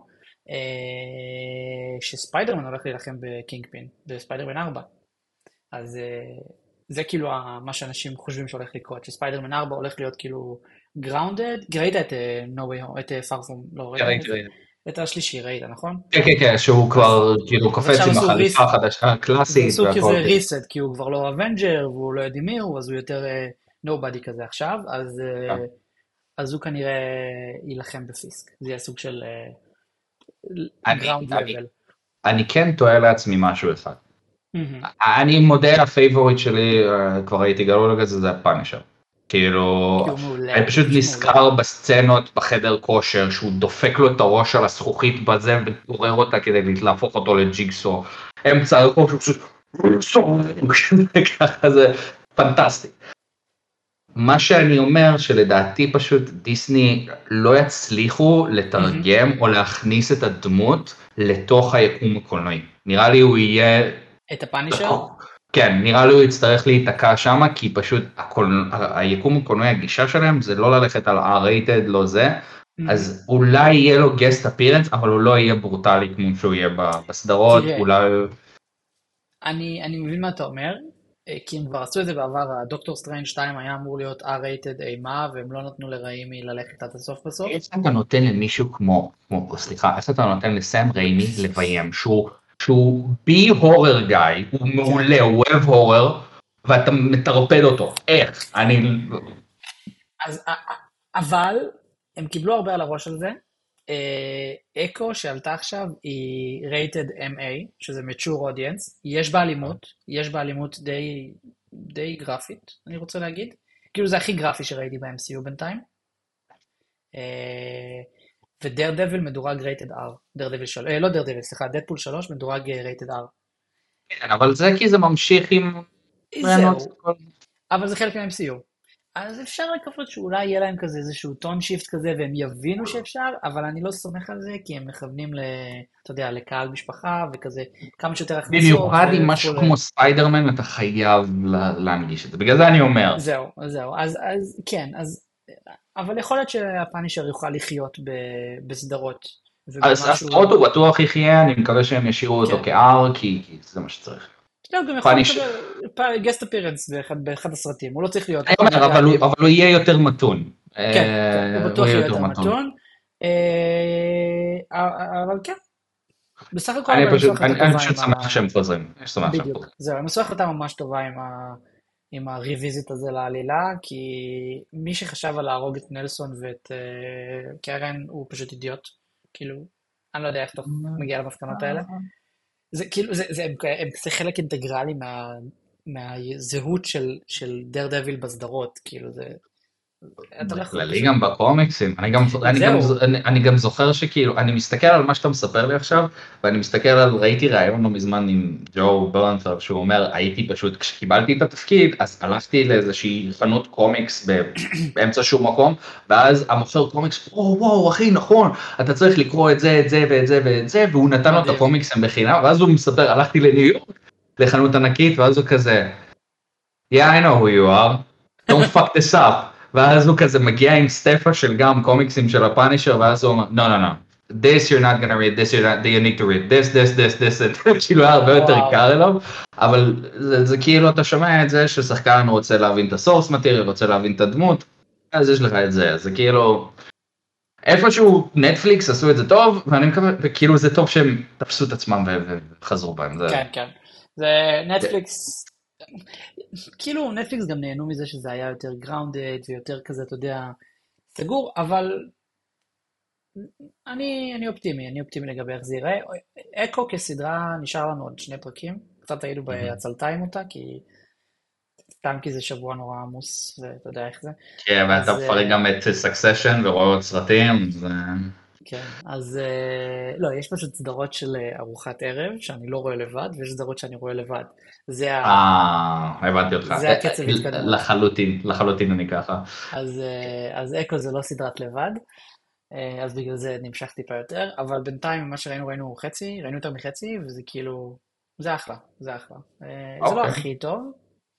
שספיידרמן הולך להילחם בקינג פין, בספיידרמן ארבע. אז זה כאילו מה שאנשים חושבים שהולך לקרות, שספיידרמן ארבע הולך להיות כאילו grounded, ראית את No Way Home, את Far From, לא ראית? את השלישי, ראית, נכון? כן, כן, כן, שהוא כבר כאילו קופץ עם החליפה החדשה, קלאסית. זה סוג כזה ריסט, כי הוא כבר לא אבנג'ר, והוא לא יודעים מי הוא, אז הוא יותר נובדי כזה עכשיו, אז הוא כנראה יילחם בפיסק. זה יהיה סוג של גראונד לבל. אני כן תוהה לעצמי משהו אחד. אני מודה, הפייבוריט שלי, כבר הייתי גרוע לזה, זה הפאנישר. כאילו, אני פשוט נזכר בסצנות בחדר כושר, שהוא דופק לו את הראש על הזכוכית בזה, וגורר אותה כדי להפוך אותו לג'יגסו. אמצע הרחוב שהוא פשוט, ככה זה פנטסטי. מה שאני אומר, שלדעתי פשוט דיסני לא יצליחו לתרגם או להכניס את הדמות לתוך היקום הקולנועי. נראה לי הוא יהיה... את הפאנישר? כן, נראה לי הוא יצטרך להיתקע שם, כי פשוט היקום הקולנועי, הגישה שלהם זה לא ללכת על אר-רייטד, לא זה, אז אולי יהיה לו גסט אפירנס, אבל הוא לא יהיה ברוטלי כמו שהוא יהיה בסדרות, אולי... אני מבין מה אתה אומר, כי הם כבר עשו את זה בעבר, הדוקטור סטריינג' שתיים היה אמור להיות אר-רייטד אימה, והם לא נתנו לרעימי ללכת עד הסוף בסוף. איך אתה נותן למישהו כמו, סליחה, איך אתה נותן לסם ריימי לביים, שהוא... שהוא בי הורר גאי, הוא מעולה, הוא אוהב הורר, ואתה מטרפד אותו. איך? אני... אז, אבל, הם קיבלו הרבה על הראש על זה, אקו שעלתה עכשיו היא rated אם איי, שזה mature audience, יש בה אלימות, יש בה אלימות די, די גרפית, אני רוצה להגיד, כאילו זה הכי גרפי שראיתי ב-אם סי יו בינתיים, ודר דביל מדורג rated R, דר דביל שלוש, לא דר דביל, סליחה, דדפול שלוש מדורג rated R. כן, אבל זה כי זה ממשיך עם... זהו, אבל זה חלק מה-אם סי יו. אז אפשר לקוות שאולי יהיה להם כזה איזשהו טון שיפט כזה, והם יבינו שאפשר, אבל אני לא סומך על זה, כי הם מכוונים ל, אתה יודע, לקהל משפחה, וכזה כמה שיותר הכנסות. במיוחד עם משהו כמו ספיידרמן, אתה חייב להנגיש את זה, בגלל זה אני אומר. זהו, זהו, אז, אז כן, אז, אבל יכול להיות שהפאנישר יוכל לחיות בסדרות. אז הסדרות הוא בטוח יחיה, אני מקווה שהם ישאירו אותו כ-R, כי זה מה שצריך. לא, גם יכול לקבל גסט אפירנס באחד הסרטים, הוא לא צריך להיות... אבל הוא יהיה יותר מתון. כן, הוא בטוח יהיה יותר מתון. אבל כן, בסך הכל... אני פשוט שמח שהם חוזרים. בדיוק, זהו, אני שמח אותה ממש טובה עם הריוויזיט הזה לעלילה, כי מי שחשב על להרוג את נלסון ואת קרן הוא פשוט אידיוט. כאילו, אני לא יודע איך אתה מגיע למסקנות האלה. זה כאילו, זה, זה, הם, הם, זה חלק אינטגרלי מה, מהזהות של, של דר דביל בסדרות, כאילו זה... בכללי גם בקומיקסים, אני גם, אני, גם, אני, אני גם זוכר שכאילו, אני מסתכל על מה שאתה מספר לי עכשיו, ואני מסתכל על, ראיתי רעיון לא מזמן עם ג'ו ברנפר, שהוא אומר, הייתי פשוט, כשקיבלתי את התפקיד, אז הלכתי לאיזושהי חנות קומיקס באמצע שום מקום, ואז המוכר קומיקס, וואו וואו אחי נכון, אתה צריך לקרוא את זה, את זה ואת זה ואת זה, והוא נתן לו את הקומיקסים בחינם, ואז הוא מספר, הלכתי לניו יורק, לחנות ענקית, ואז הוא כזה, yeah I know who you are, don't fuck this up. ואז הוא כזה מגיע עם סטפה של גם קומיקסים של הפאנישר, ואז הוא אומר, no, no, no, this you're not gonna read, this you're not, you need to read, this, this, this, this, כאילו היה הרבה יותר קר אליו, אבל זה, זה כאילו אתה שומע את זה ששחקן רוצה להבין את הסורס מטריאל, רוצה להבין את הדמות, אז יש לך את זה, זה כאילו, איפשהו נטפליקס עשו את זה טוב, ואני מקווה, וכאילו זה טוב שהם תפסו את עצמם וחזרו בהם. זה... כן, כן, זה נטפליקס... כאילו נטפליקס גם נהנו מזה שזה היה יותר גראונדד ויותר כזה, אתה יודע, סגור, אבל אני, אני אופטימי, אני אופטימי לגבי איך זה ייראה. אקו כסדרה נשאר לנו עוד שני פרקים, קצת היינו בהצלתה עם אותה, כי סתם כי זה שבוע נורא עמוס, ואתה יודע איך זה. כן, ואתה מפרק גם את סקסשן ורואה עוד סרטים, זה... כן, אז לא, יש פשוט סדרות של ארוחת ערב, שאני לא רואה לבד, ויש סדרות שאני רואה לבד. זה ה... אה, הבנתי אותך. זה הקצב התקדמות. לחלוטין, לחלוטין אני ככה. אז, אז אקו זה לא סדרת לבד, אז בגלל זה נמשך טיפה יותר, אבל בינתיים מה שראינו, ראינו חצי, ראינו יותר מחצי, וזה כאילו, זה אחלה, זה אחלה. זה לא הכי טוב,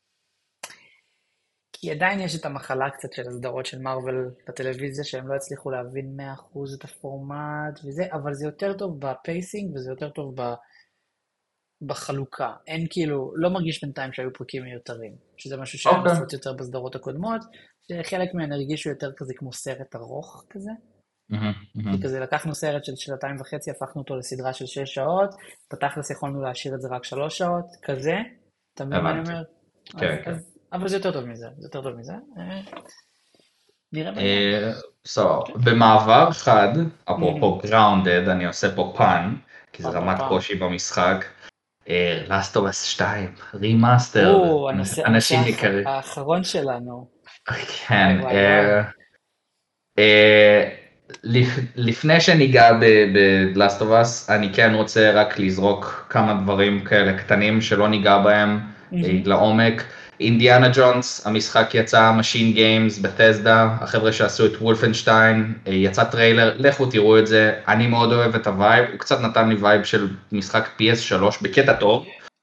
כי עדיין יש את המחלה קצת של הסדרות של מארוול בטלוויזיה, שהם לא הצליחו להבין מאה אחוז את הפורמט וזה, אבל זה יותר טוב בפייסינג, וזה יותר טוב ב... בחלוקה. אין כאילו, לא מרגיש בינתיים שהיו פרקים מיותרים, שזה משהו שהיה Okay. נפוץ יותר בסדרות הקודמות, שחלק מהן הרגישו יותר כזה כמו סרט ארוך כזה. Mm-hmm, mm-hmm. כזה לקחנו סרט של שנתיים וחצי, הפכנו אותו לסדרה של שש שעות, בתכלס יכולנו להשאיר את זה רק שלוש שעות, כזה. אתה מבין מה אני אומר? כן, כן. אבל זה יותר טוב מזה, זה יותר טוב מזה. נראה מה. סבבה, במעבר חד, אפרופו גראונדד, אני עושה פה פן, כי זה רמת קושי במשחק. Last of Us שתיים, רימאסטר, אנשים יקרים. האחרון שלנו. כן, לפני שניגע ב-Last of Us, אני כן רוצה רק לזרוק כמה דברים כאלה קטנים שלא ניגע בהם לעומק. אינדיאנה ג'ונס, המשחק יצא, משין גיימס, בתסדה, החבר'ה שעשו את וולפנשטיין, יצא טריילר, לכו תראו את זה, אני מאוד אוהב את הווייב, הוא קצת נתן לי וייב של משחק פי אס שלוש בקטע טוב.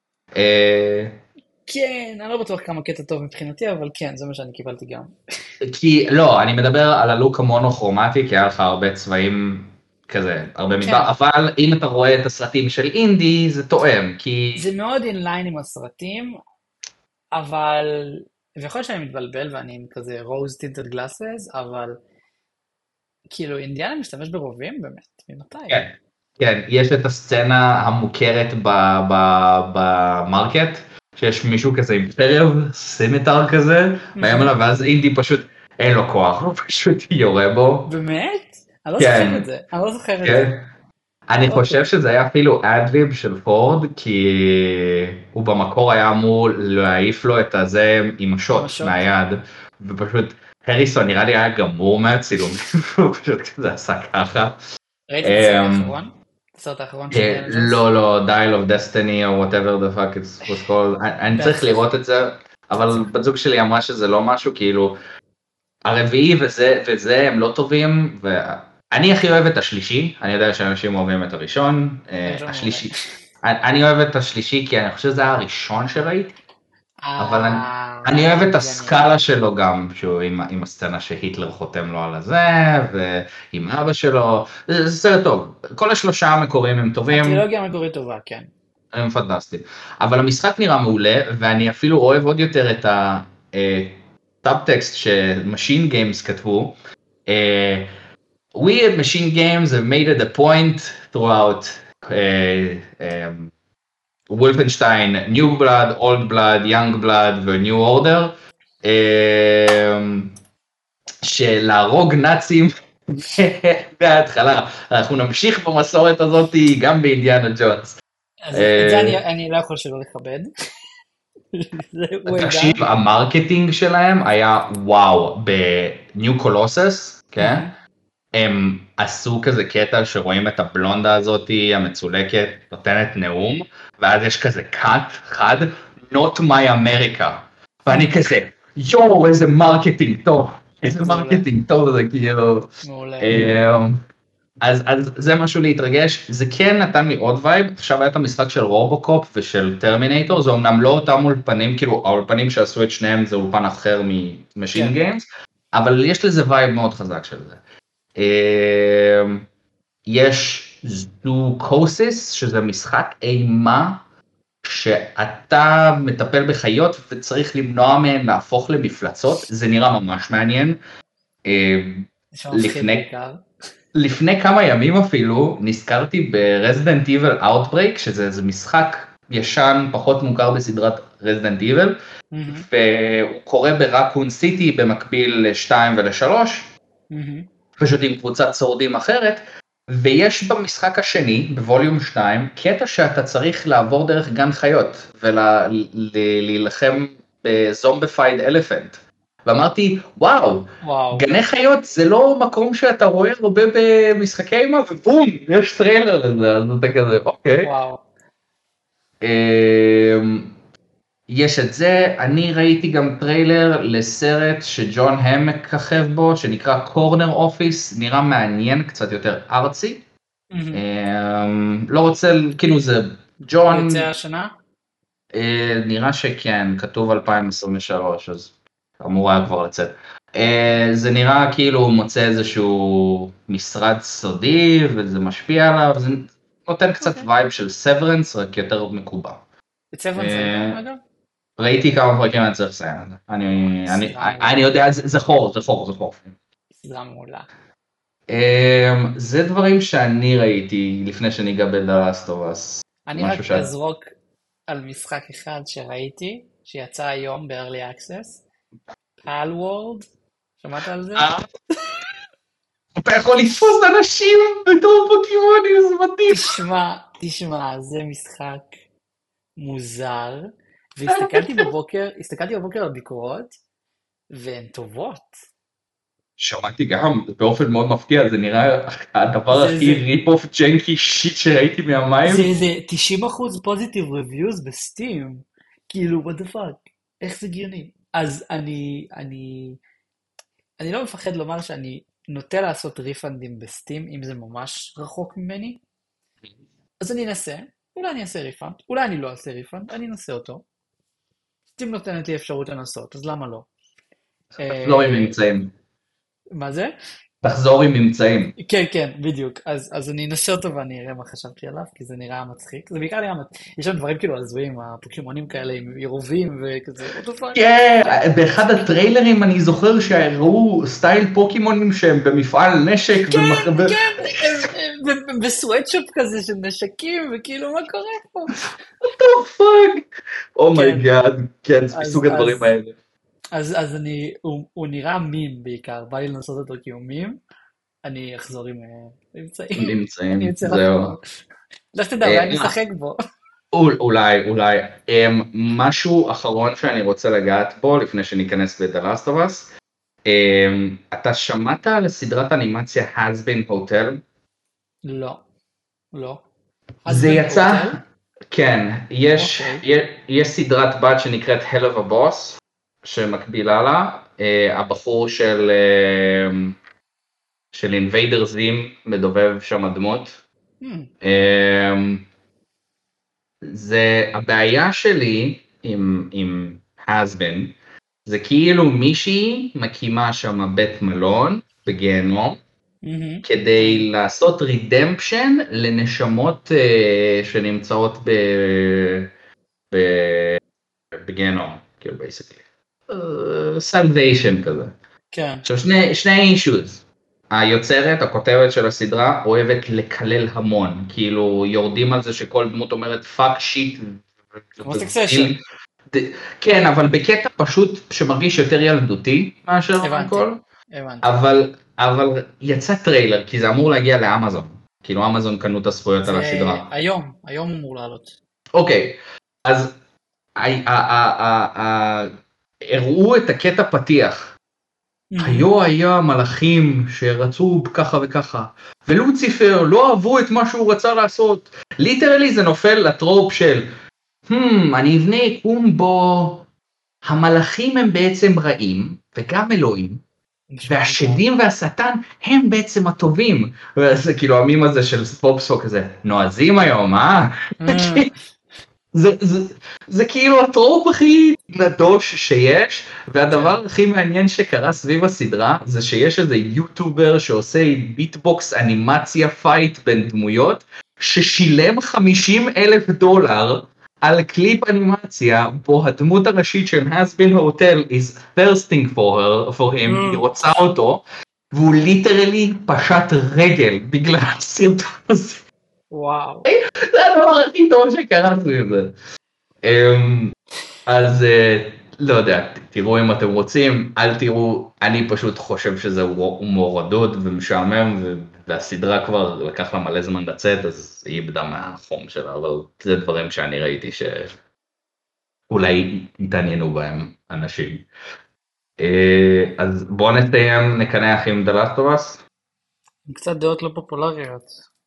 כן, אני לא בטוח כמה קטע טוב מבחינתי, אבל כן, זה מה שאני קיבלתי גם. כי, לא, אני מדבר על הלוק המונוכרומטי, כי היה לך הרבה צבעים כזה, הרבה מדבר, אבל אם אתה רואה את הסרטים של אינדי, זה תואם, כי... זה מאוד אינליין עם הסרטים, אבל, ויכול להיות שאני מתבלבל ואני עם כזה rose tinted glasses, אבל כאילו אינדיאנה משתמש ברובים באמת, ממתי? כן, כן, יש את הסצנה המוכרת במרקט, שיש מישהו כזה עם פרב, סימטר כזה, באים עליו, ואז אינדי פשוט אין לו כוח, הוא פשוט יורה בו. באמת? אני לא כן. זוכר את זה, אני לא זוכר את כן. זה. אני אוקיי. חושב שזה היה אפילו אדליב של פורד, כי הוא במקור היה אמור להעיף לו את הזה עם השוט השוט. מהיד, ופשוט הריסון נראה לי היה גמור מהצילומים, והוא פשוט כזה עשה ככה. ראית את הסרט אמ, האחרון? הסרט האחרון של אה, אינדיאנה ג'ונס? לא, לא, Dial of Destiny או whatever the fuck it was called, אני אני צריך בטח. לראות את זה, אבל צריך. בת זוג שלי אמרה שזה לא משהו, כאילו, הרביעי וזה וזה הם לא טובים, ואני הכי אוהב את השלישי, אני יודע שאנשים אוהבים את הראשון, אה, הראשון השלישי, אני אני אוהב את השלישי כי אני חושב שזה היה הראשון שראיתי, אבל אני, אה, אני אוהב את הגיוני. הסקאלה שלו גם, שהוא עם, עם הסצנה שהיטלר חותם לו על הזה, ועם אבא שלו, זה, זה סרט טוב, כל השלושה המקוריים הם טובים, הטרילוגיה המקורית טובה, כן. הם פנטסטיים, אבל המשחק נראה מעולה, ואני אפילו אוהב עוד יותר את הטאבטקסט שמשין גיימס כתבו, אה, we at Machine Games have made it a point throughout uh, um, Wolfenstein, New Blood, Old Blood, Young Blood ו-New Order, um, שלהרוג נאצים מההתחלה. אנחנו נמשיך במסורת הזאת גם באינדיאנה ג'ונס. אז את זה אני- אני לא יכול שלא לכבד. זה הוא ידע. תקשיב, המרקטינג שלהם היה וואו, בניו קולוסס, כן? הם עשו כזה קטע שרואים את הבלונדה הזאתי המצולקת נותנת נאום, ואז יש כזה קאט חד, not my America, ואני כזה, יואו איזה מרקטינג טוב, איזה מרקטינג טוב זה כאילו, מעולה. אז, אז זה משהו להתרגש, זה כן נתן לי עוד וייב, עכשיו היה את המשחק של רובוקופ ושל טרמינטור, זה אמנם לא אותם אולפנים, כאילו האולפנים שעשו את שניהם זה אולפן אחר ממשין גיימס, אבל יש לזה וייב מאוד חזק של זה. יש זוקוסיס, שזה משחק אימה, שאתה מטפל בחיות וצריך למנוע מהן להפוך למפלצות, זה נראה ממש מעניין. לפני, לפני כמה ימים אפילו נזכרתי ברזידנט איבל אאוטברייק, שזה זה משחק ישן פחות מוכר בסדרת רזידנט איבל, והוא קורה ברקון סיטי במקביל לשתיים ולשלוש, פשוט עם קבוצת שורדים אחרת, ויש במשחק השני, בווליום שתיים, קטע שאתה צריך לעבור דרך גן חיות, ולהילחם בזומביפייד אלפנט. ואמרתי, וואו, וואו, גני חיות זה לא מקום שאתה רואה הרבה במשחקי אימה, ובום, יש טריילר לזה, אז אתה כזה, אוקיי. וואו. יש את זה, אני ראיתי גם טריילר לסרט שג'ון הם מככב בו, שנקרא קורנר אופיס, נראה מעניין, קצת יותר ארצי. לא רוצה, כאילו זה ג'ון... יוצא השנה? נראה שכן, כתוב אלפיים עשרים ושלוש, אז אמור היה כבר לצאת. זה נראה כאילו הוא מוצא איזשהו משרד סודי, וזה משפיע עליו, זה נותן קצת וייב של סברנס, רק יותר מקובע. את סברנס ראית, אגב? ראיתי כמה פרקים, אני צריך לסיים את זה. אני יודע, זה חור, זה חור, זה חור. סדרה מעולה. זה דברים שאני ראיתי לפני שניגע בדלסטובס. אני רק אזרוק על משחק אחד שראיתי, שיצא היום ב-Early Access, פל וורד, שמעת על זה? אתה יכול לתפוס אנשים בתור פוקימונים, זה מדהים. תשמע, תשמע, זה משחק מוזר, והסתכלתי בבוקר, הסתכלתי בבוקר על ביקורות, והן טובות. שמעתי גם, באופן מאוד מפתיע, זה נראה הדבר הכי ריפ-אוף ג'נקי שיט שראיתי מהמים. זה תשעים אחוז פוזיטיב ריוויוז בסטים, כאילו, what the fuck, איך זה גיוני? אז אני, אני, אני לא מפחד לומר שאני נוטה לעשות ריפנדים בסטים, אם זה ממש רחוק ממני, אז אני אנסה, אולי אני אעשה ריפנד, אולי אני לא אעשה ריפנד, אני אנסה אותו. סטים נותנת לי אפשרות לנסות, אז למה לא? תחזור עם ממצאים. מה זה? תחזור עם ממצאים. כן, כן, בדיוק. אז, אז אני אנסה אותו ואני אראה מה חשבתי עליו, כי זה נראה מצחיק. זה בעיקר נראה מצחיק. יש שם דברים כאילו הזויים, הפוקימונים כאלה עם עירובים וכזה. כן, באחד הטריילרים אני זוכר שהראו סטייל פוקימונים שהם במפעל נשק. כן, כן, בסוואטשופ כזה של נשקים, וכאילו מה קורה פה? What the fuck? אומייגאד, כן, זה מסוג הדברים האלה. אז, אז אני, הוא, הוא נראה מים בעיקר, בא לי לנסות אותו כי הוא מים, אני אחזור עם אמצעים. נמצאים, אני אצא זהו. לחקור. לך תדע, אולי אני אשחק בו. אולי, אולי. משהו אחרון שאני רוצה לגעת בו לפני שניכנס ב-The Last of Us. אתה שמעת על סדרת אנימציה Has Been Hotel? לא. לא. זה יצא, כן, יש, יש סדרת בת שנקראת Hell of a Boss, שמקבילה לה, הבחור של, של Invader Zim מדובב שם הדמות. זה, הבעיה שלי עם, עם Has Been, זה כאילו מישהי מקימה שם בית מלון בגיהנום, כדי לעשות רידמפשן לנשמות uh, שנמצאות ב... ב... בגיהנום, כאילו בייסקלי. סלוויישן כזה. כן. עכשיו שני, שני אישוז. היוצרת, הכותבת של הסדרה, אוהבת לקלל המון, כאילו יורדים על זה שכל דמות אומרת פאק שיט. כמו סקסשן. כן, אבל בקטע פשוט שמרגיש יותר ילדותי מאשר הכל. הבנתי. אבל, אבל יצא טריילר, כי זה אמור להגיע לאמזון. כאילו אמזון קנו את הזכויות על הסדרה. היום, היום אמור לעלות. אוקיי, אז הראו את הקטע פתיח. היו היה מלאכים שרצו ככה וככה, ולוציפר לא אהבו את מה שהוא רצה לעשות. ליטרלי זה נופל לטרופ של, hmm, אני אבנה יקום בו, המלאכים הם בעצם רעים, וגם אלוהים, והשדים והשטן הם בעצם הטובים. וזה כאילו המים הזה של פופסו כזה, נועזים היום, אה? זה, זה, זה כאילו הטרופ הכי נדוש שיש, והדבר הכי מעניין שקרה סביב הסדרה, זה שיש איזה יוטובר שעושה ביטבוקס אנימציה פייט בין דמויות, ששילם חמישים אלף דולר על קליפ אנימציה, בו הדמות הראשית של Has Been Hotel is thirsting for her, for him, היא רוצה אותו, והוא ליטרלי פשט רגל בגלל הסרטון הזה. וואו. זה הדבר הכי טוב שקרה סביב זה. אז לא יודע, תראו אם אתם רוצים, אל תראו, אני פשוט חושב שזה הומור רדוד ומשעמם, והסדרה כבר לקח לה מלא זמן לצאת, אז היא איבדה מהחום שלה, אבל זה דברים שאני ראיתי שאולי יתעניינו בהם אנשים. אז בואו נסיים, נקנח עם The Last of Us. קצת דעות לא פופולריות.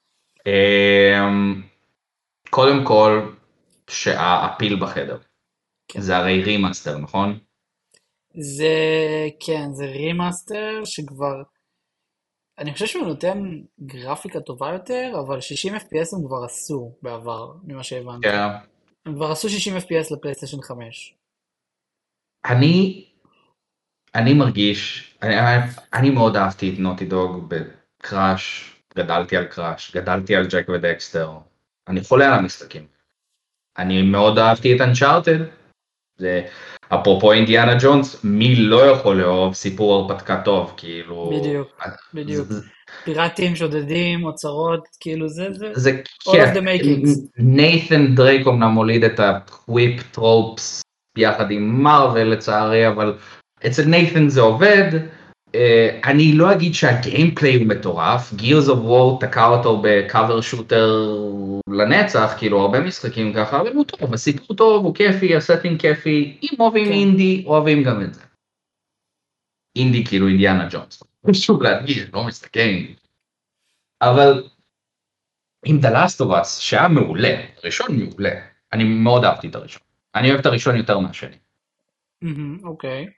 קודם כל, שהפיל בחדר. זה הרי רימאסטר, נכון? זה, כן, זה רימאסטר שכבר, אני חושב שהוא נותן גרפיקה טובה יותר, אבל שישים אף פי אס הם כבר עשו בעבר, ממה שהבנתי. כן. הם כבר עשו שישים אף פי אס לפלייסטיישן חמש. אני, אני מרגיש, אני, אני מאוד אהבתי את נוטי דוג בקראש, גדלתי על קראש, גדלתי על ג'ק ודקסטר, אני חולה על המשחקים. אני מאוד אהבתי את אנצ'ארטד, זה, אפרופו אינדיאנה ג'ונס, מי לא יכול לאהוב סיפור הרפתקה טוב, כאילו... בדיוק, בדיוק. פיראטים, שודדים, אוצרות, כאילו זה, זה... זה, all of the makings. נייתן דרייק אומנם מוליד את הקוויפ טרופס ביחד עם מרוול לצערי, אבל אצל נייתן זה עובד. אני לא אגיד שהגיימפליי הוא מטורף, Gears of War תקע אותו בקאבר שוטר לנצח, כאילו הרבה משחקים ככה, אבל הוא טוב, הסיפור טוב, הוא כיפי, הסטינג כיפי, אם אוהבים אינדי, אוהבים גם את זה. אינדי כאילו אינדיאנה ג'ונס, שוב להדגיש, לא מסתכל, אבל עם The Last of Us, שהיה מעולה, הראשון מעולה, אני מאוד אהבתי את הראשון, אני אוהב את הראשון יותר מהשני. אוקיי.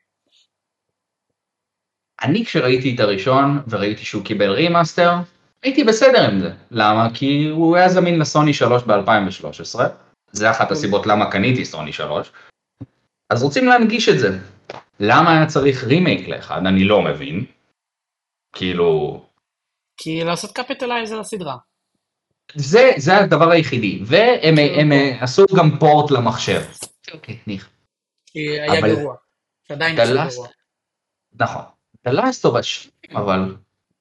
אני כשראיתי את הראשון וראיתי שהוא קיבל רימאסטר, הייתי בסדר עם זה. למה? כי הוא היה זמין לסוני שלוש ב-אלפיים ושלוש עשרה, זה אחת הסיבות למה קניתי סוני שלוש, אז רוצים להנגיש את זה. למה היה צריך רימייק לאחד? אני לא מבין. כאילו... כי לעשות קפיטלייז על הסדרה. זה, זה הדבר היחידי, והם הם, עשו גם פורט למחשב. אוקיי, ניח. כי היה אבל... גרוע. שעדיין גרוע. נכון. The Last of Us, אבל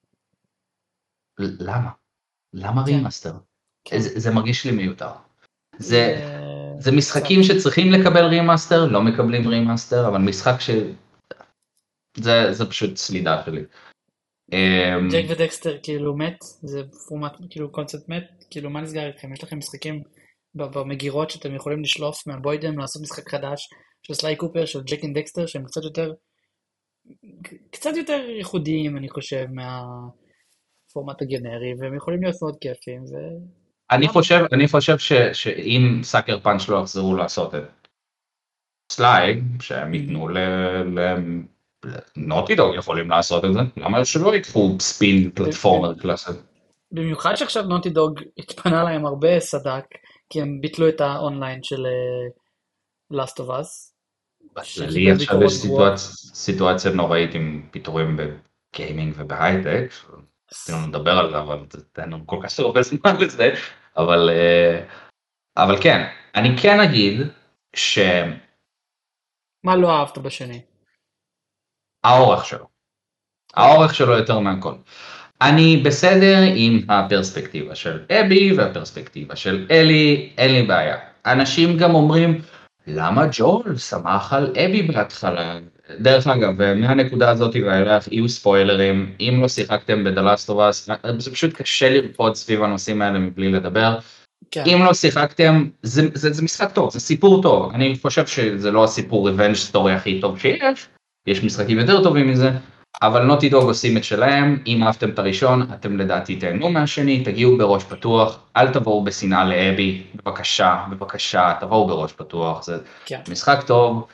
למה? למה רימאסטר? זה מרגיש לי מיותר. זה משחקים שצריכים לקבל רימאסטר, לא מקבלים רימאסטר, אבל משחק ש... זה פשוט סלידה שלי. ג'ק ודקסטר כאילו מת, זה פורמט כאילו קונספט מת, כאילו מה נסגר איתכם? יש לכם משחקים במגירות שאתם יכולים לשלוף מהבוידם, לעשות משחק חדש של סליי קופר, של ג'ק ודקסטר, שהם קצת יותר, קצת יותר ייחודיים אני חושב מהפורמט הגנרי, והם יכולים להיות מאוד כיפים. ו... אני חושב, אני חושב ש, שאם סאקר פאנץ' לא יחזרו לעשות את סליי, שהם ייתנו ל... נוטי דוג יכולים לעשות את זה, למה שלא ייקחו ספין פלטפורמר קלאסי? במיוחד שעכשיו נוטי דוג התפנה להם הרבה סדק, כי הם ביטלו את האונליין של Last of Us. בכללי עכשיו יש סיטואציה נוראית עם פיתורים בגיימינג ובהייטק, רצינו לדבר על זה, אבל אין לנו כל כך הרבה זמן לזה, אבל, אבל כן, אני כן אגיד ש... מה לא אהבת בשני? האורך שלו. האורך שלו יותר מהכל. אני בסדר עם הפרספקטיבה של אבי והפרספקטיבה של אלי, אין לי בעיה. אנשים גם אומרים, למה ג'ול שמח על אבי בהתחלה? דרך אגב, מהנקודה הזאת ואילך יהיו ספוילרים, אם לא שיחקתם ב-The Last of Us, זה פשוט קשה לרפוד סביב הנושאים האלה מבלי לדבר. כן. אם לא שיחקתם, זה, זה, זה משחק טוב, זה סיפור טוב. אני חושב שזה לא הסיפור ריבנג' סטורי הכי טוב שיש, יש משחקים יותר טובים מזה, אבל נוטי דוג עושים את שלהם. אם אהבתם את הראשון, אתם לדעתי תהנו מהשני, תגיעו בראש פתוח, אל תבואו בשנאה לאבי, בבקשה, בבקשה, תבואו בראש פתוח, זה כן. משחק טוב,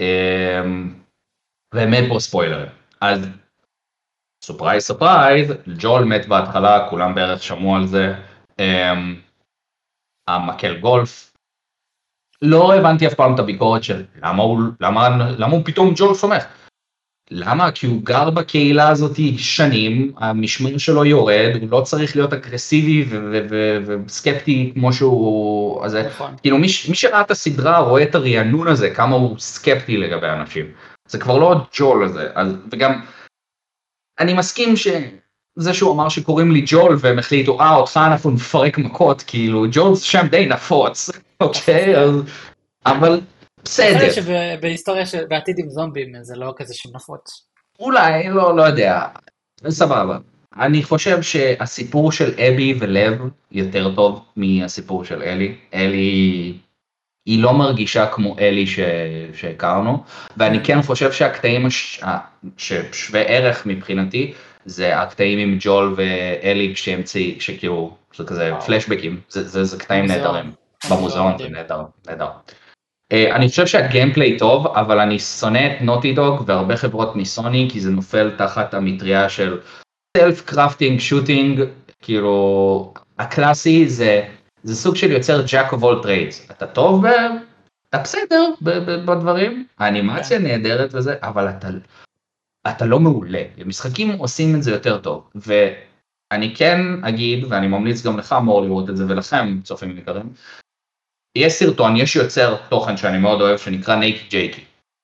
באמת פה ספוילרים. אז סופרייז סופרייז, ג'ול מת בהתחלה, כולם בערך שמעו על זה, המקל גולף, לא הבנתי אף פעם את הביקורת של למה הוא, למה, למה הוא פתאום ג'ול סומך. למה? כי הוא גר בקהילה הזאת שנים, המשמר שלו יורד, הוא לא צריך להיות אגרסיבי וסקפטי כמו שהוא, אז כאילו מי, מי שראה את הסדרה רואה את הרענון הזה, כמה הוא סקפטי לגבי אנשים. זה כבר לא ג'ול הזה, אז, וגם אני מסכים שזה שהוא אמר שקוראים לי ג'ול והם החליטו, אה, אותך אנחנו נפרק מכות, כאילו ג'ול זה שם די נפוץ, אוקיי, אז, אבל... בסדר. שבהיסטוריה בעתיד עם זומבים זה לא כזה שנפוץ. אולי, לא, לא יודע. סבבה. אני חושב שהסיפור של אבי ולב יותר טוב מהסיפור של אלי. אלי, היא לא מרגישה כמו אלי שהכרנו, ואני כן חושב שהקטעים ששווה ערך מבחינתי, זה הקטעים עם ג'ול ואלי כשאמצעי, שכאילו, זה כזה פלשבקים, זה קטעים נהדרים. במוזיאון זה נהדר, נהדר. אני חושב שהגיימפליי טוב, אבל אני שונא את נוטי דוג והרבה חברות מסוני, כי זה נופל תחת המטריה של סלף קראפטינג, שוטינג, כאילו, הקלאסי זה, זה סוג של יוצר ג'אק אוף אול טריידס. אתה טוב, ב... אתה בסדר בדברים, האנימציה נהדרת וזה, אבל אתה, אתה לא מעולה. משחקים עושים את זה יותר טוב, ואני כן אגיד, ואני ממליץ גם לך מור לראות את זה, ולכם צופים יקרים, יש סרטון, יש יוצר תוכן שאני מאוד אוהב, שנקרא נייקי ג'ייקי.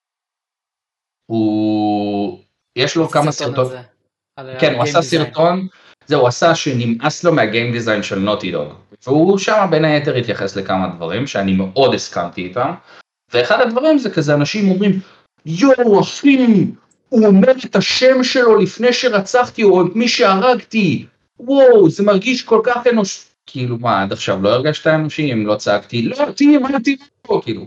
הוא... יש לו כמה סרטון... כן, הוא עשה סרטון, זה הוא עשה שנמאס לו מהגיים דיזיין של נוטי דוג. והוא שם בין היתר התייחס לכמה דברים, שאני מאוד הסכמתי איתם. ואחד הדברים זה כזה, אנשים אומרים, יואו, אחי, הוא אומר את השם שלו לפני שרצחתי, או את מי שהרגתי. וואו, זה מרגיש כל כך אנוש... כאילו מה, עד עכשיו לא הרגשת אנושי, אם לא צעקתי, לא תהי, מה תהי פה, כאילו.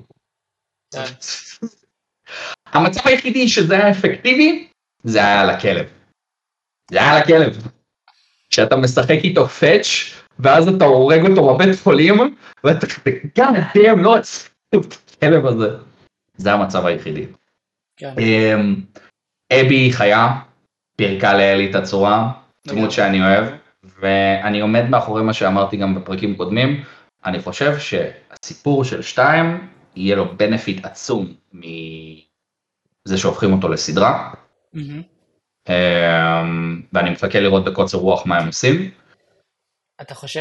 המצב היחידי שזה היה אפקטיבי, זה היה על הכלב. זה היה על הכלב. כשאתה משחק איתו פאץ', ואז אתה הורג אותו בבית חולים, ואתה גם אתם לא עצמם את הכלב הזה. זה המצב היחידי. אבי חיה, פרקה לאלי את הצורה, דמות שאני אוהב. ואני עומד מאחורי מה שאמרתי גם בפרקים קודמים, אני חושב שהסיפור של שתיים יהיה לו בנפיט עצום מזה שהופכים אותו לסדרה, ואני מחכה לראות בקוצר רוח מה הם עושים. אתה חושב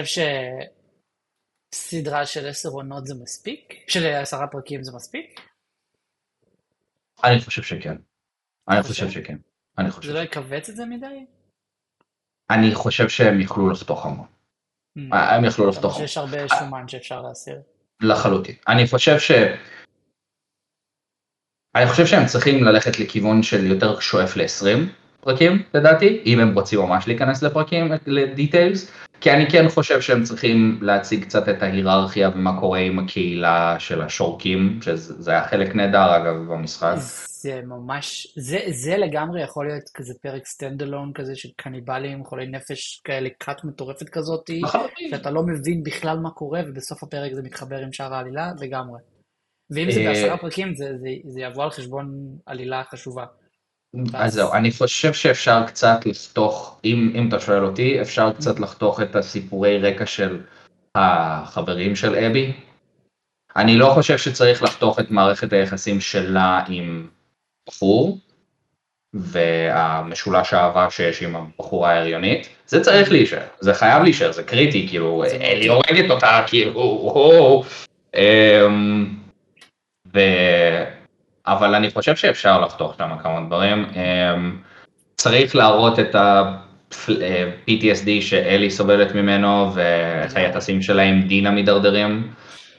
שסדרה של עשר עונות זה מספיק? של עשרה פרקים זה מספיק? אני חושב שכן. אני חושב שכן. זה לא יקבץ את זה מדי? אני חושב שהם יכלו לחתוך המון. הם יכלו לחתוך המון. שיש הרבה שומן שאפשר להסיר. לחלוטין. אני חושב ש... אני חושב שהם צריכים ללכת לכיוון של יותר שואף ל-עשרים, פרקים לדעתי, אם הם רוצים ממש להיכנס לפרקים, לדיטיילס, כי אני כן חושב שהם צריכים להציג קצת את ההיררכיה ומה קורה עם הקהילה של השורקים, שזה היה חלק נהדר אגב במשחק. זה ממש, זה, זה לגמרי יכול להיות כזה פרק סטנדלון כזה של קניבלים, חולי נפש כאלה, קאט מטורפת כזאת, שאתה לא מבין בכלל מה קורה, ובסוף הפרק זה מתחבר עם שאר העלילה, לגמרי. ואם זה בעשרה פרקים, זה, זה, זה יבוא על חשבון עלילה חשובה. אז זהו, אני חושב שאפשר קצת לחתוך, אם, אם אתה שואל אותי, אפשר קצת לחתוך את הסיפורי רקע של החברים של אבי. אני לא חושב שצריך לחתוך את מערכת היחסים שלה עם בחור, והמשולש האהבה שיש עם הבחורה ההריונית, זה צריך להישאר, זה חייב להישאר, זה קריטי, כאילו, אלי הורגת אותה, כאילו, וואו, ו... אבל אני חושב שאפשר לחתוך שם כמה דברים, צריך להראות את ה-פי טי אס די שאלי סובלת ממנו, ואיך היחסים שלה עם דינה מדרדרים,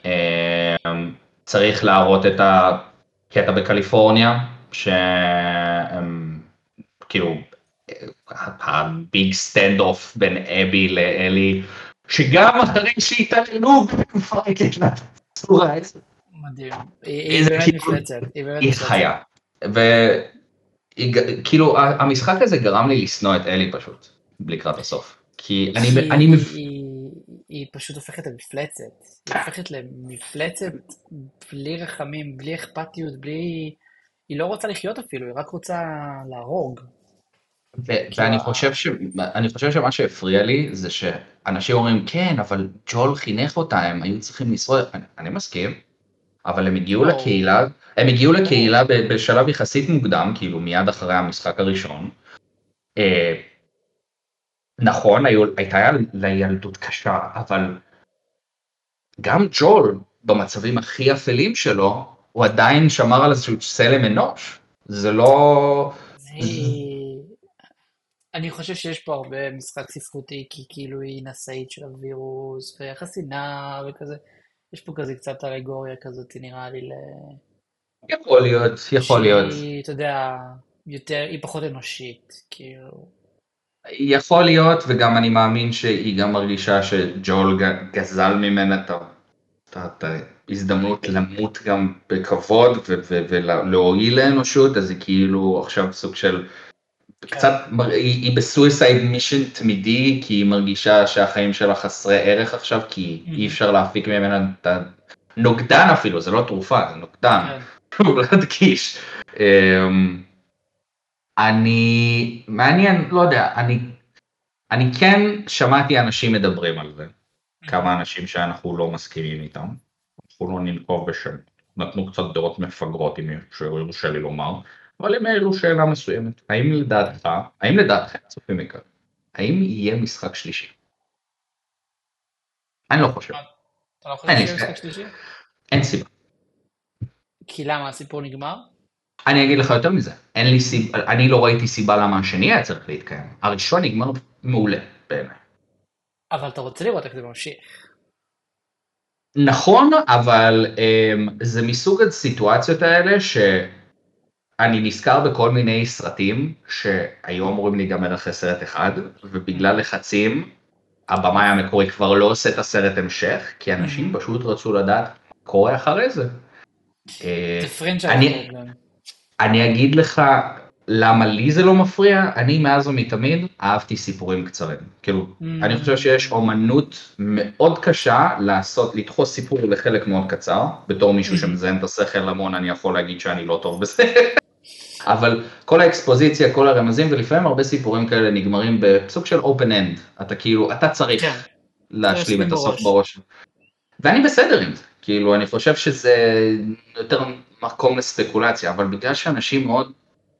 צריך להראות את הקטע בקליפורניה, שהם כאילו, הביג סטנד אוף בין אבי לאלי, שגם אחרי שהתעללו, מפרקת לה צורה איזה. מדהים, היא באמת מפלצת, היא חיה, וכאילו המשחק הזה גרם לי לשנוא את אלי פשוט, לקראת הסוף, כי אני היא פשוט הופכת למפלצת, היא הופכת למפלצת בלי רחמים, בלי אכפתיות, בלי... היא לא רוצה לחיות אפילו, היא רק רוצה להרוג. ואני חושב ש... אני חושב שמה שהפריע לי זה שאנשים אומרים, כן, אבל ג'ול חינך אותה, הם היו צריכים לשרוד, אני מסכים, אבל הם הגיעו לקהילה, הם הגיעו לקהילה בשלב יחסית מוקדם, כאילו מיד אחרי המשחק הראשון. נכון, הייתה לה ילדות קשה, אבל גם ג'ול, במצבים הכי אפלים שלו, הוא עדיין שמר על איזשהו צלם אנוש. זה לא... אני חושב שיש פה הרבה משחק ספרותי, כי כאילו היא נשאית של הווירוס, ויחסי נע וכזה. יש פה כזה קצת אלגוריה כזאת, נראה לי ל... יכול להיות, יכול להיות. שהיא, אתה יודע, יותר, היא פחות אנושית, כאילו... יכול להיות, וגם אני מאמין שהיא גם מרגישה שג'ול גזל ממנה את ההזדמנות למות גם בכבוד ולהועיל לאנושות, אז היא כאילו עכשיו סוג של... קצת, היא בסויסייד מישן תמידי, כי היא מרגישה שהחיים שלה חסרי ערך עכשיו, כי אי אפשר להפיק ממנה את הנוגדן אפילו, זה לא תרופה, זה נוגדן, הוא להדגיש. אני, מעניין, לא יודע, אני, אני כן שמעתי אנשים מדברים על זה, כמה אנשים שאנחנו לא מסכימים איתם, אנחנו לא ננקוב בשם, נתנו קצת דעות מפגרות, אם יורשה לי לומר, אבל הם העלו שאלה מסוימת, האם לדעתך, האם לדעתכם צופים מכאן, האם יהיה משחק שלישי? אני לא חושב. אתה לא חושב שיהיה משחק שלישי? אין סיבה. כי למה, הסיפור נגמר? אני אגיד לך יותר מזה, אין לי סיבה, אני לא ראיתי סיבה למה השני היה צריך להתקיים. הראשון נגמר מעולה, בעיניי. אבל אתה רוצה לראות איך זה ממשיך. נכון, אבל um, זה מסוג הסיטואציות האלה שאני נזכר בכל מיני סרטים שהיו אמורים להיגמר אחרי סרט אחד, ובגלל לחצים, הבמאי המקורי כבר לא עושה את הסרט המשך, כי אנשים פשוט רצו לדעת מה קורה אחרי זה. זה פרנצ'ייז. אני אגיד לך למה לי זה לא מפריע, אני מאז ומתמיד אהבתי סיפורים קצרים. כאילו, אני חושב שיש אומנות מאוד קשה לעשות, לדחוס סיפור לחלק מאוד קצר, בתור מישהו שמזיין את השכל המון, אני יכול להגיד שאני לא טוב בזה. אבל כל האקספוזיציה, כל הרמזים, ולפעמים הרבה סיפורים כאלה נגמרים בסוג של open end. אתה כאילו, אתה צריך להשלים את הסוף בראש. ואני בסדר עם זה. כאילו, אני חושב שזה יותר מקום לספקולציה, אבל בגלל שאנשים מאוד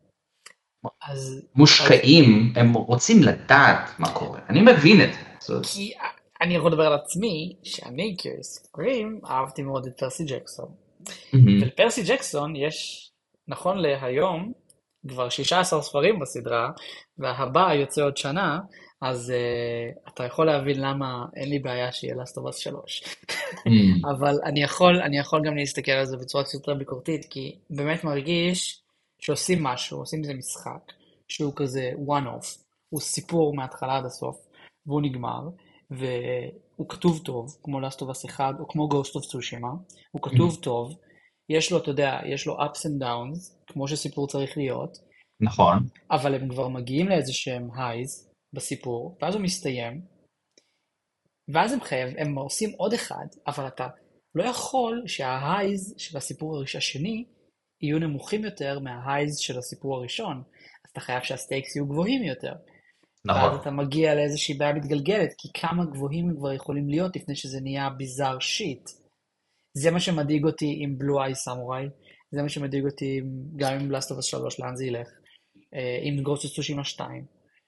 מושקעים, הם רוצים לדעת מה קורה. אני מבין את זה. כי אני יכול לדבר על עצמי, שאני כספרים, אהבתי מאוד את פרסי ג'קסון. ולפרסי ג'קסון יש, נכון להיום, כבר שישה עשר ספרים בסדרה, והבא יוצא עוד שנה, אז uh, אתה יכול להבין למה אין לי בעיה שיהיה Last of Us שלוש. Mm. אבל אני יכול, אני יכול גם להסתכל על זה בצורה יותר ביקורתית, כי באמת מרגיש שעושים משהו, עושים איזה משחק, שהוא כזה one off, הוא סיפור מההתחלה עד הסוף, והוא נגמר, והוא כתוב טוב, כמו Last of Us אחד, או כמו Ghost of Tsushima, הוא כתוב טוב, יש לו, אתה יודע, יש לו ups and downs, כמו שסיפור צריך להיות, נכון. אבל הם כבר מגיעים לאיזה שהם highs בסיפור, ואז הוא מסתיים, ואז הם חייב, הם עושים עוד אחד, אבל אתה לא יכול שההייז של הסיפור השני יהיו נמוכים יותר מההייז של הסיפור הראשון, אז אתה חייב שהסטייקס יהיו גבוהים יותר. נכון. ואז אתה מגיע לאיזושהי בעיה מתגלגלת, כי כמה גבוהים הם כבר יכולים להיות לפני שזה נהיה ביזר שיט. זה מה שמדאיג אותי עם בלו איי סמוראי, זה מה שמדאיג אותי גם עם Last of Us שלוש, לאן זה ילך, עם Ghost of Tsushima שתיים.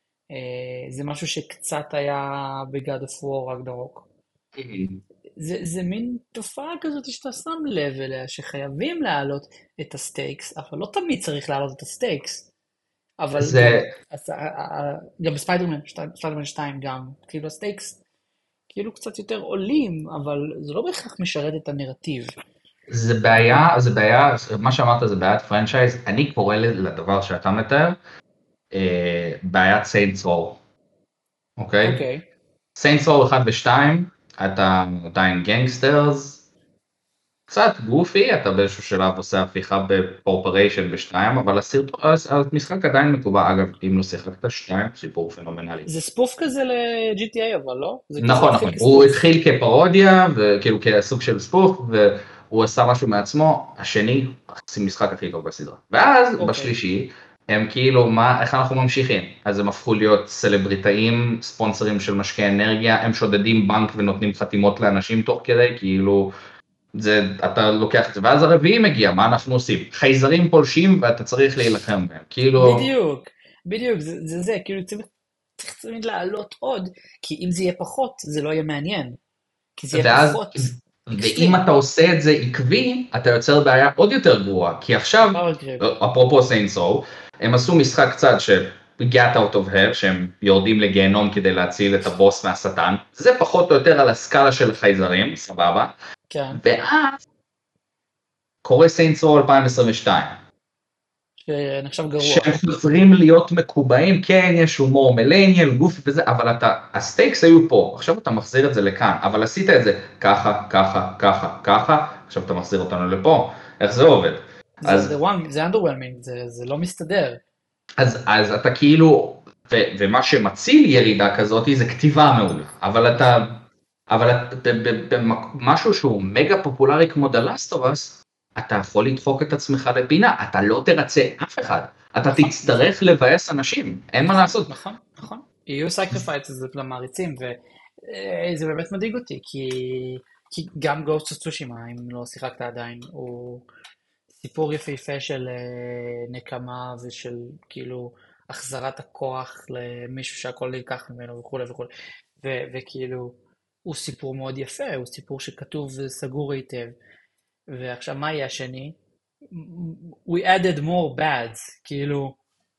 זה משהו שקצת היה ב-God of War רגנרוק. זה, זה מין תופעה כזאת שאתה שם לב אליה, שחייבים להעלות את הסטייקס, אבל לא תמיד צריך להעלות את הסטייקס. אבל זה... גם, אז, גם בספיידרמן, ספיידרמן שתיים גם, כאילו הסטייקס, כאילו קצת יותר עולים, אבל זה לא בהכרח משרת את הנרטיב. זה בעיה, זה בעיה, מה שאמרת זה בעיית פרנצ'ייז, אני קורא לדבר שאתה מתאר, אה, בעיית סיינטס רו, אוקיי? אוקיי. סיינטס רו אחד ושתיים, אתה עדיין גנגסטרס, קצת גופי, אתה באיזשהו שלב עושה הפיכה בפורפריישן בשתיים, אבל הסרטון, המשחק עדיין מקובע, אגב, אם לא שיחקת שתיים, סיפור פנומנלי. זה ספוף כזה ל-ג'י טי איי, אבל לא? נכון, נכון, הוא התחיל כפרודיה, וכאילו כסוג של ספוף, והוא עשה משהו מעצמו, השני, עושים משחק הכי טוב בסדרה. ואז, בשלישי, הם כאילו, מה, איך אנחנו ממשיכים? אז הם הפכו להיות סלבריטאים, ספונסרים של משקי אנרגיה, הם שודדים בנק ונותנים חתימות לאנשים תוך כדי, כאילו, זה, אתה לוקח את זה, ואז הרביעי מגיע, מה אנחנו עושים? חייזרים פולשים ואתה צריך להילחם בהם, כאילו... בדיוק, בדיוק, זה זה, זה כאילו צריך, צריך תמיד לעלות עוד, כי אם זה יהיה פחות, זה לא יהיה מעניין, כי זה יהיה ואז, פחות. ואם אתה עושה את זה עקבי, אתה יוצר בעיה עוד יותר גרועה, כי עכשיו, אפרופו סיינטס רו, הם עשו משחק קצת ש... get out of hell, שהם יורדים לגיהנום כדי להציל את הבוס מהשטן, זה פחות או יותר על הסקאלה של חייזרים, סבבה? כן. ואז קורא סיינטס רו אלפיים עשרים ושתיים. שנחשב גרוע. שהם חוזרים להיות מקובעים, כן, יש הומור מילניאל, גופי וזה, אבל אתה, הסטייקס היו פה, עכשיו אתה מחזיר את זה לכאן, אבל עשית את זה ככה, ככה, ככה, ככה, עכשיו אתה מחזיר אותנו לפה, איך זה עובד? זה, אז, זה, זה underwhelming, זה, זה לא מסתדר. אז, אז אתה כאילו, ו, ומה שמציל ירידה כזאת זה כתיבה מעולה, אבל אתה, אבל במשהו שהוא מגה פופולרי כמו The Last of Us, אתה יכול לדחוק את עצמך לפינה, אתה לא תרצה אף אחד, אתה תצטרך לבאס אנשים, אין מה לעשות. נכון, נכון, יהיו סקריפייסס למעריצים, וזה באמת מדאיג אותי, כי, כי גם Ghost of Tsushima, אם לא שיחקת עדיין, הוא סיפור יפהפה של נקמה ושל כאילו החזרת הכוח למישהו שהכל נלקח ממנו וכו' וכו', וכאילו הוא סיפור מאוד יפה, הוא סיפור שכתוב וסגור היטב, ועכשיו מה יהיה השני? We added more bads, כאילו...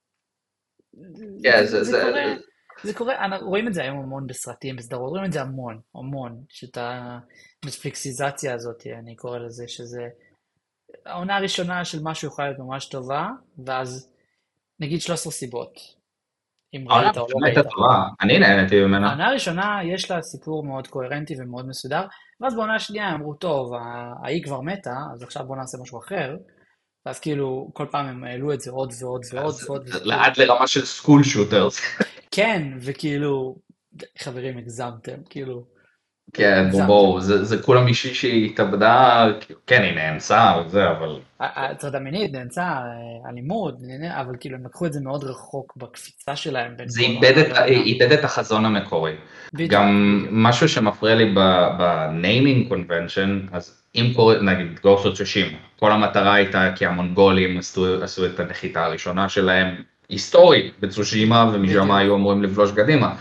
Yeah, זה, זה, זה, קורה, זה קורה, רואים את זה היום המון בסרטים, בסדרות, רואים את זה המון, המון, שאת המטפליקסיזציה הזאת, אני קורא לזה, שזה העונה הראשונה של משהו יכולה להיות ממש טובה, ואז נגיד שלוש עשרה סיבות. העונה הראשונה הייתה טובה, אני נהנתי ממנה. העונה הראשונה יש לה סיפור מאוד קוהרנטי ומאוד מסודר, ואז בעונה השנייה אמרו, טוב, ההיא כבר מתה, אז עכשיו בוא נעשה משהו אחר, ואז כאילו כל פעם הם העלו את זה עוד ועוד ועוד ועוד. לעד לרמה של סקול שוטרס. כן, וכאילו, חברים, הגזמתם, כאילו. כן, בואו, זה כולה מישהי שהיא התאבדה, כן, היא נאנסה וזה, אבל... הטרדה מינית, נאנסה, אלימות, אבל כאילו הם לקחו את זה מאוד רחוק בקפיצה שלהם. זה איבד את החזון המקורי. גם משהו שמפריע לי בניימינג קונבנשן, אז אם קורא, נגיד, Ghost of Tsushima, כל המטרה הייתה כי המונגולים עשו את הנחיתה הראשונה שלהם, היסטורית בצושימה, ומשם היו אמורים לבלוש קדימה.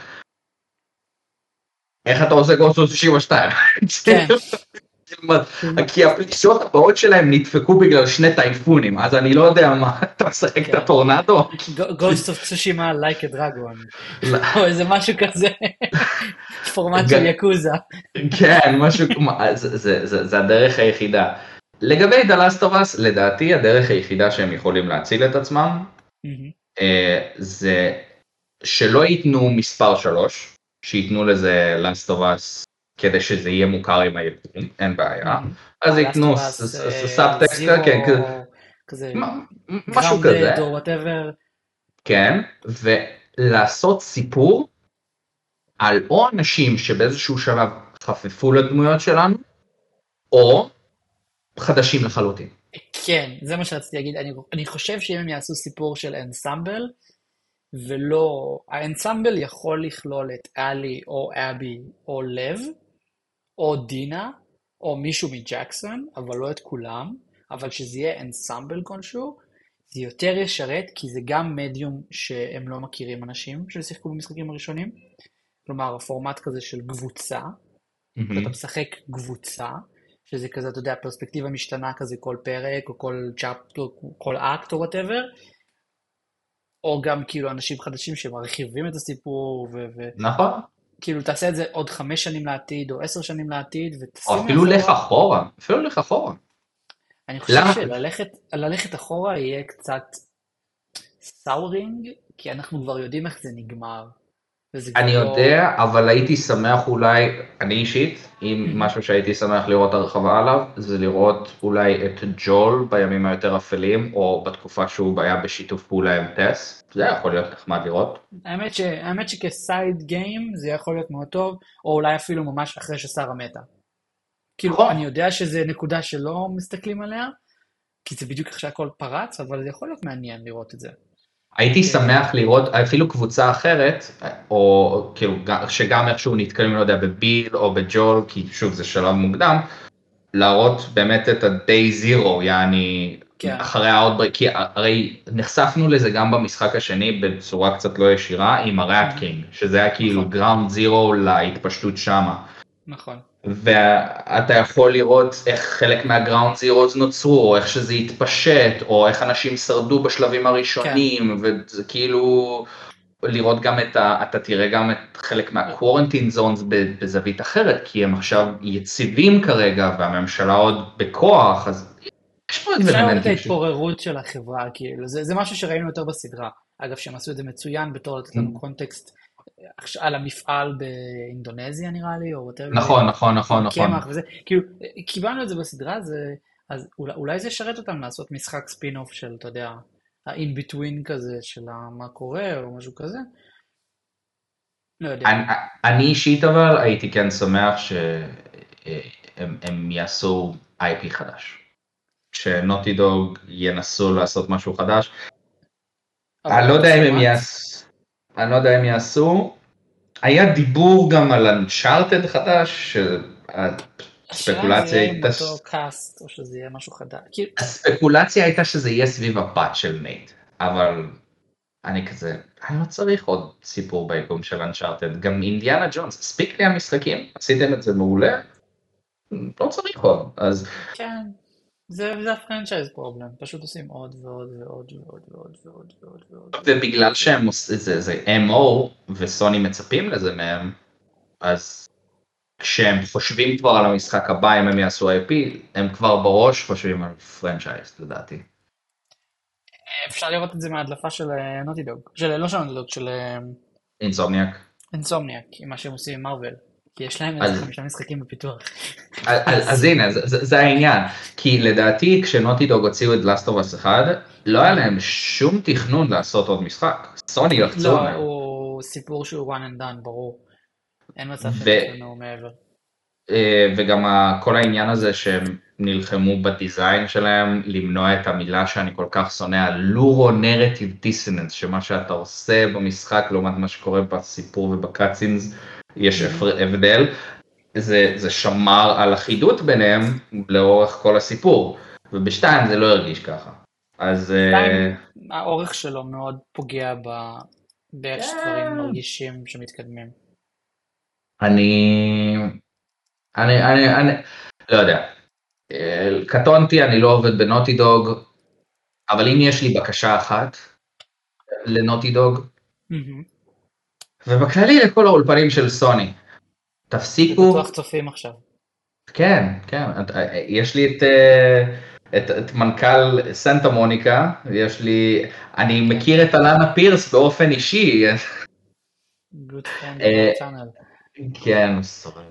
איך אתה עושה Ghost of Tsushima שתיים? כן. כי הפלישות הבאות שלהם נדפקו בגלל שני טייפונים, אז אני לא יודע מה, אתה משחק את הטורנדו? Ghost of Tsushima like a dragon, או איזה משהו כזה, פורמט של יקוזה. כן, משהו כמו, זה הדרך היחידה. לגבי The Last of Us, לדעתי הדרך היחידה שהם יכולים להציל את עצמם, זה שלא ייתנו מספר שלוש, שייתנו לזה Last of Us כדי שזה יהיה מוכר עם הילדים, אין בעיה. אז ייתנו סאבטקסט, משהו כזה. כן, ולעשות סיפור על או אנשים שבאיזשהו שלב חפפו לדמויות שלנו, או חדשים לחלוטין. כן, זה מה שרציתי להגיד. אני, אני חושב שאם הם יעשו סיפור של אנסמבל, ולא, האנסמבל יכול לכלול את אלי או אבי או לב, או דינה, או מישהו מג'קסון, אבל לא את כולם, אבל שזה יהיה אנסמבל כלשהו, זה יותר ישרת, כי זה גם מדיום שהם לא מכירים אנשים ששיחקו במשחקים הראשונים, כלומר, הפורמט כזה של קבוצה, mm-hmm. ואתה משחק קבוצה, שזה כזה, אתה יודע, פרספקטיבה משתנה כזה כל פרק, או כל צ'אפט, או כל אקט, או whatever, או גם כאילו אנשים חדשים שמרחיבים את הסיפור, ו... נכון. כאילו תעשה את זה עוד חמש שנים לעתיד, או עשר שנים לעתיד, או אפילו לך אחורה, אפילו לך אחורה. אני חושב שללכת אחורה יהיה קצת סאורינג, כי אנחנו כבר יודעים איך זה נגמר. אני יודע, אבל הייתי שמח אולי, אני אישית, אם משהו שהייתי שמח לראות הרחבה עליו, זה לראות אולי את ג'ול בימים היותר אפלים, או בתקופה שהוא היה בשיתוף פעולה עם טס, זה יכול להיות נחמד לראות. האמת שכסייד גיים זה יכול להיות מאוד טוב, או אולי אפילו ממש אחרי ששרה מתה. כאילו, אני יודע שזה נקודה שלא מסתכלים עליה, כי זה בדיוק איך שהכל פרץ, אבל זה יכול להיות מעניין לראות את זה. הייתי שמח לראות אפילו קבוצה אחרת, או כאילו שגם איכשהו נתקלים, לא יודע, בביל או בג'ול, כי שוב זה שלב מוקדם, להראות באמת את ה-day zero, יעני, אחרי ה-outbreak, כי הרי נחשפנו לזה גם במשחק השני, בצורה קצת לא ישירה, עם ה-Rat King, שזה היה כאילו ground zero להתפשטות שמה. נכון. ואתה יכול לראות איך חלק מהגראונד זירוז נוצרו, או איך שזה התפשט, או איך אנשים שרדו בשלבים הראשונים, כן. וזה כאילו לראות גם את ה... אתה תראה גם את חלק מה-quarantine zones בזווית אחרת, כי הם עכשיו יציבים כרגע, והממשלה עוד בכוח, אז יש פה איזה... אפשר לראות את ההתפוררות של החברה, כאילו, זה, זה משהו שראינו יותר בסדרה. אגב, שהם עשו את זה מצוין בתור לתת לנו קונטקסט, על המפעל באינדונזיה נראה לי, או יותר... נכון, נכון, נכון, נכון. וזה, כאילו, קיבלנו את זה בסדרה, זה, אז אולי, אולי זה ישרת אותם לעשות משחק ספין-אוף של, אתה יודע, ה-in-between כזה, של מה קורה, או משהו כזה. לא יודע. אני, אני אישית אבל הייתי כן שמח שהם הם יעשו איי פי חדש. שנוטי דוג ינסו לעשות משהו חדש. אני לא יודע אם הם יעשו, אני לא יודע אם יעשו, היה דיבור גם על אנצ'ארטד חדש, הספקולציה הייתה... השאלה זה יהיה עם אותו קאסט, או שזה יהיה משהו חדש. הספקולציה הייתה שזה יהיה סביב הבת של נייט, אבל אני כזה, אני לא צריך עוד סיפור ביקום של אנצ'ארטד, גם אינדיאנה ג'ונס, הספיק לי המשחקים, עשיתם את זה מעולה, לא צריך עוד, אז... כן. זה הפרנצ'ייז פרובלם, פשוט עושים עוד ועוד ועוד ועוד ועוד ועוד ועוד ועוד. ובגלל שהם עושים, זה אם או וסוני מצפים לזה מהם, אז כשהם חושבים כבר על המשחק הבא, אם הם יעשו איי פי, הם כבר בראש חושבים על פרנצ'ייז, לדעתי. אפשר לראות את זה מההדלפה של נוטי דוג, של לא של נוטי דוג, של... אינסומניאק. אינסומניאק, עם מה שהם עושים עם מרוול. כי יש להם איזה חמישה משחקים בפיתוח. אז הנה, זה העניין. כי לדעתי, כשנוטי דוג הוציאו את Last of Us אחד, לא היה להם שום תכנון לעשות עוד משחק. סוני לחצו מהם. לא, הוא סיפור שהוא one and done, ברור. אין מצב שתכננו מעבר. וגם כל העניין הזה שהם נלחמו בדיזיין שלהם, למנוע את המילה שאני כל כך שונא, הלורו-נרטיב דיסוננס, שמה שאתה עושה במשחק, לעומת מה שקורה בסיפור ובקאצינס, יש הבדל, זה, זה שמר על אחידות ביניהם לאורך כל הסיפור, ובשתיים זה לא הרגיש ככה. אז... האורך שלו מאוד פוגע באיך שדברים מרגישים שמתקדמים. אני... אני, אני, אני, לא יודע. קטונתי, אני לא עובד בנוטי דוג, אבל אם יש לי בקשה אחת לנוטי דוג, ובכללי לכל האולפנים של סוני, תפסיקו... בטוח צופים עכשיו. כן, כן, יש לי את את, את מנכ"ל סנטה מוניקה, יש לי, אני מכיר את אלנה פירס באופן אישי. Good friend of our channel. כן,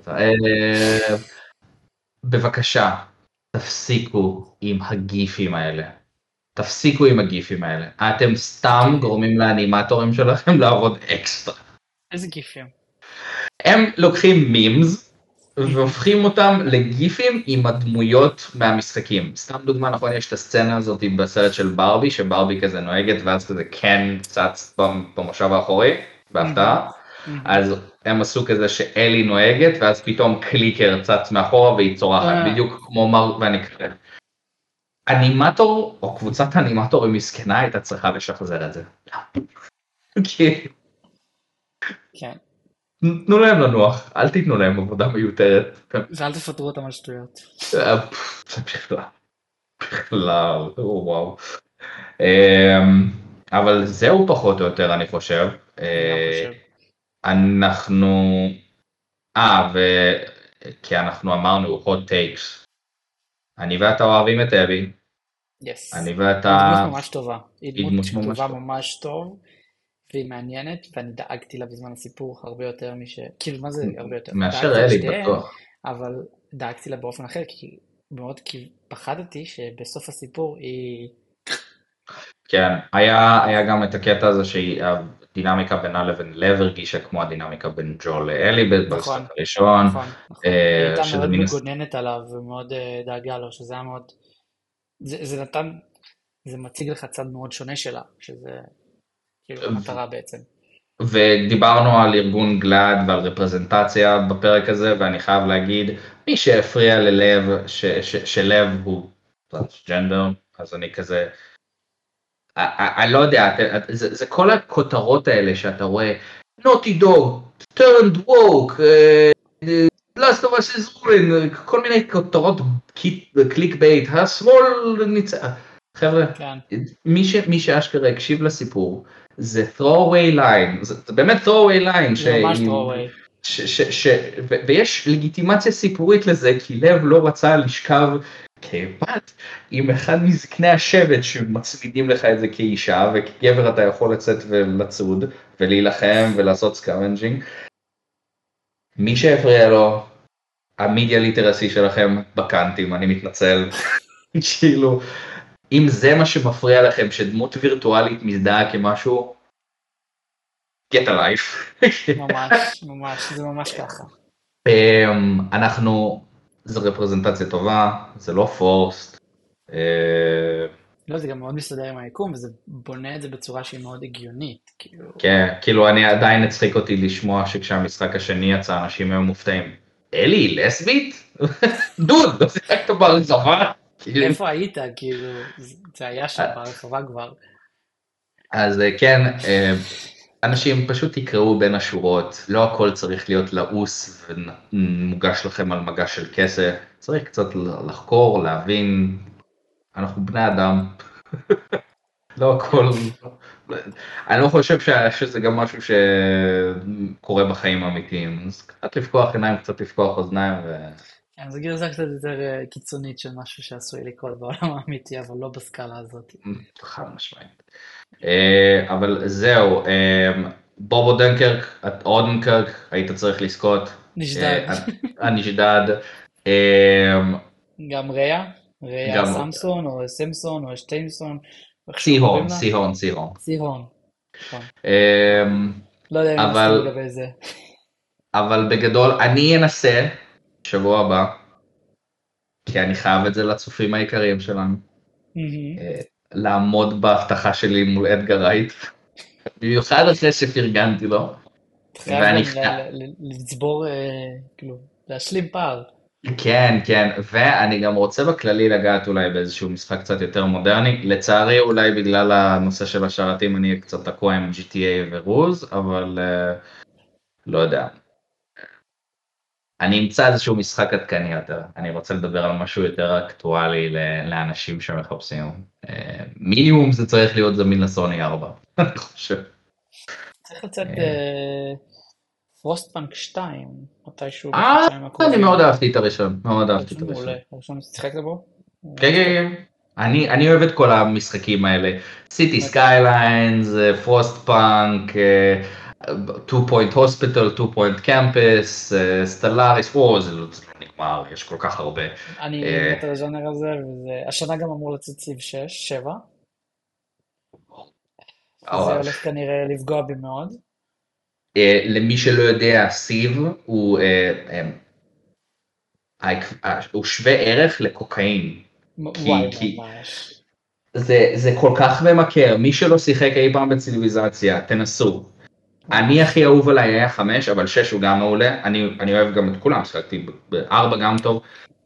בבקשה, תפסיקו עם הגיפים האלה. תפסיקו עם הגיפים האלה. אתם סתם גורמים לאנימטורים שלכם לעבוד אקסטרה. איזה גיפים? הם לוקחים מימס והופכים אותם לגיפים עם הדמויות מהמשחקים. סתם דוגמה, נכון, יש את הסצנה הזאת בסרט של ברבי, שברבי כזה נוהגת ואז כזה כן צץ במושב האחורי, בהפתעה. אז הם עשו כזה שאלי נוהגת ואז פתאום קליקר צץ מאחורה והיא צורחת, בדיוק כמו מר ואני קרא. אנימטור או קבוצת אנימטורים מסכנה הייתה צריכה לשחזר את זה. כן. תנו להם לנוח, אל תיתנו להם עבודה מיותרת. ואל תפטרו אותם על שטויות. בכלל, בכלל, וואו. אבל זהו פחות או יותר אני חושב. אנחנו, אה, כי אנחנו אמרנו hot takes. אני ואתה אוהבים את אבי. יס. אני ואתה... היא דמות ממש טובה. היא דמות שכתובה ממש טוב. והיא מעניינת, ואני דאגתי לה בזמן הסיפור הרבה יותר משל... כאילו, מה זה הרבה יותר? מאשר אלי, בטוח. אבל דאגתי לה באופן אחר, כי מאוד כי פחדתי שבסוף הסיפור היא... כן, היה, היה גם את הקטע הזה שהדינמיקה בינה לבין לב הרגישה כמו הדינמיקה בין ג'ו לאלי בסרט הראשון. נכון, נכון. היא הייתה מאוד מגוננת עליו ומאוד דאגה לו, שזה היה מאוד... זה נתן... זה מציג לך צד מאוד שונה שלה, שזה... כאילו, המטרה בעצם. ודיברנו על ארגון גלד ועל רפרזנטציה בפרק הזה, ואני חייב להגיד, מי שהפריע ללב, שלב הוא טרנסג'נדר, אז אני כזה, אני לא יודע, זה כל הכותרות האלה שאתה רואה, Naughty Dog, turned woke, Last of Us is ruling, כל מיני כותרות קליק בייט, השמאל ניצח. חבר'ה, מי, ש, מי שאשכרה הקשיב לסיפור, זה throwaway line, זה באמת throwaway line, זה ממש throwaway. ש, ש, ש, ו, ויש לגיטימציה סיפורית לזה, כי לב לא רצה לשכב כבת עם אחד מזקני השבט שמצמידים לך את זה כאישה, וכגבר אתה יכול לצאת ולצוד, ולהילחם ולעשות סקאבנג'ינג. מי שהפריע לו, המידיה ליטרסי שלכם בקנטים, אני מתנצל, כאילו, אם זה מה שמפריע לכם, שדמות וירטואלית מזדהה כמשהו, get a life. ממש, ממש, זה ממש ככה. אנחנו, זו רפרזנטציה טובה, זה לא פורסט. לא, זה גם מאוד מסתדר עם היקום, וזה בונה את זה בצורה שהיא מאוד הגיונית. כן, כאילו אני עדיין הצחיק אותי לשמוע שכשהמשחק השני יצא, אנשים היו מופתעים. אלי, היא לסבית? דוד, לא שיחקת ברחבה? איפה היית? כאילו, זה היה שם ברחבה כבר. אז כן, אנשים פשוט תקראו בין השורות, לא הכל צריך להיות לעוס ומוגש לכם על מגש של כסף, צריך קצת לחקור, להבין, אנחנו בני אדם, לא הכל, אני לא חושב שזה גם משהו שקורה בחיים האמיתיים, אז קצת לפקוח עיניים, קצת לפקוח אוזניים. כן, זו גרסה קצת יותר קיצונית של משהו שעשוי לקרות בעולם האמיתי, אבל לא בסקאלה הזאת. חד משמעית. אבל זהו, בובו דנקרק, אודנקרק, היית צריך לזכות. נשדד. הנשדד. גם ריאה, ריאה סמסון או סמסון או שטיימסון. סיהון, סיהון, סיהון. סיהון. לא יודע אם נסכים לגבי זה. אבל בגדול, אני אנסה שבוע הבא, כי אני חייב את זה לצופים העיקריים שלנו. לעמוד בהבטחה שלי מול אדגר רייט, במיוחד אחרי שפרגנתי לו. חייב לצבור, כאילו, להשלים פער. כן, כן, ואני גם רוצה בכללי לגעת אולי באיזשהו משחק קצת יותר מודרני, לצערי אולי בגלל הנושא של השרתים אני קצת תקוע עם ג'י טי איי ורוז, אבל לא יודע. אני אמצא איזשהו משחק עדכני יותר, אני רוצה לדבר על משהו יותר אקטואלי לאנשים שמחפשים. מינימום זה צריך להיות זמין לסוני ארבע, אני חושב. צריך לצאת פרוסטפאנק שתיים, מתישהו בחודשיים הקרובים. אני מאוד אהבתי את הראשון, מאוד אהבתי את הראשון. הראשון שיחקת בו? כן, כן, כן. אני, אני אוהב את כל המשחקים האלה, סיטי באמת. סקייליינס, פרוסט פאנק, טו פוינט הוספיטל, טו פוינט קמפס, סטלאריס, וואו, זה לא זה לא נגמר, יש כל כך הרבה. אני אה, מת על הז'אנר הזה, והשנה גם אמור לצאת סיב שש, שבע, שזה אה, הולך כנראה לפגוע בי מאוד. אה, למי שלא יודע, סיב הוא, אה, אה, אה, הוא שווה ערך לקוקאין, מ- וואי, כי, כי ממש. זה, זה כל כך ממכר, מי שלא שיחק אי פעם בציוויליזציה, תנסו. אני ממש. הכי אהוב עליי היה חמש, אבל שש הוא גם מעולה, אני, אני אוהב גם את כולם, שחקתי בארבע גם טוב.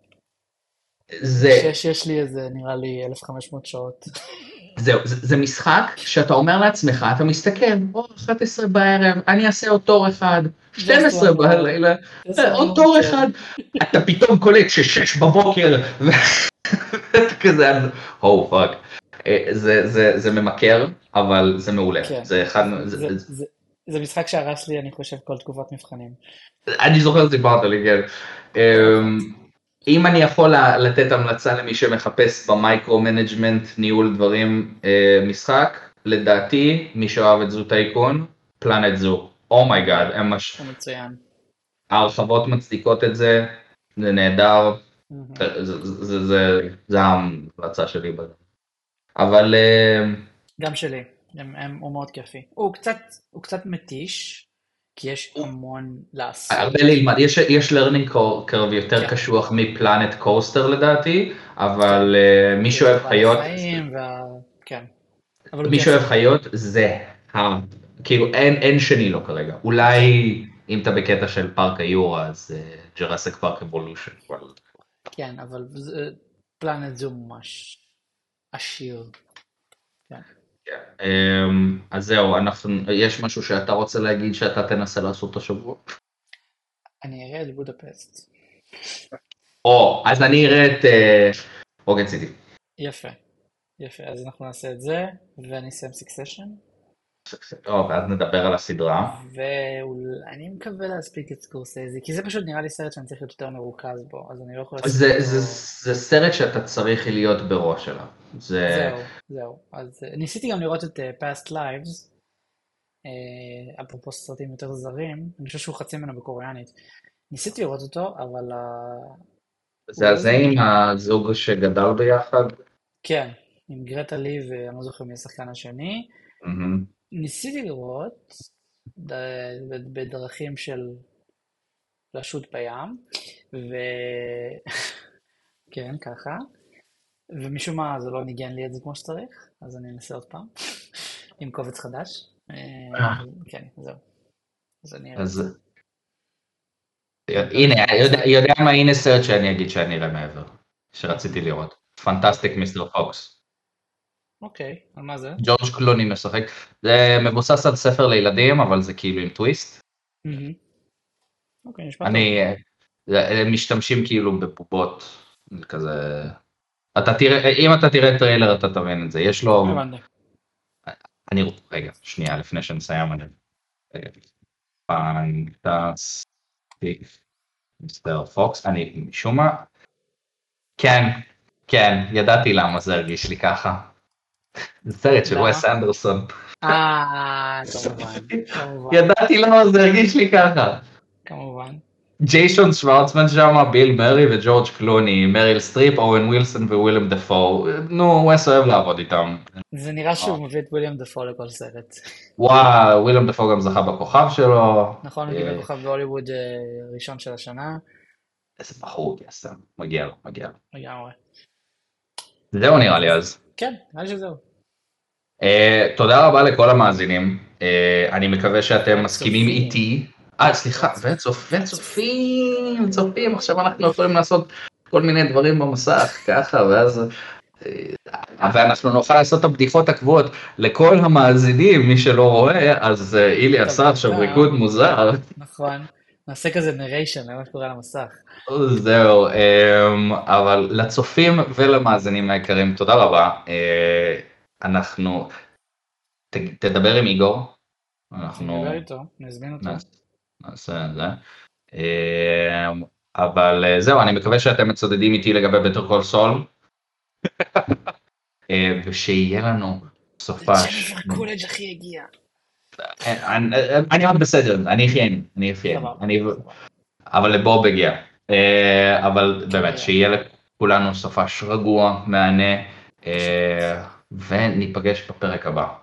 זה, בשש יש לי איזה, נראה לי, אלף וחמש מאות שעות. זהו, זה, זה משחק שאתה אומר לעצמך, אתה מסתכל, או אחת עשרה בערב, אני אעשה עוד תור אחד, שתים Just עשרה one more. בלילה, Just אה, one עוד more תור kill. אחד, אתה פתאום קולט ששש בבוקר, ואתה כזה, או פאק. זה, זה, זה ממכר, אבל זה מעולה, כן. זה אחד, זה, זה, זה, זה, זה, זה משחק שהרס לי, אני חושב, כל תקופת מבחנים. אני זוכר סיפרת לי, כן. פעם אחת. אמ, אם אני יכול ל- לתת המלצה למי שמחפש במיקרו-מנג'מנט, ניהול דברים, אה, משחק, לדעתי, מי שאוהב את זו טייקון, פלנט זו. אומייגאד, הם מש... הוא מצוין. ההרחבות מצדיקות את זה, זה נהדר, מהמם. זה, זה, זה, זה, זה ההמלצה שלי בזה. אבל אה, גם שלי. הם, הם, הוא מאוד כיפי. הוא קצת, הוא קצת מתיש, כי יש המון לעשות. הרבה ללמד, יש, יש learning curve יותר כן, קשוח מפלנט קוסטר לדעתי, כן. אבל אה, מי כי יש את שאוהב הבעלי חיות, חיים, וה... כן. אבל הוא מי שאוהב כיפי. חיות זה, ה... כאילו אין, אין שני לו כרגע, אולי כן, אם אתה בקטע של פארק היורה אז ג'רסיק פארק אבולושן, אבל כן, אבל זה- פלנט זו ממש עשיר. כן. כן. אמ, אז זהו, אנחנו, יש משהו שאתה רוצה להגיד שאתה תנסה לעשות השבוע? אני אראה את בודפסט. או, אז אני אראה את רוגן סיטי. יפה, יפה. אז אנחנו נעשה את זה, ואני אסיים סיקסשן. או, ואז נדבר על הסדרה. ואני מקווה להספיק את סקורסזי, כי זה פשוט נראה לי סרט שאני צריך להיות יותר מרוכז בו, אז אני לא יכול לשים זה, אותו... זה, זה סרט שאתה צריך להיות בראש שלו. זה... זהו, זהו. אז אה, ניסיתי גם לראות את אה, Past Lives, אה, אפרופו סרטים יותר זרים, אני חושב שהוא חצי ממנו בקוריאנית. ניסיתי לראות אותו, אבל אה, הוא זה לא הזה זמין. עם הזוג שגדל ביחד? כן, עם גרטה לי ואני לא זוכר מי השחקן השני. מהמם. ניסיתי לראות ד- ב- בדרכים של לשוט בים, וכן, ככה, ומשום מה זה לא ניגן לי את זה כמו שצריך, אז אני אנסה עוד פעם, עם קובץ חדש. אה, אה, כן, זהו, אז אני אראה את זה. אז מקווה הנה, שאני יודע, אצליח. יודע מה, הנה סרט שאני אגיד שאני אראה מעבר, שרציתי לראות. פנטסטיק אוקיי, מיסטר פוקס. אוקיי, על מה זה? ג'ורג' קלוני משחק. זה מבוסס על ספר לילדים, אבל זה כאילו עם טוויסט. מהמם. אוקיי, נשמע טוב. אני, זה- הם משתמשים כאילו בבובות, כזה, אתה תראה, אם אתה תראה טריילר אתה תבין את זה, יש לו, הבנתי. אני, רגע, שנייה, לפני שנסיים, אני, פנטסטיק מיסטר פוקס, אני משום מה, כן, כן, ידעתי למה זה הרגיש לי ככה. זה סרט של למה? וס אנדרסון. אה, כמובן, כמובן, ידעתי למה זה הרגיש לי ככה. כמובן. ג'יישון שוורצמן שם, ביל מרי וג'ורג' קלוני, מריל סטריפ, אורן ווילסון ווילם דפו. נו, וס אוהב לעבוד איתם. זה נראה שהוא מביא את וויליאם דפו לכל סרט. וואו, ווילם דפו גם זכה בכוכב שלו. נכון, הוא קיבל אה, כוכב בהוליווד אה, ראשון של השנה, איזה בחור קסם, מגיע לו, מגיע לו. לגמרי. זהו נראה לי אז. כן, נראה לי שזהו. אה, תודה רבה לכל המאזינים, אה, אני מקווה שאתם מסכימים והצופים. איתי. אה, סליחה, וצופ- וצופים, צופים, עכשיו אנחנו יכולים לעשות כל מיני דברים במסך, ככה, ואז... אה, ואנחנו נוכל לעשות את הבדיחות הקבועות לכל המאזינים, מי שלא רואה, אז אה, אילי טם עשה טם עכשיו טם. ריקוד מוזר. נכון. נעשה כזה נריישן למה שקורה על המסך. זהו, אמ, אבל לצופים ולמאזינים היקרים, תודה רבה. אה, אנחנו, ת- תדבר עם איגור, אני אנחנו אדבר איתו, אני אזמין אותו. נעשה נעשה את זה. אמ, אבל אה, זהו, אני מקווה שאתם מצודדים איתי לגבי בטר קול סול. ושיהיה לנו סופש. ג'ניפר קולג' אחי הגיע. אני רק בסדר, אני אחייני, אני אחייני, אבל לבוב הגיע. אבל באמת, שיהיה לכולנו סופש רגוע, מענה, וניפגש בפרק הבא.